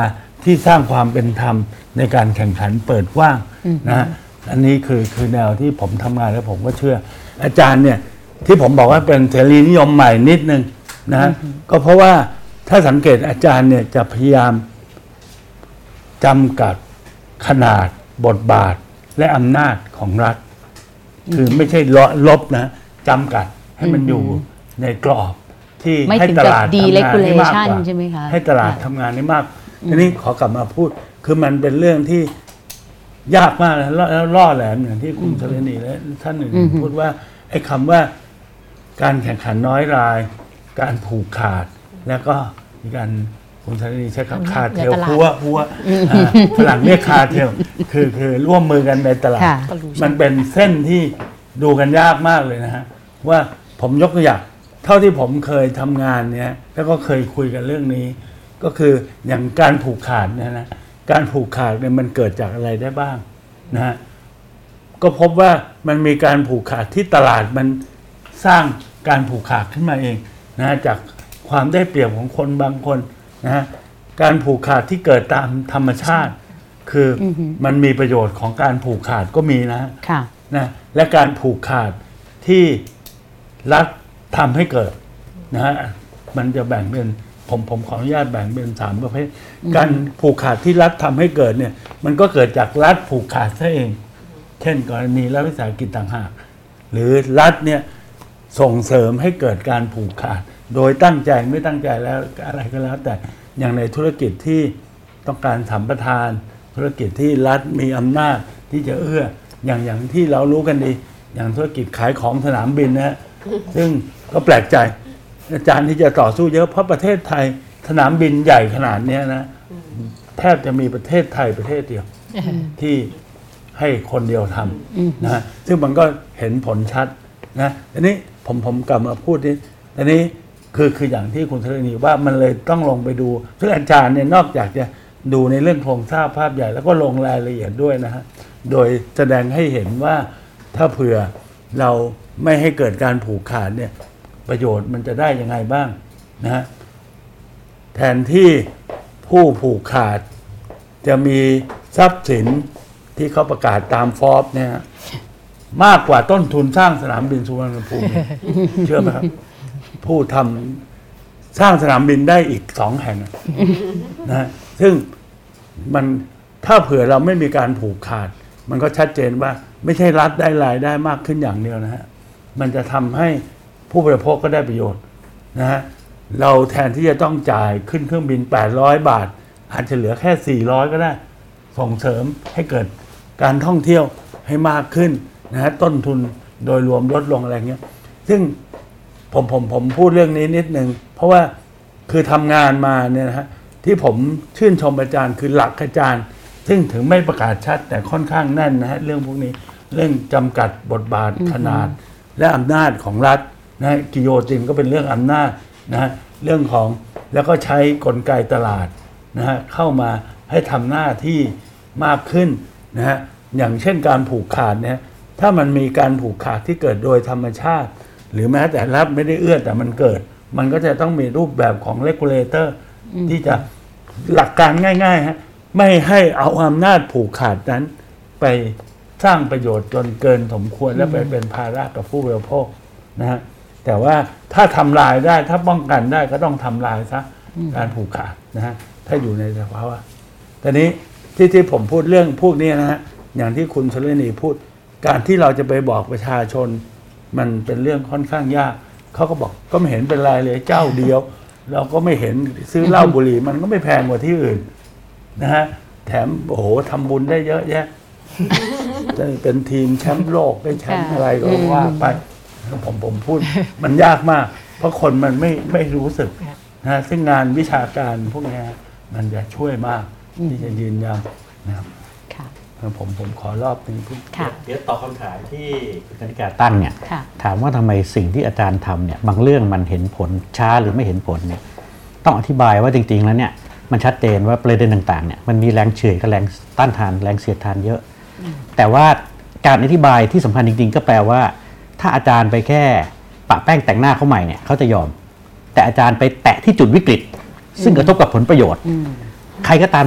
ที่สร้างความเป็นธรรมในการแข่งขันเปิดกว้างนะฮะอันนี้คือแนวที่ผมทำงานแล้วผมก็เชื่ออาจารย์เนี่ยที่ผมบอกว่าเป็นเสรีนิยมใหม่นิดนึงนะฮะก็เพราะว่าถ้าสังเกตอาจารย์เนี่ยจะพยายามจำกัดขนาดบทบาทและอำนาจของรัฐคือไม่ใช่ลบนะจำกัดให้มันอยู่ในกรอบที่ให้ตลาดทำงานได้มากกว่าให้ตลาดทำงานได้มากทีนี้ขอกลับมาพูดคือมันเป็นเรื่องที่ยากมากแล้วล่อแหลมอย่างที่คุณชลนีและท่านอื่นพูดว่าไอ้คำว่าการแข่งขันน้อยรายการผูกขาดแล้วก็มีการคุณชลนีใช้คำคาเทลพัวฝรั่งเรียกคาเทลคือร่วมมือกันในตลาดมันเป็นเส้นที่ดูกันยากมากเลยนะฮะว่าผมยกตัวอย่างเท่าที่ผมเคยทำงานเนี่ยแล้วก็เคยคุยกันเรื่องนี้ก็คืออย่างการผูกขาดเนี่ยนะการผูกขาดเนี่ยมันเกิดจากอะไรได้บ้างนะฮะก็พบว่ามันมีการผูกขาดที่ตลาดมันสร้างการผูกขาดขึ้นมาเองนะจากความได้เปรียบของคนบางคนนะฮะการผูกขาดที่เกิดตามธรรมชาติคือมันมีประโยชน์ของการผูกขาดก็มีนะและการผูกขาดที่รัฐทำให้เกิดนะฮะมันจะแบ่งเป็นผมขออนุญาตแบ่งเป็น3ประเภทการผูกขาดที่รัฐทำให้เกิดเนี่ยมันก็เกิดจากรัฐผูกขาดซะเองเช่นกรณีรัฐวิสาหกิจต่างหากหรือรัฐเนี่ยส่งเสริมให้เกิดการผูกขาดโดยตั้งใจไม่ตั้งใจแล้วอะไรก็แล้วแต่อย่างในธุรกิจที่ต้องการสัมปทานธุรกิจที่รัฐมีอำนาจที่จะเอื้ออย่างที่เรารู้กันดีอย่างธุรกิจขายของสนามบินนะซึ่งก็แปลกใจอาจารย์ที่จะต่อสู้เยอะเพราะประเทศไทยสนามบินใหญ่ขนาดนี้นะแทบจะมีประเทศไทยประเทศเดียวที่ให้คนเดียวทำนะซึ่งมันก็เห็นผลชัดนะอันนี้ผมกลับมาพูดนิดอันนี้คืออย่างที่คุณธรณีว่ามันเลยต้องลงไปดูซึ่งอาจารย์เนี่ยนอกจากจะดูในเรื่องโครงสร้างภาพใหญ่แล้วก็ลงรายละเอียดด้วยนะฮะโดยแสดงให้เห็นว่าถ้าเผื่อเราไม่ให้เกิดการผูกขาดเนี่ยประโยชน์มันจะได้ยังไงบ้างนะฮะแทนที่ผู้ผูกขาดจะมีทรัพย์สินที่เขาประกาศตามฟอร์บเนี่ยมากกว่าต้นทุนสร้างสนามบินสุวรรณภูมิ เชื่อไหมครับผู้ทำสร้างสนามบินได้อีก2 แห่งนะฮะซึ่งมันถ้าเผื่อเราไม่มีการผูกขาดมันก็ชัดเจนว่าไม่ใช่รัฐได้รายได้มากขึ้นอย่างเดียวนะฮะมันจะทำให้ผู้บริโภคก็ได้ประโยชน์นะฮะเราแทนที่จะต้องจ่ายขึ้นเครื่องบิน800 บาทอาจจะเหลือแค่400ก็ได้ส่งเสริมให้เกิดการท่องเที่ยวให้มากขึ้นนะฮะต้นทุนโดยรวมลดลงอะไรเงี้ยซึ่งผมพูดเรื่องนี้นิดนึงเพราะว่าคือทำงานมาเนี่ยนะฮะที่ผมชื่นชมอาจารย์คือหลักอาจารย์ซึ่งถึงไม่ประกาศชัดแต่ค่อนข้างแน่นนะฮะเรื่องพวกนี้เรื่องจำกัดบทบาทขนาดและอำนาจของรัฐนะกิโยตินก็เป็นเรื่องอำนาจนะฮะเรื่องของแล้วก็ใช้กลไกตลาดนะฮะเข้ามาให้ทำหน้าที่มากขึ้นนะฮะอย่างเช่นการผูกขาดเนี่ยถ้ามันมีการผูกขาดที่เกิดโดยธรรมชาติหรือแม้แต่รัฐไม่ได้เอื้อแต่มันเกิดมันก็จะต้องมีรูปแบบของเรกูเลเตอร์ที่จะหลักการง่ายๆฮะไม่ให้เอาอำนาจผูกขาดนั้นไปสร้างประโยชน์จนเกินสมควรและไปเป็นภาระกับผู้บริโภคนะฮะแต่ว่าถ้าทำลายได้ถ้าป้องกันได้ก็ต้องทำลายซะการผูกขาดนะฮะถ้าอยู่ในสภาวะแต่นี้ที่ผมพูดเรื่องพวกนี้นะฮะอย่างที่คุณชลนีพูดการที่เราจะไปบอกประชาชนมันเป็นเรื่องค่อนข้างยากเขาก็บอกก็ไม่เห็นเป็นไรเลยเจ้าเดียวเราก็ไม่เห็นซื้อเหล้าบุหรี่มันก็ไม่แพงกว่าที่อื่นนะฮะแถมโอ้โหทำบุญได้เยอะแยะจะเป็นทีมแชมป์โลกได้แชมป์อะไรก็ว่าไปผมพูดมันยากมากเพราะคนมันไม่รู้สึกนะซึ่งงานวิชาการพวกนี้มันจะช่วยมากที่จะยืนยันนะครับผมขอรอบนึงเดี๋ยวตอบคำถามที่คุณกนิการตั้งเนี่ยถามว่าทำไมสิ่งที่อาจารย์ทำเนี่ยบางเรื่องมันเห็นผลช้าหรือไม่เห็นผลเนี่ยต้องอธิบายว่าจริงๆแล้วเนี่ยมันชัดเจนว่าประเด็นต่างๆเนี่ยมันมีแรงเฉื่อยกับแรงต้านทานแรงเสียดทานเยอะแต่ว่าการอธิบายที่สำคัญจริงๆก็แปลว่าถ้าอาจารย์ไปแค่ปะแป้งแต่งหน้าเขาใหม่เนี่ยเขาจะยอมแต่อาจารย์ไปแตะที่จุดวิกฤตซึ่งกระทบกับผลประโยชน์ใครก็ตามที่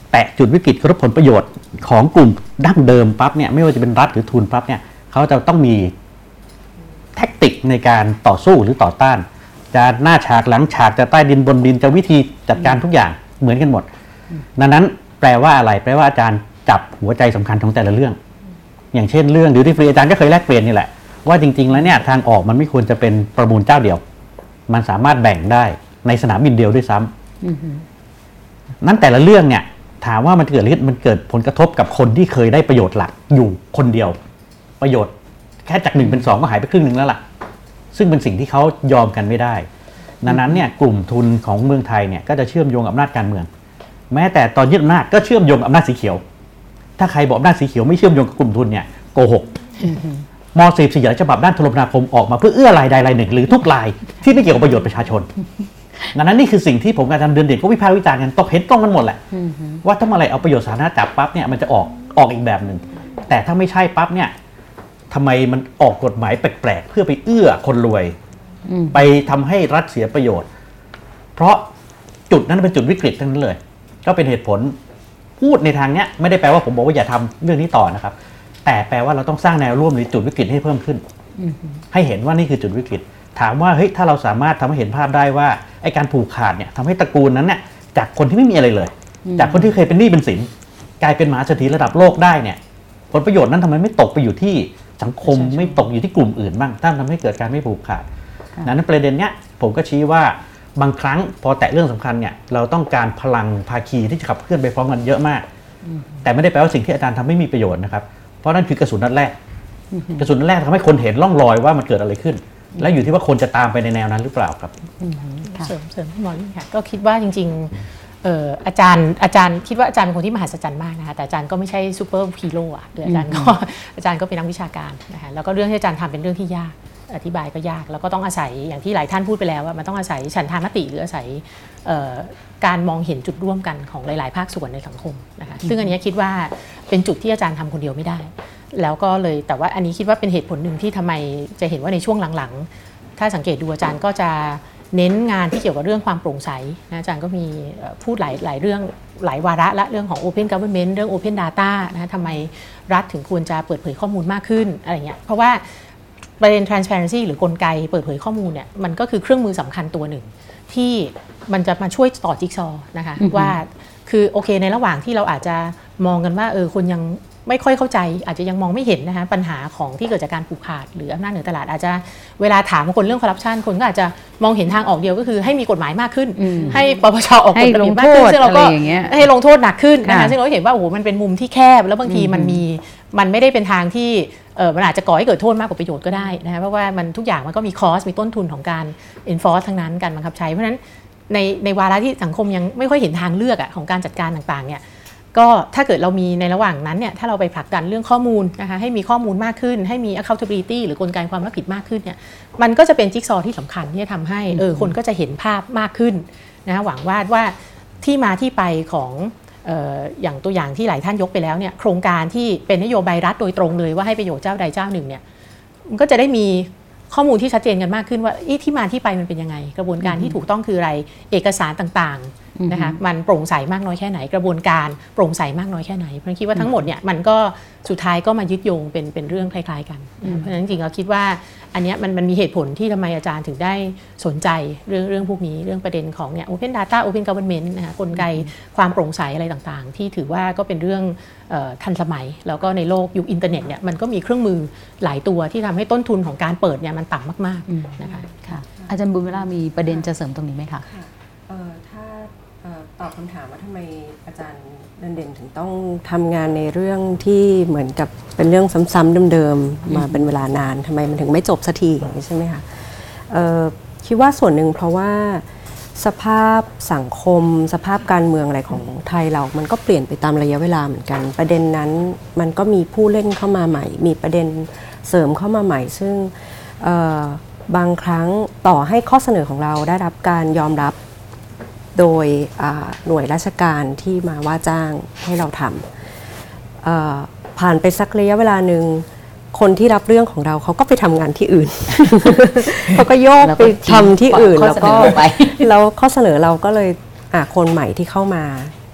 แตะจุดวิกฤตกระทบผลประโยชน์ของกลุ่มดั้งเดิมปั๊บเนี่ยไม่ว่าจะเป็นรัฐหรือทุนปั๊บเนี่ยเขาจะต้องมีแท็กติกในการต่อสู้หรือต่อต้านจะหน้าฉากหลังฉากจะใต้ดินบนดินจะวิธีจัดการทุกอย่างเหมือนกันหมดดังนั้นแปลว่าอะไรแปลว่าอาจารย์จับหัวใจสำคัญของแต่ละเรื่องอย่างเช่นเรื่องดิวตี้ฟรีอาจารย์ก็เคยแลกเปลี่ยนนี่แหละว่าจริงๆแล้วเนี่ยทางออกมันไม่ควรจะเป็นประมูลเจ้าเดียวมันสามารถแบ่งได้ในสนามบินเดียวด้วยซ้ำนั้นแต่ละเรื่องเนี่ยถามว่ามันเกิดผลกระทบกับคนที่เคยได้ประโยชน์หลักอยู่คนเดียวประโยชน์แค่จาก1เป็น2ก็หายไปครึ่งนึงแล้วล่ะซึ่งเป็นสิ่งที่เขายอมกันไม่ได้ดังนั้นเนี่ยกลุ่มทุนของเมืองไทยเนี่ยก็จะเชื่อมโยงกับอำนาจการเมืองแม้แต่ตอนยึดอำนาจก็เชื่อมโยงกับอำนาจสีเขียวถ้าใครบอกอำนาจสีเขียวไม่เชื่อมโยงกับกลุ่มทุนเนี่ยโกหกม.44ฉบับด้านโทรคมนาคมออกมาเพื่อเอื้อรายใดรายหนึ่งหรือทุกรายที่ไม่เกี่ยวกับประโยชน์ประชาชนดังนั้นนี่คือสิ่งที่ผมกับอาจารย์เดือนเด่นก็วิพากษ์วิจารณ์กันเห็นตรงกันหมดแหละว่าถ้าเมื่อไหร่เอาประโยชน์สาธารณะจับปั๊บเนี่ยมันจะออกอีกแบบหนึ่งแต่ถ้าไม่ใช่ปั๊บเนี่ยทำไมมันออกกฎหมายแปลกๆเพื่อไปเอื้อคนรวยไปทำให้รัฐเสียประโยชน์เพราะจุดนั้นเป็นจุดวิกฤตทั้งนั้นเลยก็เป็นเหตุผลพูดในทางเนี้ยไม่ได้แปลว่าผมบอกว่าอย่าทำเรื่องนี้ต่อนะครับแต่แปลว่าเราต้องสร้างแนวร่วมในจุดวิกฤตให้เพิ่มขึ้นให้เห็นว่านี่คือจุดวิกฤตถามว่าเฮ้ยถ้าเราสามารถทำให้เห็นภาพได้ว่าไอ้การผูกขาดเนี่ยทำให้ตระกูลนั้นเนี่ยจากคนที่ไม่มีอะไรเลยจากคนที่เคยเป็นหนี้เป็นสินกลายเป็นมหาเศรษฐีระดับโลกได้เนี่ยผลประโยชน์นั้นทำไมไม่ตกไปอยู่ที่สังคมไม่ตกอยู่ที่กลุ่มอื่นบ้างถ้าทำให้เกิดการไม่ผูกขาดนั้นประเด็นเนี้ยผมก็ชี้ว่าบางครั้งพอแตะเรื่องสำคัญเนี่ยเราต้องการพลังภาคีที่จะขับเคลื่อนไปพร้อมกันเยอะมากแต่ไม่ได้แปลว่าสิ่งที่อาจารย์ทำไม่มีประโยชน์นะครับเพราะนั่นคือกระสุนนัดแรกกระสุนนัดแรกทำให้คนเห็นร่องรอยว่ามันเกิดอะไรขึ้นและอยู่ที่ว่าคนจะตามไปในแนวนั้นหรือเปล่าครับเสริมพี่หมอลี่ค่ะก็คิดว่าจริงๆอาจารย์คิดว่าอาจารย์เป็นคนที่มหัศจรรย์มากนะคะแต่อาจารย์ก็ไม่ใช่ซูเปอร์ฮีโร่อะหรืออาจารย์ก็เป็นนักวิชาการนะคะแล้วก็เรื่องที่อาจารย์ทำเป็นเรื่องที่ยากอธิบายก็ยากแล้วก็ต้องอาศัยอย่างที่หลายท่านพูดไปแล้วว่ามันต้องอาศัยฉันทามติหรืออาศัยการมองเห็นจุดร่วมกันของหลายๆภาคส่วนในสังคมนะคะซึ่งอันนี้คิดว่าเป็นจุดที่อาจารย์ทำคนเดียวไม่ได้แล้วก็เลยแต่ว่าอันนี้คิดว่าเป็นเหตุผลหนึ่งที่ทำไมจะเห็นว่าในช่วงหลังๆถ้าสังเกตดูอาจารย์ก็จะเน้นงานที่เกี่ยวกับเรื่องความโปร่งใสนะอาจารย์ก็มีพูดหลายเรื่องหลายวาระละเรื่องของ Open Government เรื่อง Open Data นะทำไมรัฐถึงควรจะเปิดเผยข้อมูลมากขึ้นอะไรเงี้ยเพราะว่าประเด็น transparency หรือกลไกเปิดเผยข้อมูลเนี่ยมันก็คือเครื่องมือสำคัญตัวหนึ่งที่มันจะมาช่วยต่อจิ๊กซอว์นะคะว่าคือโอเคในระหว่างที่เราอาจจะมองกันว่าคนยังไม่ค่อยเข้าใจอาจจะยังมองไม่เห็นนะคะปัญหาของที่เกิดจากการผูกขาดหรืออำนาจเหนือตลาดอาจจะเวลาถามคนเรื่องคอร์รัปชันคนก็อาจจะมองเห็นทางออกเดียวก็คือให้มีกฎหมายมากขึ้นให้ปปชออกกฎระเบียบมากขึ้นซึ่งเราก็ให้ลงโทษหนักขึ้นนะคะซึ่งเราเห็นว่าโอ้โหมันเป็นมุมที่แคบแล้วบางทีมันไม่ได้เป็นทางที่มันอาจจะก่อให้เกิดโทษมากกว่าประโยชน์ก็ได้นะคะเพราะว่ามันทุกอย่างมันก็มีคอสมีต้นทุนของการ enforce ทั้งนั้นการบังคับใช้เพราะฉะนั้นในวาระที่สังคมยังไม่ค่อยเห็นทางเลือกของการจัดการต่างๆเนี่ยก็ถ้าเกิดเรามีในระหว่างนั้นเนี่ยถ้าเราไปผลักดันเรื่องข้อมูลนะคะให้มีข้อมูลมากขึ้นให้มี accountability หรือกลไกความรับผิดมากขึ้นเนี่ยมันก็จะเป็นจิ๊กซอว์ที่สำคัญที่จะทำให้คนก็จะเห็นภาพมากขึ้นนะคะหวังว่าที่มาที่ไปของอย่างตัวอย่างที่หลายท่านยกไปแล้วเนี่ยโครงการที่เป็นนโยบายรัฐโดยตรงเลยว่าให้ประโยชน์เจ้าใดเจ้าหนึ่งเนี่ยมันก็จะได้มีข้อมูลที่ชัดเจนกันมากขึ้นว่าที่มาที่ไปมันเป็นยังไงกระบวนการที่ถูกต้องคืออะไรเอกสารต่างๆนะคะมันโปร่งใสมากน้อยแค่ไหนกระบวนการโปร่งใสมากน้อยแค่ไหนเพราะคิดว่าทั้งหมดเนี่ยมันก็สุดท้ายก็มายึดโยงเป็นเรื่องคล้ายๆกันเพราะฉะนั้นจริงๆเราคิดว่าอันนี้มันมีเหตุผลที่ทำไมอาจารย์ถึงได้สนใจเรื่องพวกนี้เรื่องประเด็นของเนี่ย Open Data Open Government นะคะกลไกความโปร่งใสอะไรต่างๆที่ถือว่าก็เป็นเรื่องทันสมัยแล้วก็ในโลกยุคอินเทอร์เน็ตเนี่ยมันก็มีเครื่องมือหลายตัวที่ทำให้ต้นทุนของการเปิดเนี่ยมันต่ำมากๆนะคะค่ะอาจารย์บุญเวลามีประเด็นจะเสริมตรงนี้ไหมคะถ้าตอบคำถามว่าทำไมอาจารย์เด่นถึงต้องทำงานในเรื่องที่เหมือนกับเป็นเรื่องซ้ำๆเดิมๆมาเป็นเวลานานทำไมมันถึงไม่จบสักทีใช่ไหมคะคิดว่าส่วนหนึ่งเพราะว่าสภาพสังคมสภาพการเมืองอะไรของไทยเรามันก็เปลี่ยนไปตามระยะเวลาเหมือนกันประเด็นนั้นมันก็มีผู้เล่นเข้ามาใหม่มีประเด็นเสริมเข้ามาใหม่ซึ่งบางครั้งต่อให้ข้อเสนอของเราได้รับการยอมรับโดยหน่วยราชการที่มาว่าจ้างให้เราทำผ่านไปสักระยะเวลาหนึ่งคนที่รับเรื่องของเราเขาก็ไปทำงานที่อื่น เขาก็โยกไปทำที่อื่นแล้วก็แล้วข้อเสนอเราก็เลยคนใหม่ที่เข้ามา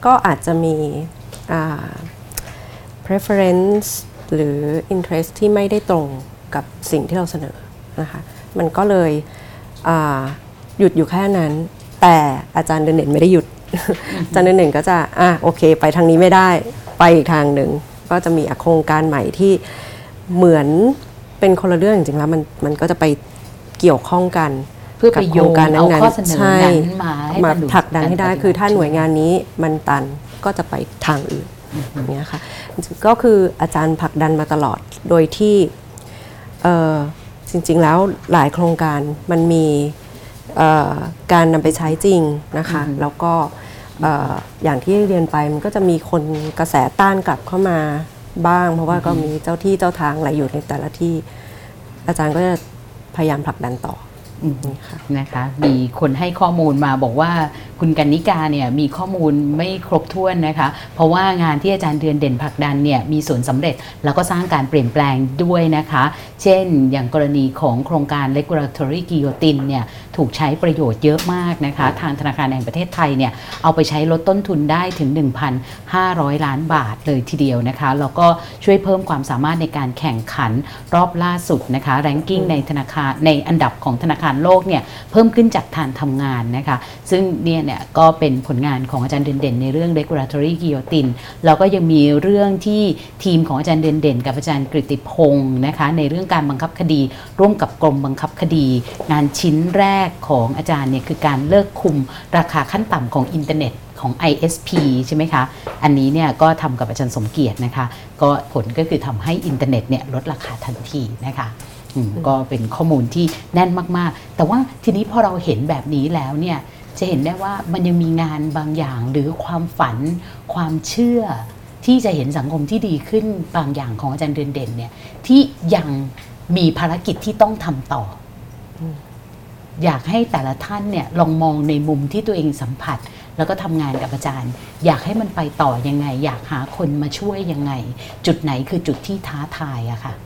ก็อาจจะมีpreference หรือ interest ที่ไม่ได้ตรงกับสิ่งที่เราเสนอนะคะมันก็เลยหยุดอยู่แค่นั้นแต่อาจารย์เด่นไม่ได้หยุด อาจารย์เด่นก็จะโอเคไปทางนี้ไม่ได้ไปอีกทางหนึ่งก็จะมีโครงการใหม่ที่เหมือนเป็นคนละเรื่องจริงๆแล้วมันก็จะไปเกี่ยวข้องกันเพื่อไปโยงเอาข้อเสนอนั้นมาให้มาผลักดันให้ได้คือถ้าหน่วยงานใช่นี้มันตันก็จะไปทางอื่นอย่างเงี้ยค่ะก็คืออาจารย์ผลักดันมาตลอดโดยที่จริงๆแล้วหลายโครงการมันมีการนำไปใช้จริงนะคะแล้วก็อย่างที่เรียนไปมันก็จะมีคนกระแสต้านกลับเข้ามาบ้างเพราะว่าก็มีเจ้าที่เจ้าทางอะไรอยู่ในแต่ละที่อาจารย์ก็จะพยายามผลักดันต่อนะคะมีคนให้ข้อมูลมาบอกว่าคุณกนิกาเนี่ยมีข้อมูลไม่ครบถ้วนนะคะเพราะว่างานที่อาจารย์เด่นผลักดันเนี่ยมีส่วนสำเร็จแล้วก็สร้างการเปลี่ยนแปลงด้วยนะคะเช่นอย่างกรณีของโครงการ Regulatory Guillotine เนี่ยถูกใช้ประโยชน์เยอะมากนะคะทางธนาคารแห่งประเทศไทยเนี่ยเอาไปใช้ลดต้นทุนได้ถึง 1,500 ล้านบาทเลยทีเดียวนะคะแล้วก็ช่วยเพิ่มความสามารถในการแข่งขันรอบล่าสุดนะคะแรงกิ้งในธนาคารในอันดับของธนาคารโลกเนี่ยเพิ่มขึ้นจากฐานทำงานนะคะซึ่งเนี่ยก็เป็นผลงานของอาจารย์เด่นในเรื่อง Regulatory Guillotine แล้วก็ยังมีเรื่องที่ทีมของอาจารย์เด่นกับอาจารย์กฤติพงศ์นะคะในเรื่องการบังคับคดีร่วมกับกรมบังคับคดีงานชิ้นแรกของอาจารย์เนี่ยคือการเลิกคุมราคาขั้นต่ำของอินเทอร์เน็ตของ ISP ใช่ไหมคะอันนี้เนี่ยก็ทำกับอาจารย์สมเกียรตินะคะก็ผลก็คือทำให้อินเทอร์เน็ตเนี่ยลดราคาทันทีนะคะก็เป็นข้อมูลที่แน่นมากๆแต่ว่าทีนี้พอเราเห็นแบบนี้แล้วเนี่ยจะเห็นได้ว่ามันยังมีงานบางอย่างหรือความฝันความเชื่อที่จะเห็นสังคมที่ดีขึ้นบางอย่างของอาจารย์เด่นเนี่ยที่ยังมีภารกิจที่ต้องทำต่ออยากให้แต่ละท่านเนี่ยลองมองในมุมที่ตัวเองสัมผัสแล้วก็ทำงานกับอาจารย์อยากให้มันไปต่อยังไงอยากหาคนมาช่วยยังไงจุดไหนคือจุดที่ท้าทายอะค่ะ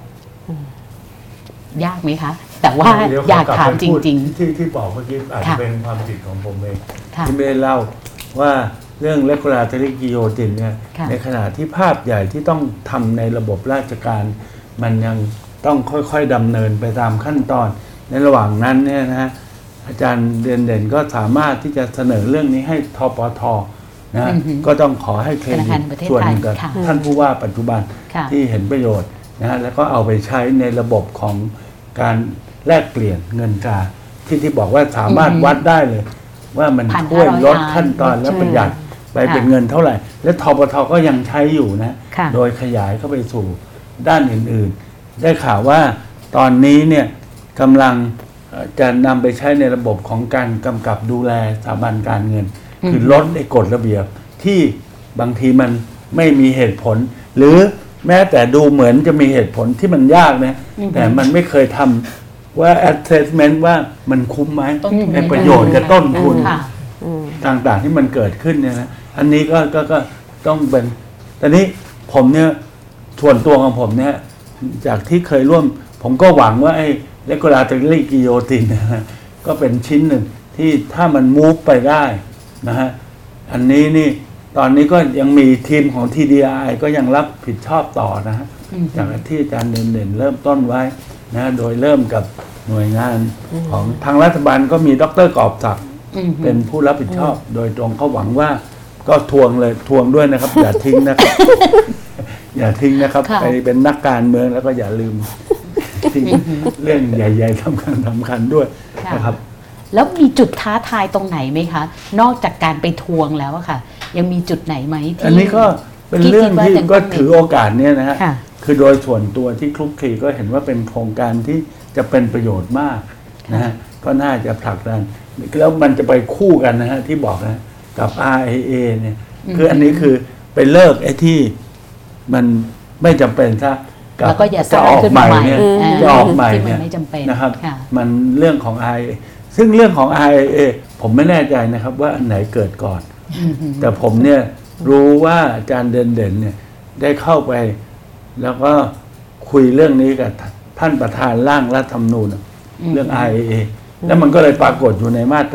ยากไหมคะแต่ว่าอยากถามจริงๆที่บอกเมื่อกี้อาจจะเป็นความผิดของผมเองที่ไม่ได้เล่าว่าเรื่อง Regulatory Guillotine เนี่ยในขณะที่ภาพใหญ่ที่ต้องทำในระบบราชการมันยังต้องค่อยๆดำเนินไปตามขั้นตอนในระหว่างนั้นเนี่ยนะอาจารย์เด่นก็สามารถที่จะเสนอเรื่องนี้ให้ทปท.นะก็ต้องขอให้เครดิตส่วนกับท่านผู้ว่าปัจจุบันที่เห็นประโยชน์นะแล้วก็เอาไปใช้ในระบบของการแลกเปลี่ยนเงินตราที่บอกว่าสามารถวัดได้เลยว่ามันช่วยลดขั้นตอนและประหยัดไปเป็นเงินเท่าไหร่และทปท.ก็ยังใช้อยู่นะโดยขยายเข้าไปสู่ด้านอื่นๆได้ข่าวว่าตอนนี้เนี่ยกำลังจะนำไปใช้ในระบบของการกำกับดูแลสถาบันการเงินคือลดไอ้กฎระเบียบที่บางทีมันไม่มีเหตุผลหรือแม้แต่ดูเหมือนจะมีเหตุผลที่มันยากนะแต่มันไม่เคยทำว่า assessment ว่ามันคุ้มไหมในประโยชน์กับต้นทุนต่างๆที่มันเกิดขึ้นเนี่ยนะอันนี้ก็ต้องเป็นตอนนี้ผมเนี่ยส่วนตัวของผมเนี่ยจากที่เคยร่วมผมก็หวังว่าไอ้ Regulatory Guillotine นะก็เป็นชิ้นหนึ่งที่ถ้ามันมูฟไปได้นะฮะอันนี้นี่ตอนนี้ก็ยังมีทีมของ TDI ก็ยังรับผิดชอบต่อนะฮะจากที่อาจารย์เด่นเริ่มต้นไว้นะโดยเริ่มกับหน่วยงานของทางรัฐบาลก็มีดร.กอบศักดิ์เป็นผู้รับผิดชอบโดยตรงเขาหวังว่าก็ทวงด้วยนะครับ อย่าทิ้งนะครับ อย่าทิ้งนะครับไปเป็นนักการเมืองแล้วก็อย่าลืมเรื่องใหญ่ๆสำคัญด้วยนะครับแล้วมีจุดท้าทายตรงไหนไหมคะนอกจากการไปทวงแล้วค่ะยังมีจุดไหนไหมที่อันนี้ก็เป็นเรื่องที่ก็ถือโอกาสเนี่ยนะฮะคือโดยส่วนตัวที่คลุกคลีก็เห็นว่าเป็นโครงการที่จะเป็นประโยชน์มากนะฮะก็น่าจะผลักดันแล้วมันจะไปคู่กันนะฮะที่บอกนะกับ RIA เนี่ยคืออันนี้คือไปเลิกไอ้ที่มันไม่จำเป็นซะแล้วก็อย่าจะออกใหม่เนี่ยจะออกใหม่เนี่ยนะครับมันเรื่องของ RIA ซึ่งเรื่องของ RIA ผมไม่แน่ใจนะครับว่าอันไหนเกิดก่อนแต่ผมเนี่ยรู้ว่าอาจารย์เด่นเนี่ยได้เข้าไปแล้วก็คุยเรื่องนี้กับท่านประธานร่างรัฐธรรมนูญเรื่อง RIA แล้วมันก็เลยปรากฏอยู่ในมาตรา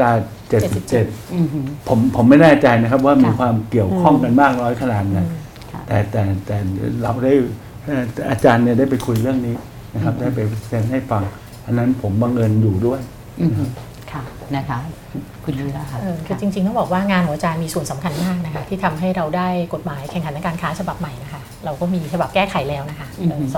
77ผมไม่แน่ใจนะครับว่ามีความเกี่ยวข้องกันมากน้อยขนาดไหนแต่เราได้อาจารย์เนี่ยได้ไปคุยเรื่องนี้นะครับได้ไปเซ็นให้ฟังอันนั้นผมบังเอิญอยู่ด้วยค่ะนะคะคุณยุ้ยล่ะคะคือจริงๆต้องบอกว่างานของอาจารย์มีส่วนสำคัญมากนะคะที่ทำให้เราได้กฎหมายแข่งขันทางการค้าฉบับใหม่นะคะเราก็มีฉบับแก้ไขแล้วนะคะ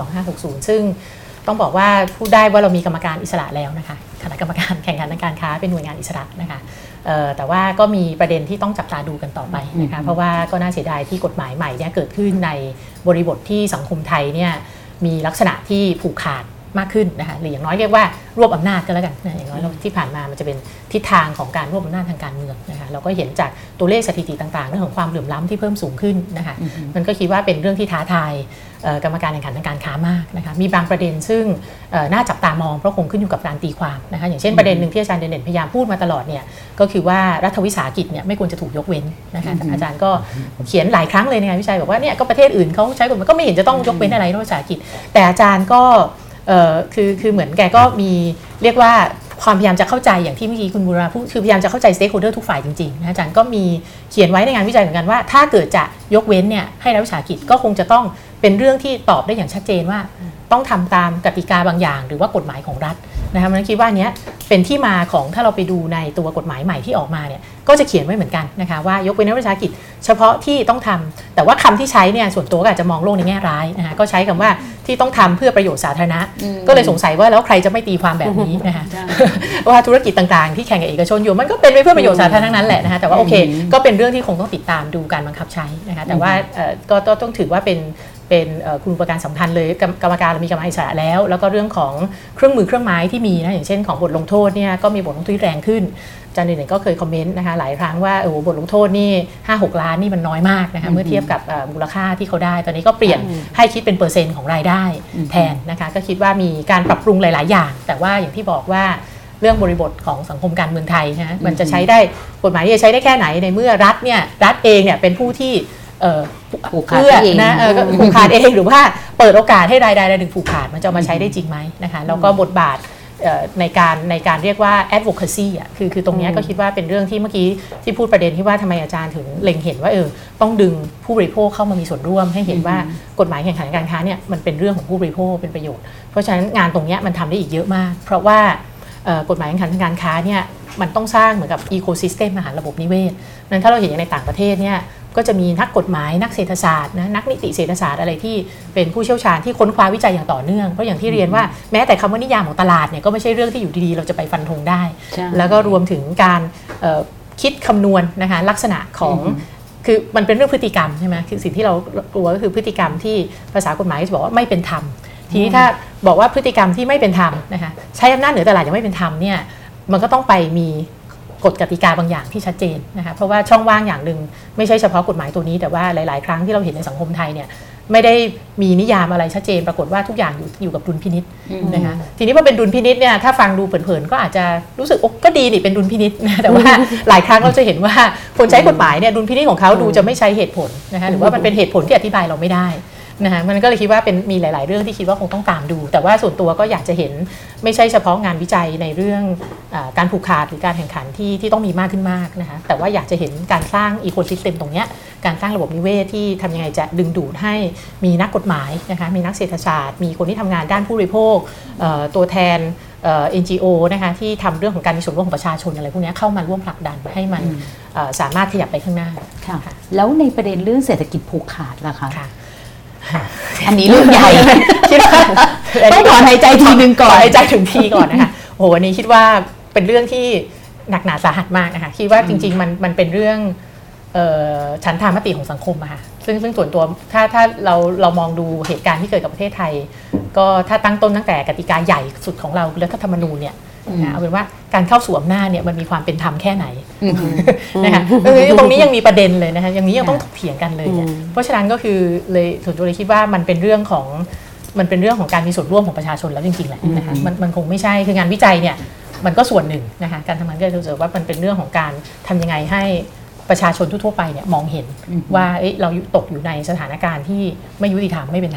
2560ซึ่งต้องบอกว่าพูดได้ว่าเรามีกรรมการอิสระแล้วนะคะคณะกรรมการแข่งขันทางการค้าเป็นหน่วยงานอิสระนะคะแต่ว่าก็มีประเด็นที่ต้องจับตาดูกันต่อไปนะคะเพราะว่าก็น่าเสียดายที่กฎหมายใหม่เนี่ยเกิดขึ้นในบริบทที่สังคมไทยเนี่ยมีลักษณะที่ผูกขาดมากขึ้นนะคะหรืออย่างน้อยเรียกว่ารวบอำนาจก็แล้วกันนะอย่างน้อยที่ผ่านมามันจะเป็นทิศทางของการรวบอำนาจทางการเมืองนะคะเราก็เห็นจากตัวเลขสถิติต่างๆเรื่องของความเหลื่อมล้ำที่เพิ่มสูงขึ้นนะคะมันก็คิดว่าเป็นเรื่องที่ท้าทายกรรมการแข่งขันทางการค้ามากนะคะมีบางประเด็นซึ่งน่าจับตามองเพราะคงขึ้นอยู่กับการตีความนะคะอย่างเช่นประเด็นหนึ่งที่อาจารย์เด่นพยายามพูดมาตลอดเนี่ยก็คือว่ารัฐวิสาหกิจเนี่ยไม่ควรจะถูกยกเว้นนะคะอาจารย์ก็เขียนหลายครั้งเลยในงานวิจัยบอกว่าเนี่ยก็ประเทศอื่นเขาใช้กฎหมายก็ไม่เห็นจะต้องยกเว้นอะไรรัฐวิสาหกิจแต่อาจารย์ก็คือเหมือนแกก็มีเรียกว่าความพยายามจะเข้าใจอย่างที่เมื่อกี้คุณบูราพูดคือพยายามจะเข้าใจ stakeholder ทุกฝ่ายจริงๆนะอาจารย์ก็มีเขียนไว้ในงานวิจัยเหมือนกันว่าถ้าเกิดจะยกเว้นเนี่ยให้รัฐวิสาหกิจก็คงจะต้องเป็นเรื่องที่ตอบได้อย่างชัดเจนว่าต้องทำตามกติกาบางอย่างหรือว่ากฎหมายของรัฐนะคะมันคิดว่านี้เป็นที่มาของถ้าเราไปดูในตัวกฎหมายใหม่ที่ออกมาเนี่ยก็จะเขียนไว้เหมือนกันนะคะว่ายกเว้นรัฐวิสาหกิจเฉพาะที่ต้องทำแต่ว่าคำที่ใช้เนี่ยส่วนตัวก็อาจจะมองโลกในแง่ร้ายนะคะก็ใช้คำว่าที่ต้องทำเพื่อประโยชน์สาธารณะก็เลยสงสัยว่าแล้วใครจะไม่ตีความแบบนี้นะคะว่าธุรกิจต่างๆที่แข่งกับเอกชนอยู่มันก็เป็นไปเพื่อประโยชน์สาธารณะทั้งนั้นแหละนะคะแต่ว่าโอเคก็เป็นเรื่องที่คงต้องติดตามดูการบังคับใช้นะคะแต่ว่าก็ต้องถือว่าเป็นคุณอุปการสำคัญเลยกรรมการเรามีกรรมการอิสระแล้วก็เรื่องของเครื่องมือเครื่องไม้ที่มีนะอย่างเช่นของบทลงโทษเนี่ยก็มีบทลงโทษที่แรงขึ้นอาจารย์เด่นก็เคยคอมเมนต์นะคะหลายครั้งว่าโอ้โหบทลงโทษนี่ 5-6 ล้านนี่มันน้อยมากนะคะเมื่อเทียบกับมูลค่าที่เขาได้ตอนนี้ก็เปลี่ยนให้คิดเป็นเปอร์เซ็นต์ของรายได้แทนนะคะก็คิดว่ามีการปรับปรุงหลายๆอย่างแต่ว่าอย่างที่บอกว่าเรื่องบริบทของสังคมการเมืองไทยนะมันจะใช้ได้กฎหมายที่จะใช้ได้แค่ไหนในเมื่อรัฐเองเนี่ยเป็นผู้ที่ผูกขาดเองนะผูกขาดเองหรือว่าเปิดโอกาสให้รายใดรายหนึ่งผูกขาดมันจะมาใช้ได้จริงไหมนะคะแล้วก็บทบาทในการเรียกว่า advocacy อ่ะคือตรงนี้ก็คิดว่าเป็นเรื่องที่เมื่อกี้ที่พูดประเด็นที่ว่าทำไมอาจารย์ถึงเล็งเห็นว่าต้องดึงผู้บริโภคเข้ามามีส่วนร่วมให้เห็นว่ากฎหมายแข่งขันการค้าเนี่ยมันเป็นเรื่องของผู้บริโภคเป็นประโยชน์เพราะฉะนั้นงานตรงนี้มันทำได้อีกเยอะมากเพราะว่ากฎหมายแข่งขันทางการค้าเนี่ยมันต้องสร้างเหมือนกับ ecosystem อาหารระบบนิเวศนั้นถ้าเราเห็นอย่างในต่างประเทศเนี่ยก็จะมีนักกฎหมายนักเศรษฐศาสตร์นักนิติเศรษฐศาสตร์อะไรที่เป็นผู้เชี่ยวชาญที่ค้นคว้าวิจัยอย่างต่อเนื่องเพราะอย่างที่เรียนว่าแม้แต่คำว่านิยามของตลาดเนี่ยก็ไม่ใช่เรื่องที่อยู่ดีๆเราจะไปฟันธงได้แล้วก็รวมถึงการคิดคำนวณนะคะลักษณะของคือมันเป็นเรื่องพฤติกรรมใช่ไหมคือสิ่งที่เรากลัวก็คือพฤติกรรมที่ภาษากฎหมายจะบอกว่าไม่เป็นธรรมทีนี้ถ้าบอกว่าพฤติกรรมที่ไม่เป็นธรรมนะคะใช้อำนาจเหนือตลาดยังไม่เป็นธรรมเนี่ยมันก็ต้องไปมีกฎกติกาบางอย่างที่ชัดเจนนะคะเพราะว่าช่องว่างอย่างหนึ่งไม่ใช่เฉพาะกฎหมายตัวนี้แต่ว่าหลายๆครั้งที่เราเห็นในสังคมไทยเนี่ยไม่ได้มีนิยามอะไรชัดเจนปรากฏว่าทุกอย่างอยู่กับดุลพินิจนะคะทีนี้พอเป็นดุลพินิจเนี่ยถ้าฟังดูเผินๆก็อาจจะรู้สึกก็ดีนี่เป็นดุลพินิจนะแต่ว่าหลายครั้งเราจะเห็นว่าคนใช้กฎหมายเนี่ยดุลพินิจของเขาดูจะไม่ใช้เหตุผลนะคะหรือว่ามันเป็นเหตุผลที่อธิบายเราไม่ได้นะคะมันก็เลยคิดว่ามีหลายๆเรื่องที่คิดว่าคงต้องตามดูแต่ว่าส่วนตัวก็อยากจะเห็นไม่ใช่เฉพาะงานวิจัยในเรื่องการผูกขาดหรือการแข่งขันที่ต้องมีมากขึ้นมากนะคะแต่ว่าอยากจะเห็นการสร้างอีโคซิสเต็มตรงนี้การสร้างระบบนิเวศที่ทำยังไงจะดึงดูดให้มีนักกฎหมายนะคะมีนักเศรษฐศาสตร์มีคนที่ทำงานด้านผู้บริโภคตัวแทนNGO นะคะที่ทำเรื่องของการมีส่วนร่วมของประชาชนอะไรพวกนี้เข้ามาร่วมผลักดันให้มันสามารถขยับไปข้างหน้าค่ะแล้วในประเด็นเรื่องเศรษฐกิจผูกขาดล่ะคะอันนี้เรื่องใหญ่คิดว่าต้องถอนหายใจทีนึงก่อนหายใจถึงทีก่อนนะคะโอ้โหวันนี้คิดว่าเป็นเรื่องที่หนักหนาสาหัสมากนะคะคิดว่าจริงๆมันเป็นเรื่องฉันทามติของสังคมอะค่ะซึ่งส่วนตัวถ้าเรามองดูเหตุการณ์ที่เกิดกับประเทศไทยก็ถ้าตั้งต้นตั้งแต่กติกาใหญ่สุดของเรารัฐธรรมนูญเนี่ยเอาเป็นว่าการเข้าสู่อำนาจเนี่ยมันมีความเป็นธรรมแค่ไหนนะคะตรงนี้ยังมีประเด็นเลยนะคะอย่างนี้ยังต้องถกเถียงกันเลยเพราะฉะนั้นก็คือเลยส่วนตัวเลยคิดว่ามันเป็นเรื่องของการมีส่วนร่วมของประชาชนแล้วจริงๆแหละนะคะมันคงไม่ใช่คืองานวิจัยเนี่ยมันก็ส่วนหนึ่งนะคะการทำงานก็จะเจอว่ามันเป็นเรื่องของการทำยังไงให้ประชาชนทั่วไปเนี่ยมองเห็นว่าเราตกอยู่ในสถานการณ์ที่ไม่ยุติธรรมไม่เป็นธรรม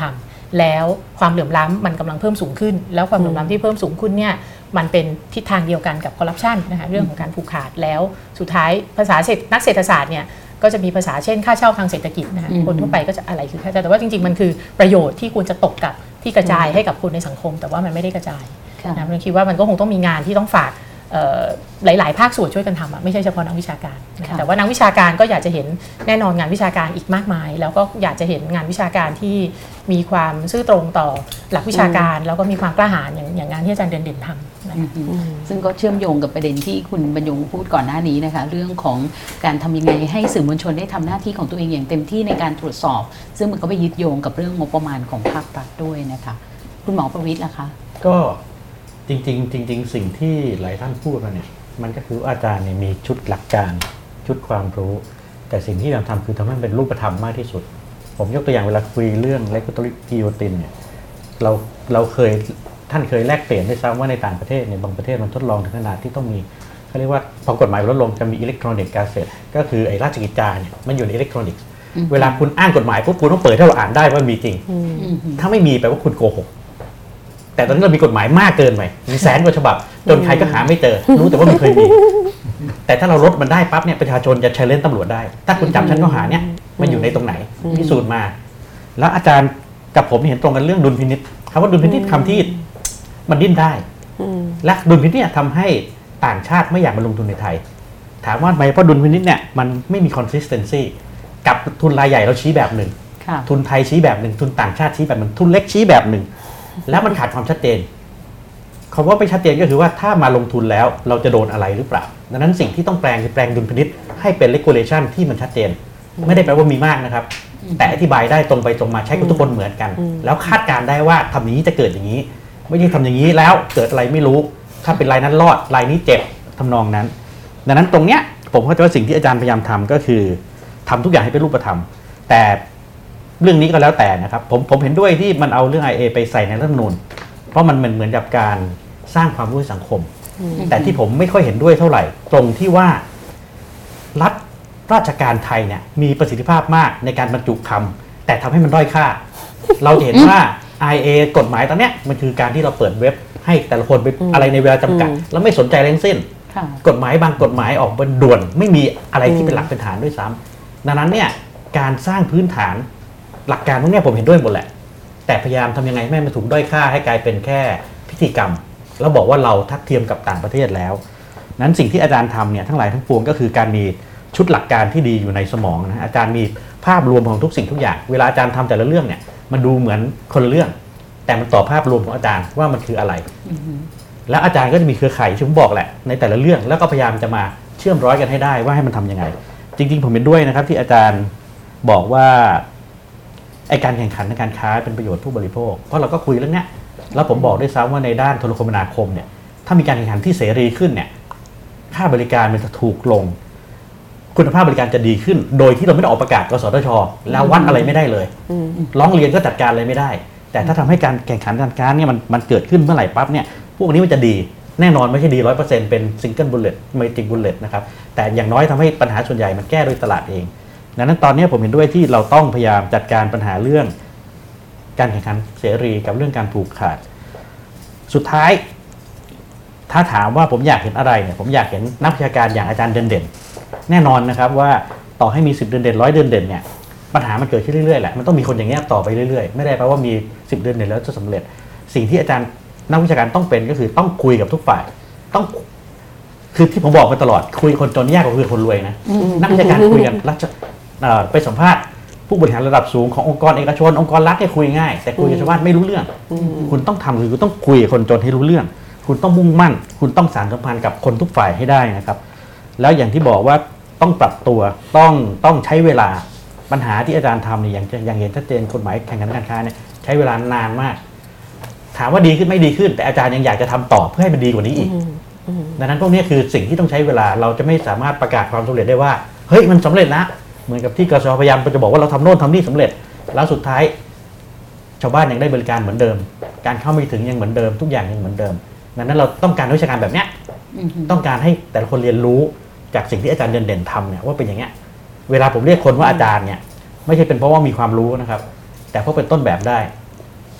แล้วความเหลื่อมล้ำมันกำลังเพิ่มสูงขึ้นแล้วความเหลื่อมล้ำที่เพิ่มสูงขึ้นเนี่ยมันเป็นทิศทางเดียวกันกับคอร์รัปชันนะคะเรื่องของการผูกขาดแล้วสุดท้ายภาษานักเศรษฐศาสตร์เนี่ยก็จะมีภาษาเช่นค่าเช่าทางเศรษฐกิจนะคะคนทั่วไปก็จะอะไรคือค่าเช่าแต่ว่าจริงๆมันคือประโยชน์ที่ควรจะตกกับที่กระจายให้กับคนในสังคมแต่ว่ามันไม่ได้กระจายนะผมคิดว่ามันก็คงต้องมีงานที่ต้องฝากหลายๆภาคส่วนช่วยกันทำไม่ใช่เฉพาะนักวิชาการแต่ว่านักวิชาการก็อยากจะเห็นแน่นอนงานวิชาการอีกมากมายแล้วก็อยากจะเห็นงานวิชาการที่มีความซื่อตรงต่อหลักวิชาการแล้วก็มีความกล้าหาญอย่างงานที่อาจารย์เด่นทำซึ่งก็เชื่อมโยงกับประเด็นที่คุณบรรยงพูดก่อนหน้านี้นะคะเรื่องของการทำยังไงให้สื่อมวลชนได้ทำหน้าที่ของตัวเองอย่างเต็มที่ในการตรวจสอบซึ่งมันก็ไปยึดโยงกับเรื่องงบประมาณของภาครัฐด้วยนะคะคุณหมอประวิตรล่ะคะก็จริงสิ่งที่หลายท่านพูดมาเนี่ยมันก็คืออาจารย์เนี่ยมีชุดหลักการชุดความรู้แต่สิ่งที่เราทำคือทำให้มันเป็นรูปธรรมมากที่สุดผมยกตัวอย่างเวลาคุยเรื่อง regulatory guillotine เนี่ยเราท่านเคยแลกเปลี่ยนได้ซ้ำว่าในต่างประเทศเนี่ยบางประเทศมันทดลองถึงขนาดที่ต้องมีเขาเรียกว่าพอกฎหมายลดลงจะมีอิเล็กทรอนิกส์การเสร็จก็คือไอ้ราชกิจจาเนี่ยมันอยู่ในอิเล็กทรอนิกส์เวลาคุณอ้างกฎหมายปุ๊บคุณต้องเปิดให้เราอ่านได้ว่ามีจริงถ้าไม่มีแปลว่าคุณโกหกแต่ตอนนี้เรามีกฎหมายมากเกินไปมีแสนกว่าฉบับจนใครก็หาไม่เจอรู้แต่ว่ามันเคยมีแต่ถ้าเราลดมันได้ปั๊บเนี่ยประชาชนจะเชลเลนจ์ตำรวจได้ถ้าคุณจับฉันข้อหาเนี่ยมันอยู่ในตรงไหนพิสูจน์มาแล้วอาจารย์กับผมเห็นตรงกันเรื่องดุลพินิจคำว่าดุลพินิจคำที่มันดิ้นได้และดุลพินิจเนี่ยทำให้ต่างชาติไม่อยากมาลงทุนในไทยถามว่าทำไมเพราะดุลพินิจเนี่ยมันไม่มี consistency กับทุนรายใหญ่เราชี้แบบหนึ่งทุนไทยชี้แบบหนึ่งทุนต่างชาติชี้แบบหนึ่งทุนเล็กชี้แบบหนึ่งแล้วมันขาดความชัดเจนคำว่าไม่ชัดเจนก็คือว่าถ้ามาลงทุนแล้วเราจะโดนอะไรหรือเปล่าดังนั้นสิ่งที่ต้องแปลงคือแปลงดุลพินิจให้เป็น regulation ที่มันชัดเจนไม่ได้แปลว่ามีมากนะครับแต่อธิบายได้ตรงไปตรงมาใช้กับทุกคนเหมือนกันแล้วคาดการได้ว่าทำอย่างนี้จะเกิดอย่างนี้ไม่ใช่ทำอย่างนี้แล้วเกิดอะไรไม่รู้ถ้าเป็นรายนั้นรอดรายนี้เจ็บทำนองนั้นดังนั้นตรงเนี้ยผมเข้าใจว่าสิ่งที่อาจารย์พยายามทำก็คือทำทุกอย่างให้เป็นรูปธรรมแต่เรื่องนี้ก็แล้วแต่นะครับผมเห็นด้วยที่มันเอาเรื่อง IA ไปใส่ในรัฐธรรมนูญเพราะมันเหมือนกับการสร้างความรู้ให้สังคมแต่ที่ผมไม่ค่อยเห็นด้วยเท่าไหร่ตรงที่ว่ารัฐราชการไทยเนี่ยมีประสิทธิภาพมากในการบรรจุคำแต่ทำให้มันด้อยค่าเราเห็นว่า IA กฎหมายตอนเนี้ยมันคือการที่เราเปิดเว็บให้แต่ละคนไปอะไรในเวลาจำกัดแล้วไม่สนใจอะไรทั้งสิ้นกฎหมายบางกฎหมายออกเป็นด่วนไม่มีอะไรที่เป็นหลักเป็นฐานด้วยซ้ำดังนั้นเนี่ยการสร้างพื้นฐานหลักการพวกนี้ผมเห็นด้วยหมดแหละแต่พยายามทำยังไงไม่ให้มันถูกด้อยค่าให้กลายเป็นแค่พิธีกรรมแล้วบอกว่าเราทัดเทียมกับต่างประเทศแล้วนั้นสิ่งที่อาจารย์ทำเนี่ยทั้งหลายทั้งปวงก็คือการมีชุดหลักการที่ดีอยู่ในสมองนะอาจารย์มีภาพรวมของทุกสิ่งทุกอย่างเวลาอาจารย์ทำแต่ละเรื่องเนี่ยมันดูเหมือนคนละเรื่องแต่มันต่อภาพรวมของอาจารย์ว่ามันคืออะไรแล้วอาจารย์ก็จะมีเครือข่ายที่ผมบอกแหละในแต่ละเรื่องแล้วก็พยายามจะมาเชื่อมร้อยกันให้ได้ว่าให้มันทำยังไงจริงๆผมเห็นด้วยนะครับที่อาจารย์บอกว่าไอการแข่งขันในการค้าเป็นประโยชน์ผู้บริโภคเพราะเราก็คุยเรื่องนี้แล้วผมบอกด้วยซ้ำว่าในด้านโทรคมนาคมเนี่ยถ้ามีการแข่งขันที่เสรีขึ้นเนี่ยค่าบริการมันจะถูกลงคุณภาพบริการจะดีขึ้นโดยที่เราไม่ต้องออกประกาศกสทช.แล้ววัดอะไรไม่ได้เลยร้องเรียนก็จัดการอะไรไม่ได้แต่ถ้าทำให้การแข่งขันการค้าเนี่ยมันเกิดขึ้นเมื่อไหร่ปั๊บเนี่ยพวกนี้มันจะดีแน่นอนไม่ใช่ดี 100% เป็นซิงเกิลบุลเลตเมจิกบุลเลตนะครับแต่อย่างน้อยทำให้ปัญหาส่วนใหญ่มันแก้โดยตลาดเองดังนั้นตอนนี้ผมเห็นด้วยที่เราต้องพยายามจัดการปัญหาเรื่องการแข่งขันเสรีกับเรื่องการผูกขาดสุดท้ายถ้าถามว่าผมอยากเห็นอะไรเนี่ยผมอยากเห็นนักวิชาการอย่างอาจารย์เด่นๆแน่นอนนะครับว่าต่อให้มี10เดือนเด่น100เดือนเด่นเนี่ยปัญหามันเกิดขึ้นเรื่อยๆแหละมันต้องมีคนอย่างเงี้ยต่อไปเรื่อยๆไม่ได้แปลว่ามี10เดือนเด่นแล้วจะสำเร็จสิ่งที่อาจารย์นักวิชาการต้องเป็นก็คือต้องคุยกับทุกฝ่ายต้องคือที่ผมบอกมาตลอดคุยคนจนยากกว่าคุยคนรวยนะนักวิชาการคุยกันไปสัมภาษณ์ผู้บริหารระดับสูงขององค์กรเอกชนองค์กรรัฐเนี่ยคุยง่ายแต่คุยกับชาวบ้านไม่รู้เรื่องคุณต้องทำคือคุณต้องคุยกับคนจนให้รู้เรื่องคุณต้องมุ่งมั่นคุณต้องสานสัมพันธ์กับคนทุกฝ่ายให้ได้นะครับแล้วอย่างที่บอกว่าต้องปรับตัวต้องใช้เวลาปัญหาที่อาจารย์ทำเนี่ยอย่างเห็นชัดเจนกฎหมายแข่งขันการค้าเนี่ยใช้เวลานานมากถามว่าดีขึ้นไม่ดีขึ้นแต่อาจารย์ยังอยากจะทำต่อเพื่อให้มันดีกว่านี้อีกดังนั้นพวกนี้คือสิ่งที่ต้องใช้เวลาเราจะไม่สามารถประกาศความสำเร็จได้ว่าเฮ้ยมันสำเร็จนะเหมือนกับที่กสพยายามจะบอกว่าเราทำโน่นทำนี่สำเร็จแล้วสุดท้ายชาวบ้านยังได้บริการเหมือนเดิมการเข้าไม่ถึงยังเหมือนเดิมทุกอย่างยังเหมือนเดิมดังนั้นเราต้องการวิชาการแบบเนี้ยต้องการให้แต่ละคนเรียนรู้จากสิ่งที่อาจารย์เด่นๆทำเนี่ยว่าเป็นอย่างเงี้ยเวลาผมเรียกคนว่าอาจารย์เนี่ยไม่ใช่เป็นเพราะว่ามีความรู้นะครับแต่เพราะเป็นต้นแบบได้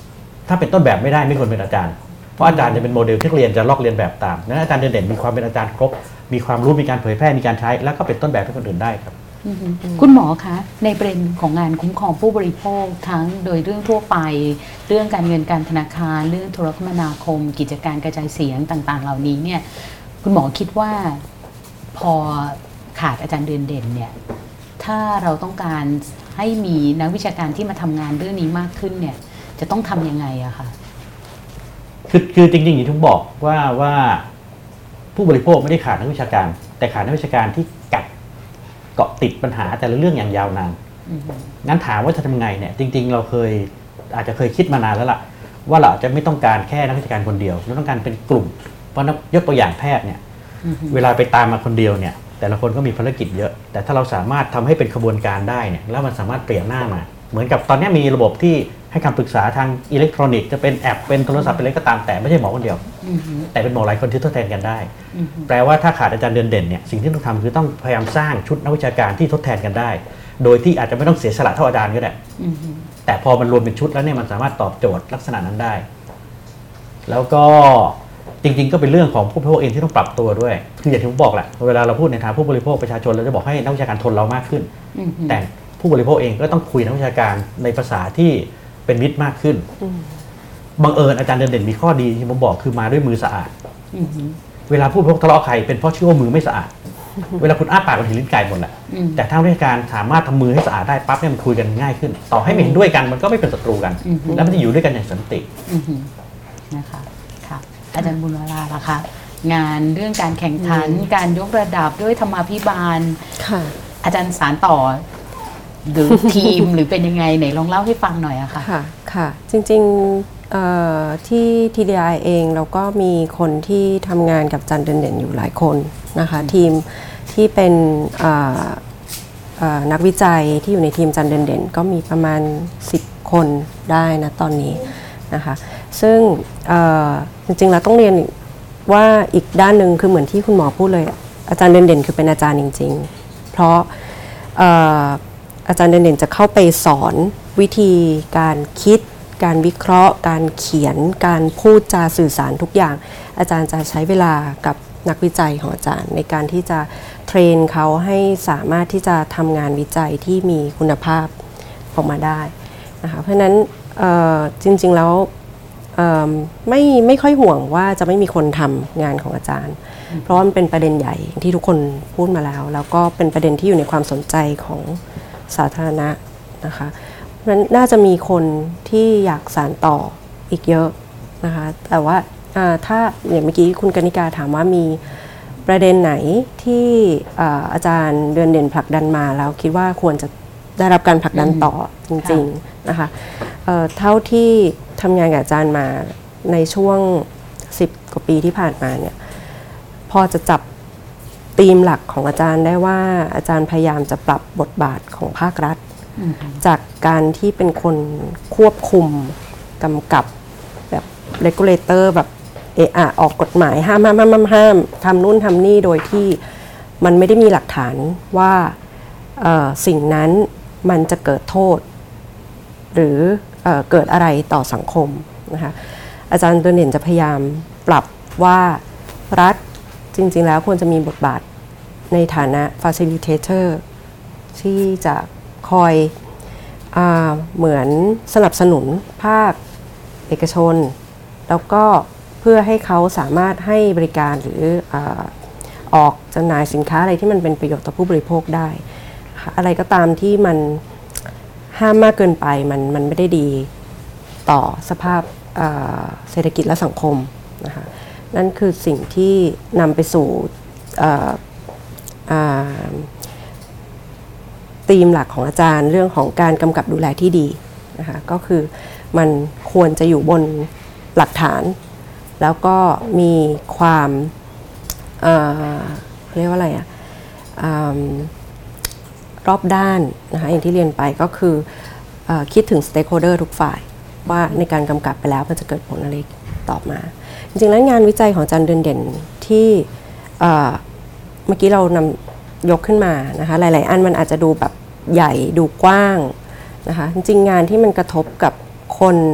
ถ้าเป็นต้นแบบไม่ได้ไม่ควรเป็นอาจารย์เพราะอาจารย์จะเป็นโมเดลที่นักเรียนจะลอกเรียนแบบตามนั้นอาจารย์เด่นๆมีความเป็นอาจารย์ครบมีความรู้มีการเผยแพร่มีการใช้แล้วก็เป็นต้นแบบให้คนอื่นได้ครับคุณหมอคะในประเด็นของงานคุ้มครองผู้บริโภคทั้งโดยเรื่องทั่วไปเรื่องการเงินการธนาคารเรื่องโทรคมนาคมกิจการกระจายเสียงต่างๆเหล่านี้เนี่ยคุณหมอคิดว่าพอขาดอาจารย์เดือนเด่นเนี่ยถ้าเราต้องการให้มีนักวิชาการที่มาทำงานเรื่องนี้มากขึ้นเนี่ยจะต้องทำยังไงอะคะคือจริงๆอย่างที่ผมบอกว่าผู้บริโภคไม่ได้ขาดนักวิชาการแต่ขาดนักวิชาการที่เกาะติดปัญหาแต่ละเรื่องอย่างยาวนานงั้นถามว่าจะทำยังไงเนี่ยจริงๆเราอาจจะเคยคิดมานานแล้วล่ะว่าเราจะไม่ต้องการแค่นักวิชาการคนเดียวเราต้องการเป็นกลุ่มเพราะยกตัวอย่างแพทย์เนี่ยเวลาไปตามมาคนเดียวเนี่ยแต่ละคนก็มีภารกิจเยอะแต่ถ้าเราสามารถทำให้เป็นขบวนการได้เนี่ยแล้วมันสามารถเปลี่ยนหน้ามาเหมือนกับตอนนี้มีระบบที่ให้คำปรึกษาทางอิเล็กทรอนิกส์จะเป็นแอปเป็นโทรศัพท์เป็นอะไรก็ตามแต่ไม่ใช่หมอคนเดียวแต่เป็นหมอหลายคนที่ทดแทนกันได้แปลว่าถ้าขาดอาจารย์เด่นเนี่ยสิ่งที่ต้องทำคือต้องพยายามสร้างชุดนักวิชาการที่ทดแทนกันได้โดยที่อาจจะไม่ต้องเสียสละเท่าอาจารย์ก็ได้แต่พอมันรวมเป็นชุดแล้วเนี่ยมันสามารถตอบโจทย์ลักษณะนั้นได้แล้วก็จริงๆก็เป็นเรื่องของผู้บริโภคเองที่ต้องปรับตัวด้วยคืออย่างที่ผมบอกแหละเวลาเราพูดในฐานะผู้บริโภคประชาชนเราจะบอกให้นักวิชาการทนเรามากขึ้นแต่ผู้บริโภคเองก็ต้องคุยนักวิชาการในภาษาที่เป็นมิตรมากขึ้นบังเอิญอาจารย์เด่นมีข้อดีที่ผมบอกคือมาด้วยมือสะอาดเวลาผู้บริโภคทะเลาะใครเป็นเพราะชื่อว่ามือไม่สะอาดเวลาคุณอ้าปากมันเห็นลิ้นไก่หมดแหละแต่ถ้านักวิชาการสามารถทำมือให้สะอาดได้ปั๊บเนี่ยมันคุยกันง่ายขึ้นต่อให้ไม่เห็นด้วยกันมันก็ไม่เป็นศัตรูกันแล้วมันจะอยู่ด้วยกันอย่างสันตินะคะค่ะอาจารย์บุญวราล่ะคะงานเรื่องการแข่งขันการยกระดับด้วยธรรมาภิบาลอาจารย์สารต่อหรือทีม หรือเป็นยังไงไหนลองเล่าให้ฟังหน่อยอะค่ะค่ะจริงๆที่ TDI เองเราก็มีคนที่ทำงานกับอาจารย์เด่นอยู่หลายคนนะคะทีมที่เป็นนักวิจัยที่อยู่ในทีมอาจารย์เด่นก็มีประมาณ10 คนได้นะตอนนี้นะคะซึ่งจริงๆเราต้องเรียนว่าอีกด้านหนึ่งคือเหมือนที่คุณหมอพูดเลยอาจารย์เด่นคือเป็นอาจารย์จริงๆเพราะอาจารย์เด่นจะเข้าไปสอนวิธีการคิดการวิเคราะห์การเขียนการพูดจาสื่อสารทุกอย่างอาจารย์จะใช้เวลากับนักวิจัยของอาจารย์ในการที่จะเทรนเขาให้สามารถที่จะทำงานวิจัยที่มีคุณภาพออกมาได้นะคะเพราะฉะนั้นจริงๆแล้วไม่ค่อยห่วงว่าจะไม่มีคนทำงานของอาจารย์เพราะว่ามันเป็นประเด็นใหญ่ที่ทุกคนพูดมาแล้วก็เป็นประเด็นที่อยู่ในความสนใจของสาธารณะนะคะเพราะฉะนั้นน่าจะมีคนที่อยากสานต่ออีกเยอะนะคะแต่ว่าถ้าอย่างเมื่อกี้คุณกนิกาถามว่ามีประเด็นไหนที่อาจารย์เดือนเด่นผลักดันมาแล้วคิดว่าควรจะได้รับการผลักดันต่อจริงๆนะคะเท่าที่ทำงานกับอาจารย์มาในช่วง10 กว่าปีที่ผ่านมาเนี่ยพอจะจับธีมหลักของอาจารย์ได้ว่าอาจารย์พยายามจะปรับบทบาทของภาครัฐจากการที่เป็นคนควบคุมกำกับแบบ regulator แบบออกกฎหมายห้ามทำนู่นทำนี่โดยที่มันไม่ได้มีหลักฐานว่าสิ่งนั้นมันจะเกิดโทษหรือเกิดอะไรต่อสังคมนะคะอาจารย์เด่นจะพยายามปรับว่ารัฐจริงๆแล้วควรจะมีบทบาทในฐานะ facilitator ที่จะคอยเหมือนสนับสนุนภาคเอกชนแล้วก็เพื่อให้เขาสามารถให้บริการหรือออกจำหน่ายสินค้าอะไรที่มันเป็นประโยชน์ต่อผู้บริโภคได้อะไรก็ตามที่มันห้ามมากเกินไปมันไม่ได้ดีต่อสภาพเศรษฐกิจและสังคมนะคะนั่นคือสิ่งที่นำไปสู่ธีมหลักของอาจารย์เรื่องของการกำกับดูแลที่ดีนะคะก็คือมันควรจะอยู่บนหลักฐานแล้วก็มีความเรียกว่าอะไรรอบด้านนะคะอย่างที่เรียนไปก็คือคิดถึง stakeholder ทุกฝ่ายว่าในการกำกับไปแล้วมันจะเกิดผลอะไรต่อมาจริงๆแล้วงานวิจัยของอาจารย์เด่นที่เมื่อกี้เรานำยกขึ้นมานะคะหลายๆอันมันอาจจะดูแบบใหญ่ดูกว้างนะคะจริงๆงานที่มันกระทบกับคนท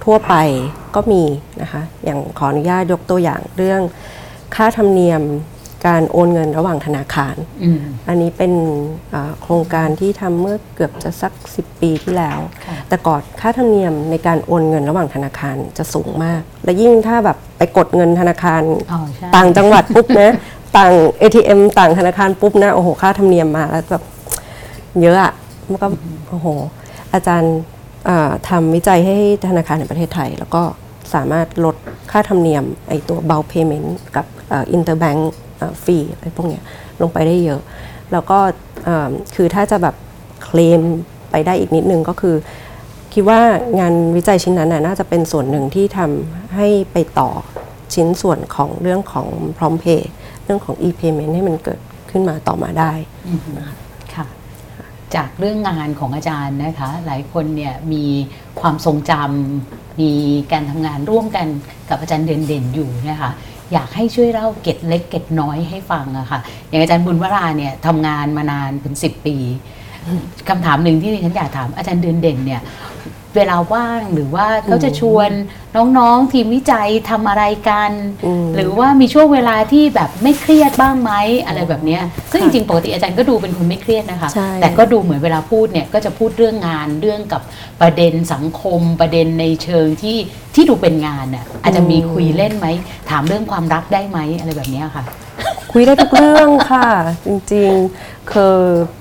ทั่วไปก็มีนะคะอย่างขออนุญาตยกตัวอย่างเรื่องค่าธรรมเนียมการโอนเงินระหว่างธนาคารอันนี้เป็นโครงการที่ทำเมื่อเกือบจะสัก10 ปีที่แล้วแต่ก่อนค่าธรรมเนียมในการโอนเงินระหว่างธนาคารจะสูงมากและยิ่งถ้าแบบไปกดเงินธนาคารต่างจังหวัดปุ๊บนะต่าง ATM ต่างธนาคารปุ๊บนะโอ้โหค่าธรรมเนียมมาแล้วแบบเยอะอะมันก็โอ้โหอาจารย์ทำวิจัยให้ธนาคารในประเทศไทยแล้วก็สามารถลดค่าธรรมเนียมไอตัว bulk payment กับ interbank ฟรีอะไรพวกเนี้ยลงไปได้เยอะแล้วก็คือถ้าจะแบบเคลมไปได้อีกนิดนึงก็คือคิดว่างานวิจัยชิ้นนั้นน่าจะเป็นส่วนหนึ่งที่ทำให้ไปต่อชิ้นส่วนของเรื่องของ prompt pay เรื่องของ e-payment ให้มันเกิดขึ้นมาต่อมาได้ค่ะจากเรื่องงานของอาจารย์นะคะหลายคนเนี่ยมีความทรงจำมีการทำงานร่วมกันกับอาจารย์เด่นๆอยู่นะคะอยากให้ช่วยเล่าเกร็ดเล็กเกร็ดน้อยให้ฟังอะค่ะอย่างอาจารย์บุญวราเนี่ยทำงานมานานเป็น10 ปีคำถามหนึ่งที่ฉันอยากถามอาจารย์เด่นๆเนี่ยเวลาว่างหรือว่าเขาจะชวนน้องๆทีมวิจัยทำอะไรกันหรือว่ามีช่วงเวลาที่แบบไม่เครียดบ้างไหมอะไรแบบนี้ซึ่งจริงๆปกติอาจารย์ก็ดูเป็นคนไม่เครียดนะคะแต่ก็ดูเหมือนเวลาพูดเนี่ยก็จะพูดเรื่องงานเรื่องกับประเด็นสังคมประเด็นในเชิงที่ดูเป็นงานน่ะอาจจะมีคุยเล่นไหมถามเรื่องความรักได้ไหมอะไรแบบนี้ค่ะคุยได้ทุกเรื่องค่ะจริงๆคือ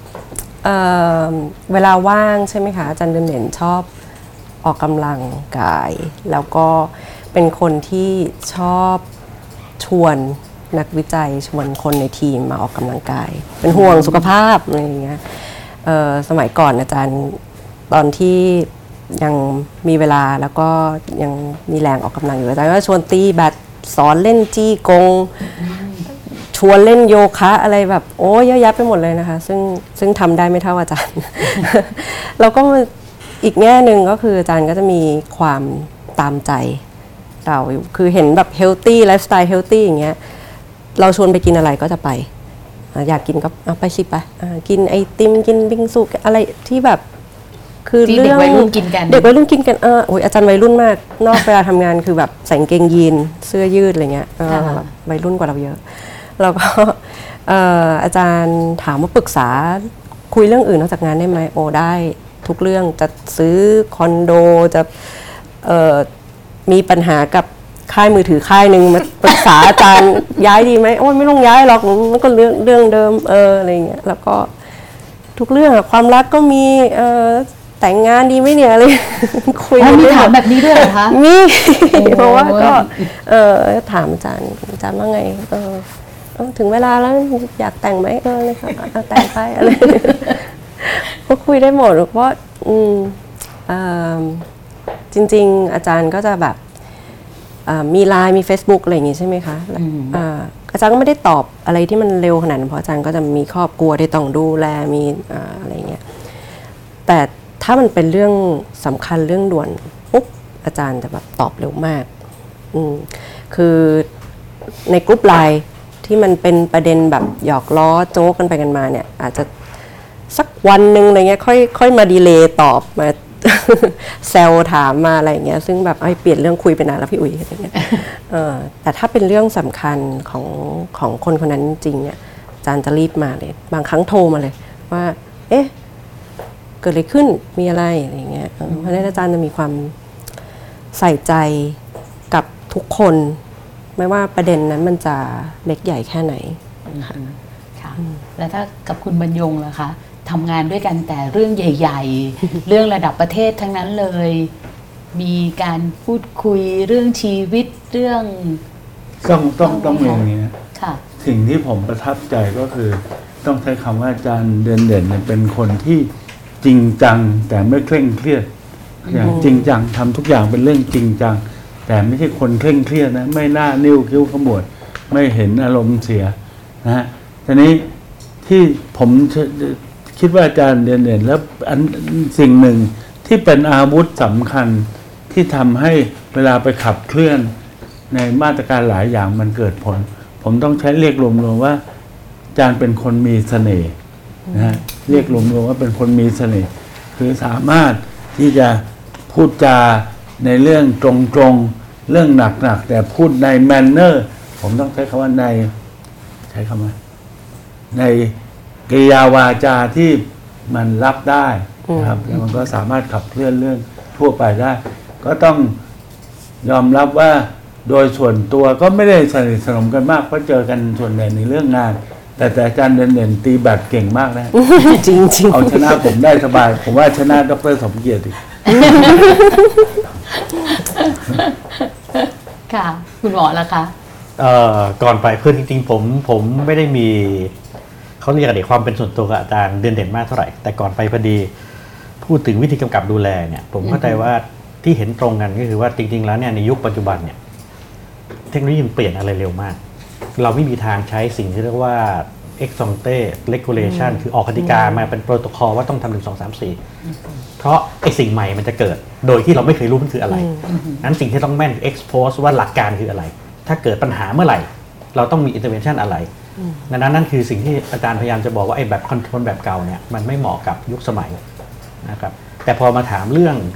เวลาว่างใช่ไหมคะอาจารย์เด่นชอบออกกำลังกายแล้วก็เป็นคนที่ชอบชวนนักวิจัยชวนคนในทีมมาออกกำลังกายเป็นห่วงสุขภาพอะไรอย่างเงี้ยสมัยก่อนอาจารย์ตอนที่ยังมีเวลาแล้วก็ยังมีแรงออกกำลังอยู่อาจารย์ก็ชวนตีแบดสอนเล่นจี้กงชวนเล่นโยคะอะไรแบบโอ้เยอะแยะไปหมดเลยนะคะซึ่งทำได้ไม่เท่าอาจารย์ แล้วก็อีกแง่หนึ่งก็คืออาจารย์ก็จะมีความตามใจเราคือเห็นแบบเฮลตี้ไลฟ์สไตล์เฮลตี้อย่างเงี้ยเราชวนไปกินอะไรก็จะไปอยากกินก็เอาไปสิไปกินไอติมกินบิงซูอะไรที่แบบคือเรื่องเด็กวัยรุ่นกินกันโอ้ยอาจารย์วัยรุ่นมากนอกเวลาทำงานคือแบบใส่กางเกงยีนเสื้อยืดอะไรเงี้ยแบบวัยรุ่นกว่าเราเยอะแล้วก็อาจารย์ถามว่าปรึกษาคุยเรื่องอื่นนอกจากงานได้ไหมโอ้ได้ทุกเรื่องจะซื้อคอนโดจะมีปัญหากับค่ายมือถือค่ายหนึ่งมาปรึกษาอาจารย์ย้ายดีไหมโอ้ยไม่ต้องย้ายหรอกมันก็เรื่องเดิมอะไรเงี้ยแล้วก็ทุกเรื่องความรักก็มีแต่งงานดีไหมเนี่ยอะไรคุยมีถามแบบนี้ด้วยเหรอคะมีเพราะว่าก็ถามอาจารย์ว่าไงถึงเวลาแล้วอยากแต่งไหมเลยค่ะแต่งไปอะไรก็คุยได้หมดเพราะจริงๆอาจารย์ก็จะแบบมีไลน์มี Facebook อะไรอย่างงี้ใช่ไหมคะอาจารย์ก็ไม่ได้ตอบอะไรที่มันเร็วขนาดนั้นเพราะอาจารย์ก็จะมีครอบครัวที่ต้องดูแลมีอะไรเงี้ยแต่ถ้ามันเป็นเรื่องสำคัญเรื่องด่วนปุ๊บอาจารย์จะแบบตอบเร็วมากคือในกลุ่มไลน์ที่มันเป็นประเด็นแบบหยอกล้อโจ๊กกันไปกันมาเนี่ยอาจจะสักวันหนึ่งอะไรเงี้ยค่อยมาดีเลย์ตอบมาแซวถามมาอะไรเงี้ยซึ่งแบบเปลี่ยนเรื่องคุยไปนานแล้วพี่อุ๋ยอะไรเงี้ยแต่ถ้าเป็นเรื่องสำคัญของคนคนนั้นจริงเนี่ยอาจารย์จะรีบมาเลยบางครั้งโทรมาเลยว่าเอ๊ะเกิดอะไรขึ้นมีอะไรอะไรเงี้ยเพราะฉะนั้นอาจารย์จะมีความใส่ใจกับทุกคนไม่ว่าประเด็นนั้นมันจะเล็กใหญ่แค่ไหนค่ะแล้วถ้ากับคุณบรรยงล่ะคะทำงานด้วยกันแต่เรื่องใหญ่ๆ เรื่องระดับประเทศทั้งนั้นเลยมีการพูดคุยเรื่องชีวิตเรื่องต้องมีอย่างนี้นะสิ่งที่ผมประทับใจก็คือต้องใช้คำว่าอาจารย์เด่นเป็นคนที่จริงจังแต่ไม่เคร่งเครียดอย่างจริงจังทำทุกอย่างเป็นเรื่องจริงจังแต่ไม่ใช่คนเคร่งเครียดนะไม่หน้านิ้วคิ้วขมวดไม่เห็นอารมณ์เสียนะฮะทีนี้ที่ผมคิดว่าอาจารย์เด่นแล้วสิ่งหนึ่งที่เป็นอาวุธสำคัญที่ทำให้เวลาไปขับเคลื่อนในมาตรการหลายอย่างมันเกิดผลผมต้องใช้เรียกรวมๆว่าอาจารย์เป็นคนมีเสน่ห์นะฮะเรียกรวมๆว่าเป็นคนมีเสน่ห์คือสามารถที่จะพูดจาในเรื่องตรงๆเรื่องหนักๆแต่พูดในแมนเนอร์ผมต้องใช้คำว่าใช้คำว่าในกริยาวาจาที่มันรับได้นะครับแล้วมันก็สามารถขับเคลื่อนเรื่องทั่วไปได้ ก็ต้องยอมรับว่าโดยส่วนตัวก็ไม่ได้สนิทสนมกันมากเพราะเจอกันส่วนใหญ่ในเรื่องงาน แต่อาจารย์เด่นตีแบดเก่งมากนะจริงๆเอาชนะผมได้สบาย ผมว่าชนะดร.สมเกียรติอีกค่ะคุณหมอล่ะคะก่อนไปเพื่อนจริงๆผมไม่ได้มีเขาเรียกอะไรความเป็นส่วนตัวกับอาจารย์เด่นมากเท่าไหร่แต่ก่อนไปพอดีพูดถึงวิธีกำกับดูแลเนี่ยผมเข้าใจว่าที่เห็นตรงกันก็คือว่าจริงๆแล้วเนี่ยในยุคปัจจุบันเนี่ยเทคโนโลยีมันเปลี่ยนอะไรเร็วมากเราไม่มีทางใช้สิ่งที่เรียกว่า ex ante regulation คือออกกติกามาเป็นโปรโตคอลว่าต้องทำ1 2 3 4เพราะไอ้สิ่งใหม่มันจะเกิดโดยที่เราไม่เคยรู้มันคืออะไรนั้นสิ่งที่ต้องแม่น expose ว่าหลักการคืออะไรถ้าเกิดปัญหาเมื่อไหร่เราต้องมี intervention อะไรดังนั้นนั่นคือสิ่งที่อาจารย์พยายามจะบอกว่าไอ้แบบคอนโทรลแบบเก่าเนี่ยมันไม่เหมาะกับยุคสมัยนะครับแต่พอมาถามเรื่อง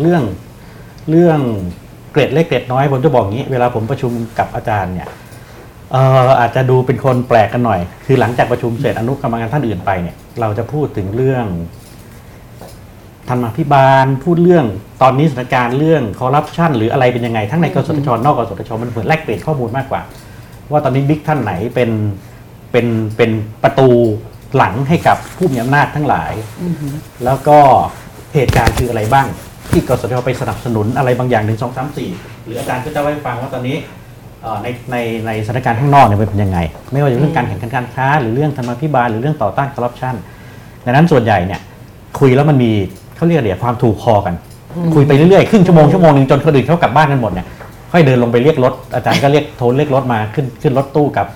เกรดเล็กเกรดน้อยผมจะบอกงี้เวลาผมประชุมกับอาจารย์เนี่ยอาจจะดูเป็นคนแปลกกันหน่อยคือหลังจากประชุมเสร็จอนุกรรมการท่านอื่นไปเนี่ยเราจะพูดถึงเรื่องธรรมาภิบาลพูดเรื่องตอนนี้สถานการณ์เรื่องคอร์รัปชันหรืออะไรเป็นยังไงทั้งในกสทชนอกกสทชมันเหมือนแลกเปลี่ยนข้อมูลมากกว่าว่าตอนนี้บิ๊กท่านไหนเป็นประตูหลังให้กับผู้มีอำนาจทั้งหลายแล้วก็เหตุการณ์คืออะไรบ้างที่กสทชไปสนับสนุนอะไรบางอย่าง1 2 3 4หรืออาจารย์ก็จะไว้ฟังว่าตอนนี้ในสถานการณ์ข้างนอกเนี่ยเป็นยังไงไม่ว่าจะเรื่องการแข่งขันการค้าหรือเรื่องธรรมาภิบาลหรือเรื่องต่อต้านคอร์รัปชันดังนั้นส่วนใหญ่เนี่ยคุยแล้วมันมีเขาเรียกอะไรความถูกคอกันคุยไปเรื่อยๆครึ่งชั่วโมงนึงจนคนอื่นเขากลับบ้านกันหมดเนี่ยค่อยเดินลงไปเรียกรถอาจารย์ก็เรียกรถมาขึ้นรถตู้กับ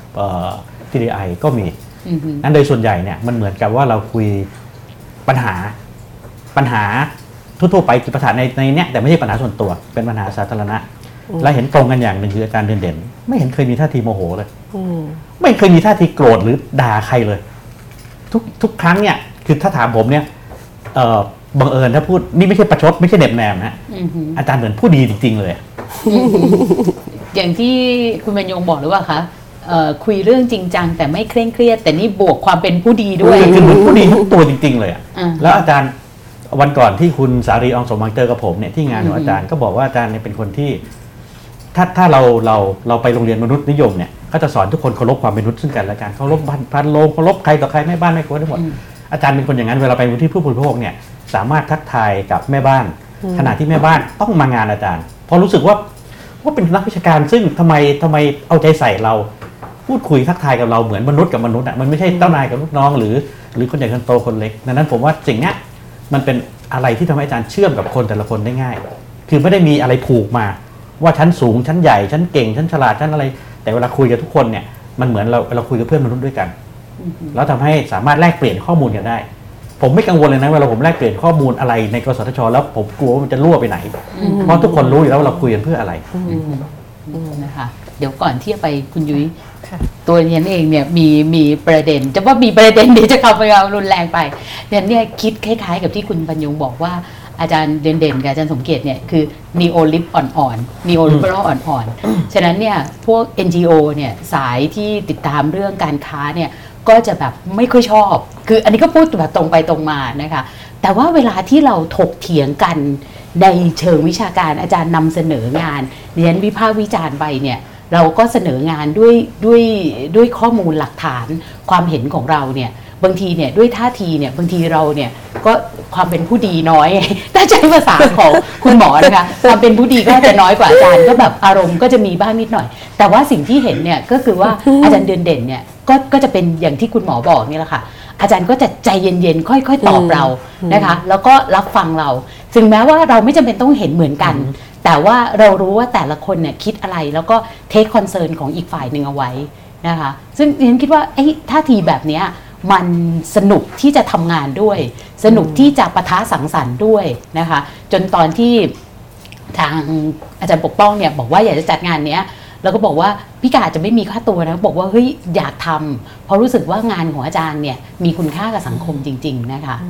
TDI ก็มีนั้นโดยส่วนใหญ่เนี่ยมันเหมือนกับว่าเราคุยปัญหาทั่วๆไปปัญหาในเนี้ยแต่ไม่ใช่ปัญหาส่วนตัวเป็นปัญหาสาธารณะและเห็นตรงกันอย่างหนึ่งคืออาจารย์เด่นๆไม่เห็นเคยมีท่าทีโมโหเลยไม่เคยมีท่าทีโกรธหรือด่าใครเลยทุกครั้งเนี่ยคือถ้าถามผมเนี่ยบังเอิญถ้าพูดนี่ไม่ใช่ประชดไม่ใช่เน็บแนมนะอาจารย์เหมือนผู้ดีจริงๆเลยอย่างที่คุณบรรยงบอกหรือว่าคะคุยเรื่องจริงจังแต่ไม่เคร่งเครียดแต่นี่บวกความเป็นผู้ดีด้วยคือเหมือนผู้ดีทุกตัวจริงๆเลยแล้วอาจารย์วันก่อนที่คุณสารีอองสมบังเตอร์กับผมเนี่ยที่งานของอาจารย์ก็บอกว่าอาจารย์เนี่ยเป็นคนที่ถ้าเราไปโรงเรียนมนุษยนิยมเนี่ยก็จะสอนทุกคนเคารพความเป็นมนุษย์ซึ่งกันและกันเคารพพันโลงเคารพใครต่อใครแม่บ้านแม่ครัวทั้งหมดอาจารย์เป็นคนอย่างนั้นเวลาไปมูลที่ผู้บริโภคเนี่ยสามารถทักทายกับแม่บ้านขณะที่แม่บ้านต้องมางานอาจารย์เพราะรู้สึกว่าเป็นนักวิชาการซึ่งทำไมเอาใจใส่เราพูดคุยทักทายกับเราเหมือนมนุษย์กับมนุษย์อ่ะมันไม่ใช่เจ้านายกับลูกน้องหรือคนใหญ่คนโตคนเล็กดังนั้นผมว่าสิ่งนี้มันเป็นอะไรที่ทำให้อาจารย์เชื่อมกับคนแต่ละคนได้ง่ายคือไม่ได้มีอะไรผูกมาว่าชั้นสูงชั้นใหญ่ชั้นเก่งชั้นฉลาดชั้นอะไรแต่เวลาคุยกับทุกคนเนี่ยมันเหมือนเราคุยกับเพื่อนมนุษย์ด้วยกันแล้วทำให้สามารถแลกเปลี่ยนข้อมูลกันได้ผมไม่กังวลเลยนะเวลาผมแลกเปลี่ยนข้อมูลอะไรในกสทชแล้วผมกลัวว่ามันจะรั่วไปไหนเพราะทุกคนรู้อยู่แล้วว่าเราคุยกันเพื่ออะไรนะคะเดี๋ยวก่อนที่จะไปคุณยุ้ยตัวฉันเองเนี่ยมีประเด็นจะว่ามีประเด็นเดี๋ยวจะเข้าไปเอารุนแรงไปเนี่ยคิดคล้ายๆกับที่คุณบรรยงบอกว่าอาจารย์เด่นๆกับอาจารย์สมเกียรติเนี่ยคือ neo lib อ่อนๆ neo liberal อ่อนๆฉะนั้นเนี่ยพวก NGO เนี่ยสายที่ติดตามเรื่องการค้าเนี่ยก็จะแบบไม่ค่อยชอบคืออันนี้ก็พูดแบบตรงไปตรงมานะคะแต่ว่าเวลาที่เราถกเถียงกันในเชิงวิชาการอาจารย์นำเสนองานเรียนวิพากษ์วิจารณ์ไปเนี่ยเราก็เสนองานด้วยข้อมูลหลักฐานความเห็นของเราเนี่ยบางทีเนี่ยด้วยท่าทีเนี่ยบางทีเราเนี่ยก็ความเป็นผู้ดีน้อยถ้าใช้ภาษาของคุณหมอนะคะความเป็นผู้ดีก็จะน้อยกว่าอาจารย์ก็แบบอารมณ์ก็จะมีบ้างนิดหน่อยแต่ว่าสิ่งที่เห็นเนี่ยก็คือว่าอาจารย์เด่นเนี่ยก็จะเป็นอย่างที่คุณหมอบอกนี่แหละค่ะอาจารย์ก็จะใจเย็นๆค่อยๆตอบเรานะคะแล้วก็รับฟังเราถึงแม้ว่าเราไม่จำเป็นต้องเห็นเหมือนกันแต่ว่าเรารู้ว่าแต่ละคนเนี่ยคิดอะไรแล้วก็เทคคอนเซิร์นของอีกฝ่ายหนึ่งเอาไว้นะคะซึ่งฉันคิดว่าไอ้ท่าทีแบบนี้มันสนุกที่จะทำงานด้วยสนุกที่จะปะทะสังสรรค์ด้วยนะคะจนตอนที่ทางอาจารย์ปกป้องเนี่ยบอกว่าอยากจะจัดงานเนี้ยแล้วก็บอกว่าพี่กาจะไม่มีค่าตัวนะบอกว่าเฮ้ยอยากทำเพราะรู้สึกว่างานของอาจารย์เนี่ยมีคุณค่ากับสังคมจริงๆนะคะจ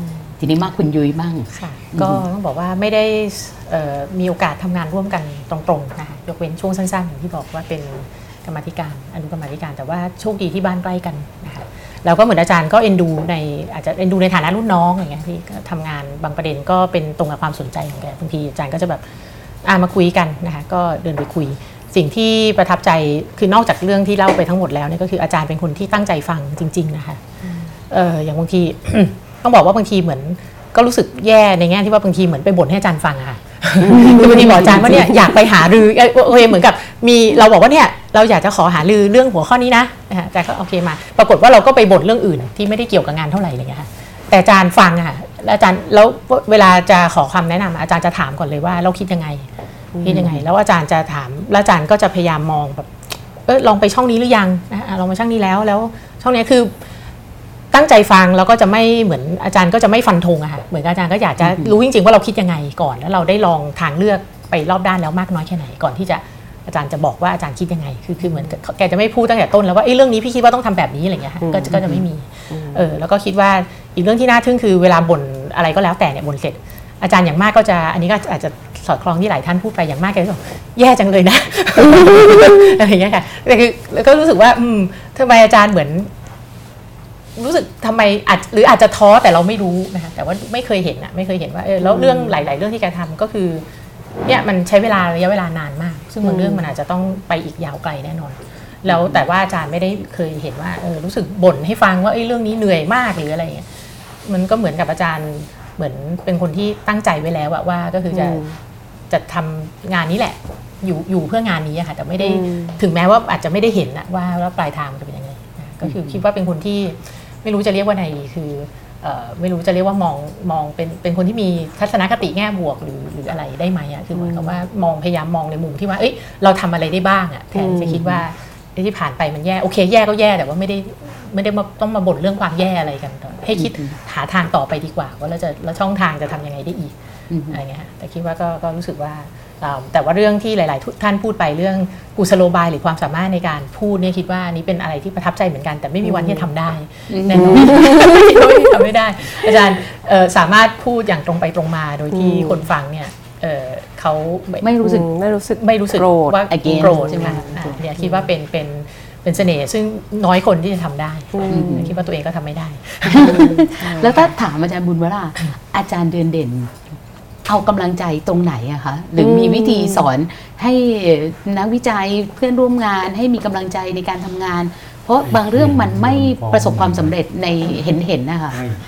ทีนี้มาคุณยุ้ยบ้างค่ะก็ต้องบอกว่าไม่ได้มีโอกาสทำงานร่วมกันตรงๆนะคะยกเว้นช่วงสั้นๆอย่างที่บอกว่าเป็นกรรมาธิการอนุกรรมาธิการแต่ว่าโชคดีที่บ้านใกล้กันนะคะแล้วก็เหมือนอาจารย์ก็เอ็นดูอาจจะเอ็นดูในฐานะรุ่นน้องอย่างเงี้ยที่ทำงานบางประเด็นก็เป็นตรงกับความสนใจของแกบางทีอาจารย์ก็จะแบบมาคุยกันนะคะก็เดินไปคุยสิ่งที่ประทับใจคือนอกจากเรื่องที่เล่าไปทั้งหมดแล้วเนี่ยก็คืออาจารย์เป็นคนที่ตั้งใจฟังจริงๆนะคะอย่างบางที ต้องบอกว่าบางทีเหมือนก็รู้สึกแย่ในแง่ที่ว่าบางทีเหมือนไปบ่นให้อาจารย์ฟังอะค่ะ คือบางทีบอกอาจารย์ว่าเนี่ยอยากไปหารือโอเคเหมือนกับมีเราบอกว่าเนี่ยเราอยากจะขอหารือเรื่องหัวข้อนี้นะอาจารย์ก็โอเคมาปรากฏว่าเราก็ไปบ่นเรื่องอื่นที่ไม่ได้เกี่ยวกับงานเท่าไหร่อะไรเงี้ยค่ะแต่อาจารย์ฟังอะค่ะอาจารย์แล้วเวลาจะขอความแนะนำอาจารย์จะถามก่อนเลยว่าเราคิดยังไงแล้วอาจารย์จะถามแล้วอาจารย์ก็จะพยายามมองแบบลองไปช่องนี้หรือยังลองไปช่องนี้แล้วช่องนี้คือตั้งใจฟังแล้วก็จะไม่เหมือนอาจารย์ก็จะไม่ฟันธงอะค่ะเหมือนอาจารย์ก็อยากจะรู้จริงๆว่าเราคิดยังไงก่อนแล้วเราได้ลองทางเลือกไปรอบด้านแล้วมากน้อยแค่ไหนก่อนที่จะอาจารย์จะบอกว่าอาจารย์คิดยังไงคือเหมือนแกจะไม่พูดตั้งแต่ต้นแล้วว่าเรื่องนี้พี่คิดว่าต้องทำแบบนี้อะไรเงี้ยก็จะไม่มีแล้วก็คิดว่าอีกเรื่องที่น่าทึ่งคือเวลาบ่นอะไรก็แล้วแต่เนี่ยบ่นเสร็จอาจารย์อย่างมากก็จะอันนี้ก็อาจจะสอดคล้องที่หลายท่านพูดไปอย่างมากแกก็บอกแย่จังเลยนะ อะไรเงี้ยค่ะแต่คือก็รู้สึกว่าทำไมอาจารย์เหมือนรู้สึกทำไมหรืออาจจะท้อแต่เราไม่รู้นะคะแต่ว่าไม่เคยเห็นว่าแล้วเรื่องหลายๆเรื่องที่แกทำก็คือเนี่ยมันใช้ระยะเวลานานมากซึ่งบางเรื่องมันอาจจะต้องไปอีกยาวไกลแน่นอนแล้วแต่ว่าอาจารย์ไม่ได้เคยเห็นว่ารู้สึกบ่นให้ฟังว่าเรื่องนี้เหนื่อยมากหรืออะไรเงี้ยมันก็เหมือนกับอาจารย์เหมือนเป็นคนที่ตั้งใจไว้แล้วว่าก็คือจะทำงานนี้แหละอยู่เพื่องานนี้ค่ะแต่ไม่ได้ถึงแม้ว่าอาจจะไม่ได้เห็นนะว่าปลายทางมันจะเป็นยังไงก็คือคิดว่าเป็นคนที่ไม่รู้จะเรียกว่าไงคือไม่รู้จะเรียกว่ามองเป็นคนที่มีทัศนคติแง่บวกหรืออะไรได้ไหมอ่ะคือเหมือนกับว่ามองพยายามมองในมุมที่ว่าเราทำอะไรได้บ้างอ่ะแทนจะคิดว่าที่ผ่านไปมันแย่โอเคแย่ก็แย่แต่ว่าไม่ได้ต้องมาบ่นเรื่องความแย่อะไรกันให้คิดหาทางต่อไปดีกว่าว่าแล้วช่องทางจะทำยังไงได้อีกอะไรเงี้ยแต่คิดว่าก็รู้สึกว่าแต่ว่าเรื่องที่หลายๆท่านพูดไปเรื่องกุศโลบายหรือความสามารถในการพูดเนี่ยคิดว่านี้เป็นอะไรที่ประทับใจเหมือนกันแต่ไม่มีวันที่จะทำได้แน่นอนทำไม่ได้อาจารย์สามารถพูดอย่างตรงไปตรงมาโดยที่คนฟังเนี่ยเขาไม่รู้สึกว่าโกรธใช่ไหมเนี่ยคิดว่าเป็นเสน่ห์ซึ่งน้อยคนที่จะทำได้คิดว่าตัวเองก็ทำไม่ได้แล้วถ้าถามอาจารย์บุญวราอาจารย์เดือนเด่นเอากำลังใจตรงไหนอะคะหรือมีวิธีสอนให้นักวิจัยเพื่อนร่วมงานให้มีกำลังใจในการทำงานเพราะบางเรื่องมันไม่ประสบความสำเร็จในเห็นนะคะ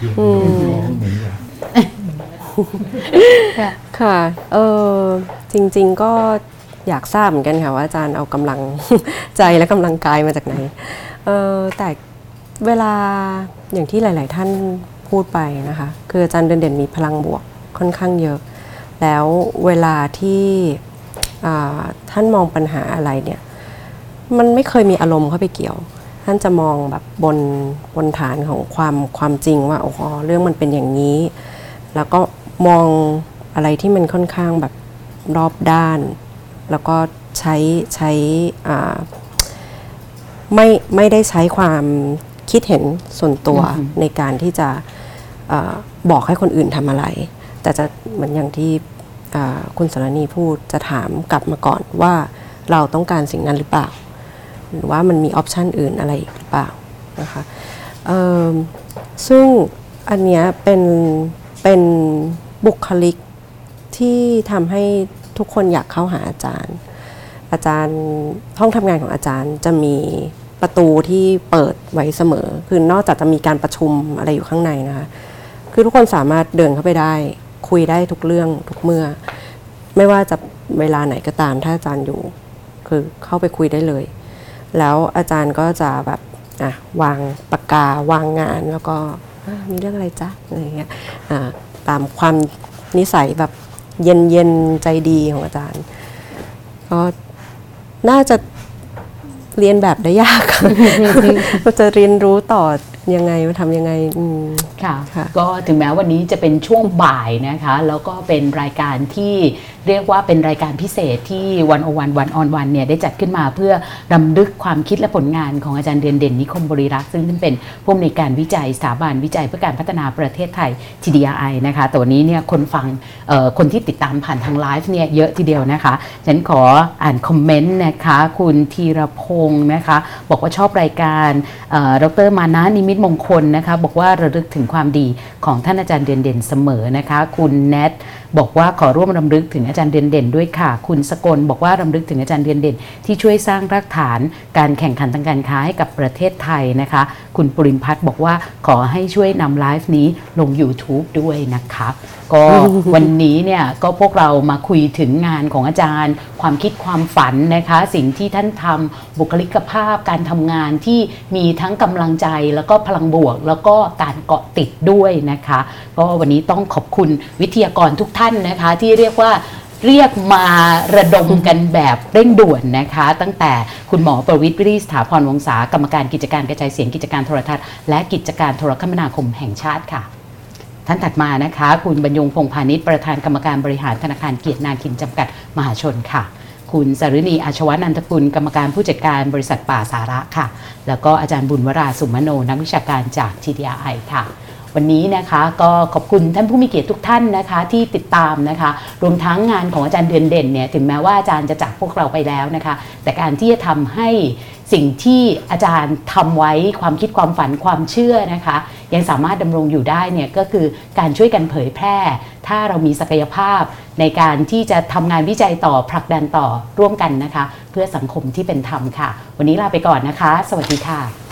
ค่ะจริงๆก็อยากทราบเหมือนกันค่ะว่าอาจารย์เอากำลังใจและกำลังกายมาจากไหนแต่เวลาอย่างที่หลายๆท่านพูดไปนะคะคืออาจารย์เด่นมีพลังบวกค่อนข้างเยอะแล้วเวลาที่ท่านมองปัญหาอะไรเนี่ยมันไม่เคยมีอารมณ์เข้าไปเกี่ยวท่านจะมองแบบบนฐานของความจริงว่าเรื่องมันเป็นอย่างนี้แล้วก็มองอะไรที่มันค่อนข้างแบบรอบด้านแล้วก็ใช้ไม่ได้ใช้ความคิดเห็นส่วนตัวในการที่จะบอกให้คนอื่นทำอะไรแต่จะเหมือนอย่างที่คุณสรณีพูดจะถามกลับมาก่อนว่าเราต้องการสิ่งนั้นหรือเปล่าหรือว่ามันมีออปชันอื่นอะไรหรือเปล่านะคะซึ่งอันเนี้ยเป็นบุคลิกที่ทำให้ทุกคนอยากเข้าหาอาจารย์ห้องทำงานของอาจารย์จะมีประตูที่เปิดไว้เสมอคือนอกจากจะมีการประชุมอะไรอยู่ข้างในนะคะคือทุกคนสามารถเดินเข้าไปได้คุยได้ทุกเรื่องทุกเมื่อไม่ว่าจะเวลาไหนก็ตามถ้าอาจารย์อยู่คือเข้าไปคุยได้เลยแล้วอาจารย์ก็จะแบบวางปากกาวางงานแล้วก็มีเรื่องอะไรจ๊ะอะไรเงี้ยตามความนิสัยแบบเย็นใจดีของอาจารย์ก็น่าจะเรียนแบบได้ยาก เราจะเรียนรู้ต่อยังไงทำยังไงค่ะค่ะก็ถึงแม้วันนี้จะเป็นช่วงบ่ายนะคะแล้วก็เป็นรายการที่เรียกว่าเป็นรายการพิเศษที่101 1 on 1เนี่ยได้จัดขึ้นมาเพื่อรำลึกความคิดและผลงานของอาจารย์เดือนเด่นนิคมบริรักษ์ซึ่งท่านเป็นผู้อำนวยการวิจัยสถาบันวิจัยเพื่อการพัฒนาประเทศไทย TDRI นะคะแต่วันนี้เนี่ยคนฟังคนที่ติดตามผ่านทางไลฟ์เนี่ยเยอะทีเดียวนะคะฉันขออ่านคอมเมนต์นะคะคุณธีรพงศ์นะคะบอกว่าชอบรายการดร.มานะนิมิตมงคลนะคะบอกว่าระลึกถึงความดีของท่านอาจารย์เดือนเด่นเสมอนะคะคุณแนทบอกว่าขอร่วมรำลึกถึงอาจารย์เดือนเด่นด้วยค่ะคุณสกลบอกว่ารำลึกถึงอาจารย์เดือนเด่นที่ช่วยสร้างรากฐานการแข่งขันทางการค้าให้กับประเทศไทยนะคะคุณปริมพัฒน์บอกว่าขอให้ช่วยนำไลฟ์นี้ลง YouTube ด้วยนะคะก็วันนี้เนี่ยก็พวกเรามาคุยถึงงานของอาจารย์ความคิดความฝันนะคะสิ่งที่ท่านทำบุคลิกภาพการทำงานที่มีทั้งกำลังใจแล้วก็พลังบวกแล้วก็การเกาะติดด้วยนะคะก็วันนี้ต้องขอบคุณวิทยากรทุกท่านนะคะที่เรียกมาระดมกันแบบเร่งด่วนนะคะตั้งแต่คุณหมอประวิตร วิริสถาพรวงศากรรมการกิจการกระจายเสียงกิจการโทรทัศน์และกิจการโทรคมนาคมแห่งชาติค่ะท่านถัดมานะคะคุณบรรยงพงษ์พาณิชย์ประธานกรรมการบริหารธนาคารเกียรตินาคินจำกัดมหาชนค่ะคุณสฤณีอาชวนันทกุลกรรมการผู้จัดการบริษัทป่าสาระค่ะแล้วก็อาจารย์บุญวราสุมโนนักวิชาการจาก TDRI ค่ะวันนี้นะคะก็ขอบคุณท่านผู้มีเกียรติทุกท่านนะคะที่ติดตามนะคะรวมทั้งงานของอาจารย์เดือนเด่นเนี่ยถึงแม้ว่าอาจารย์จะจากพวกเราไปแล้วนะคะแต่การที่จะทำให้สิ่งที่อาจารย์ทำไว้ความคิดความฝันความเชื่อนะคะยังสามารถดำรงอยู่ได้เนี่ยก็คือการช่วยกันเผยแพร่ถ้าเรามีศักยภาพในการที่จะทำงานวิจัยต่อผลักดันต่อร่วมกันนะคะเพื่อสังคมที่เป็นธรรมค่ะวันนี้ลาไปก่อนนะคะสวัสดีค่ะ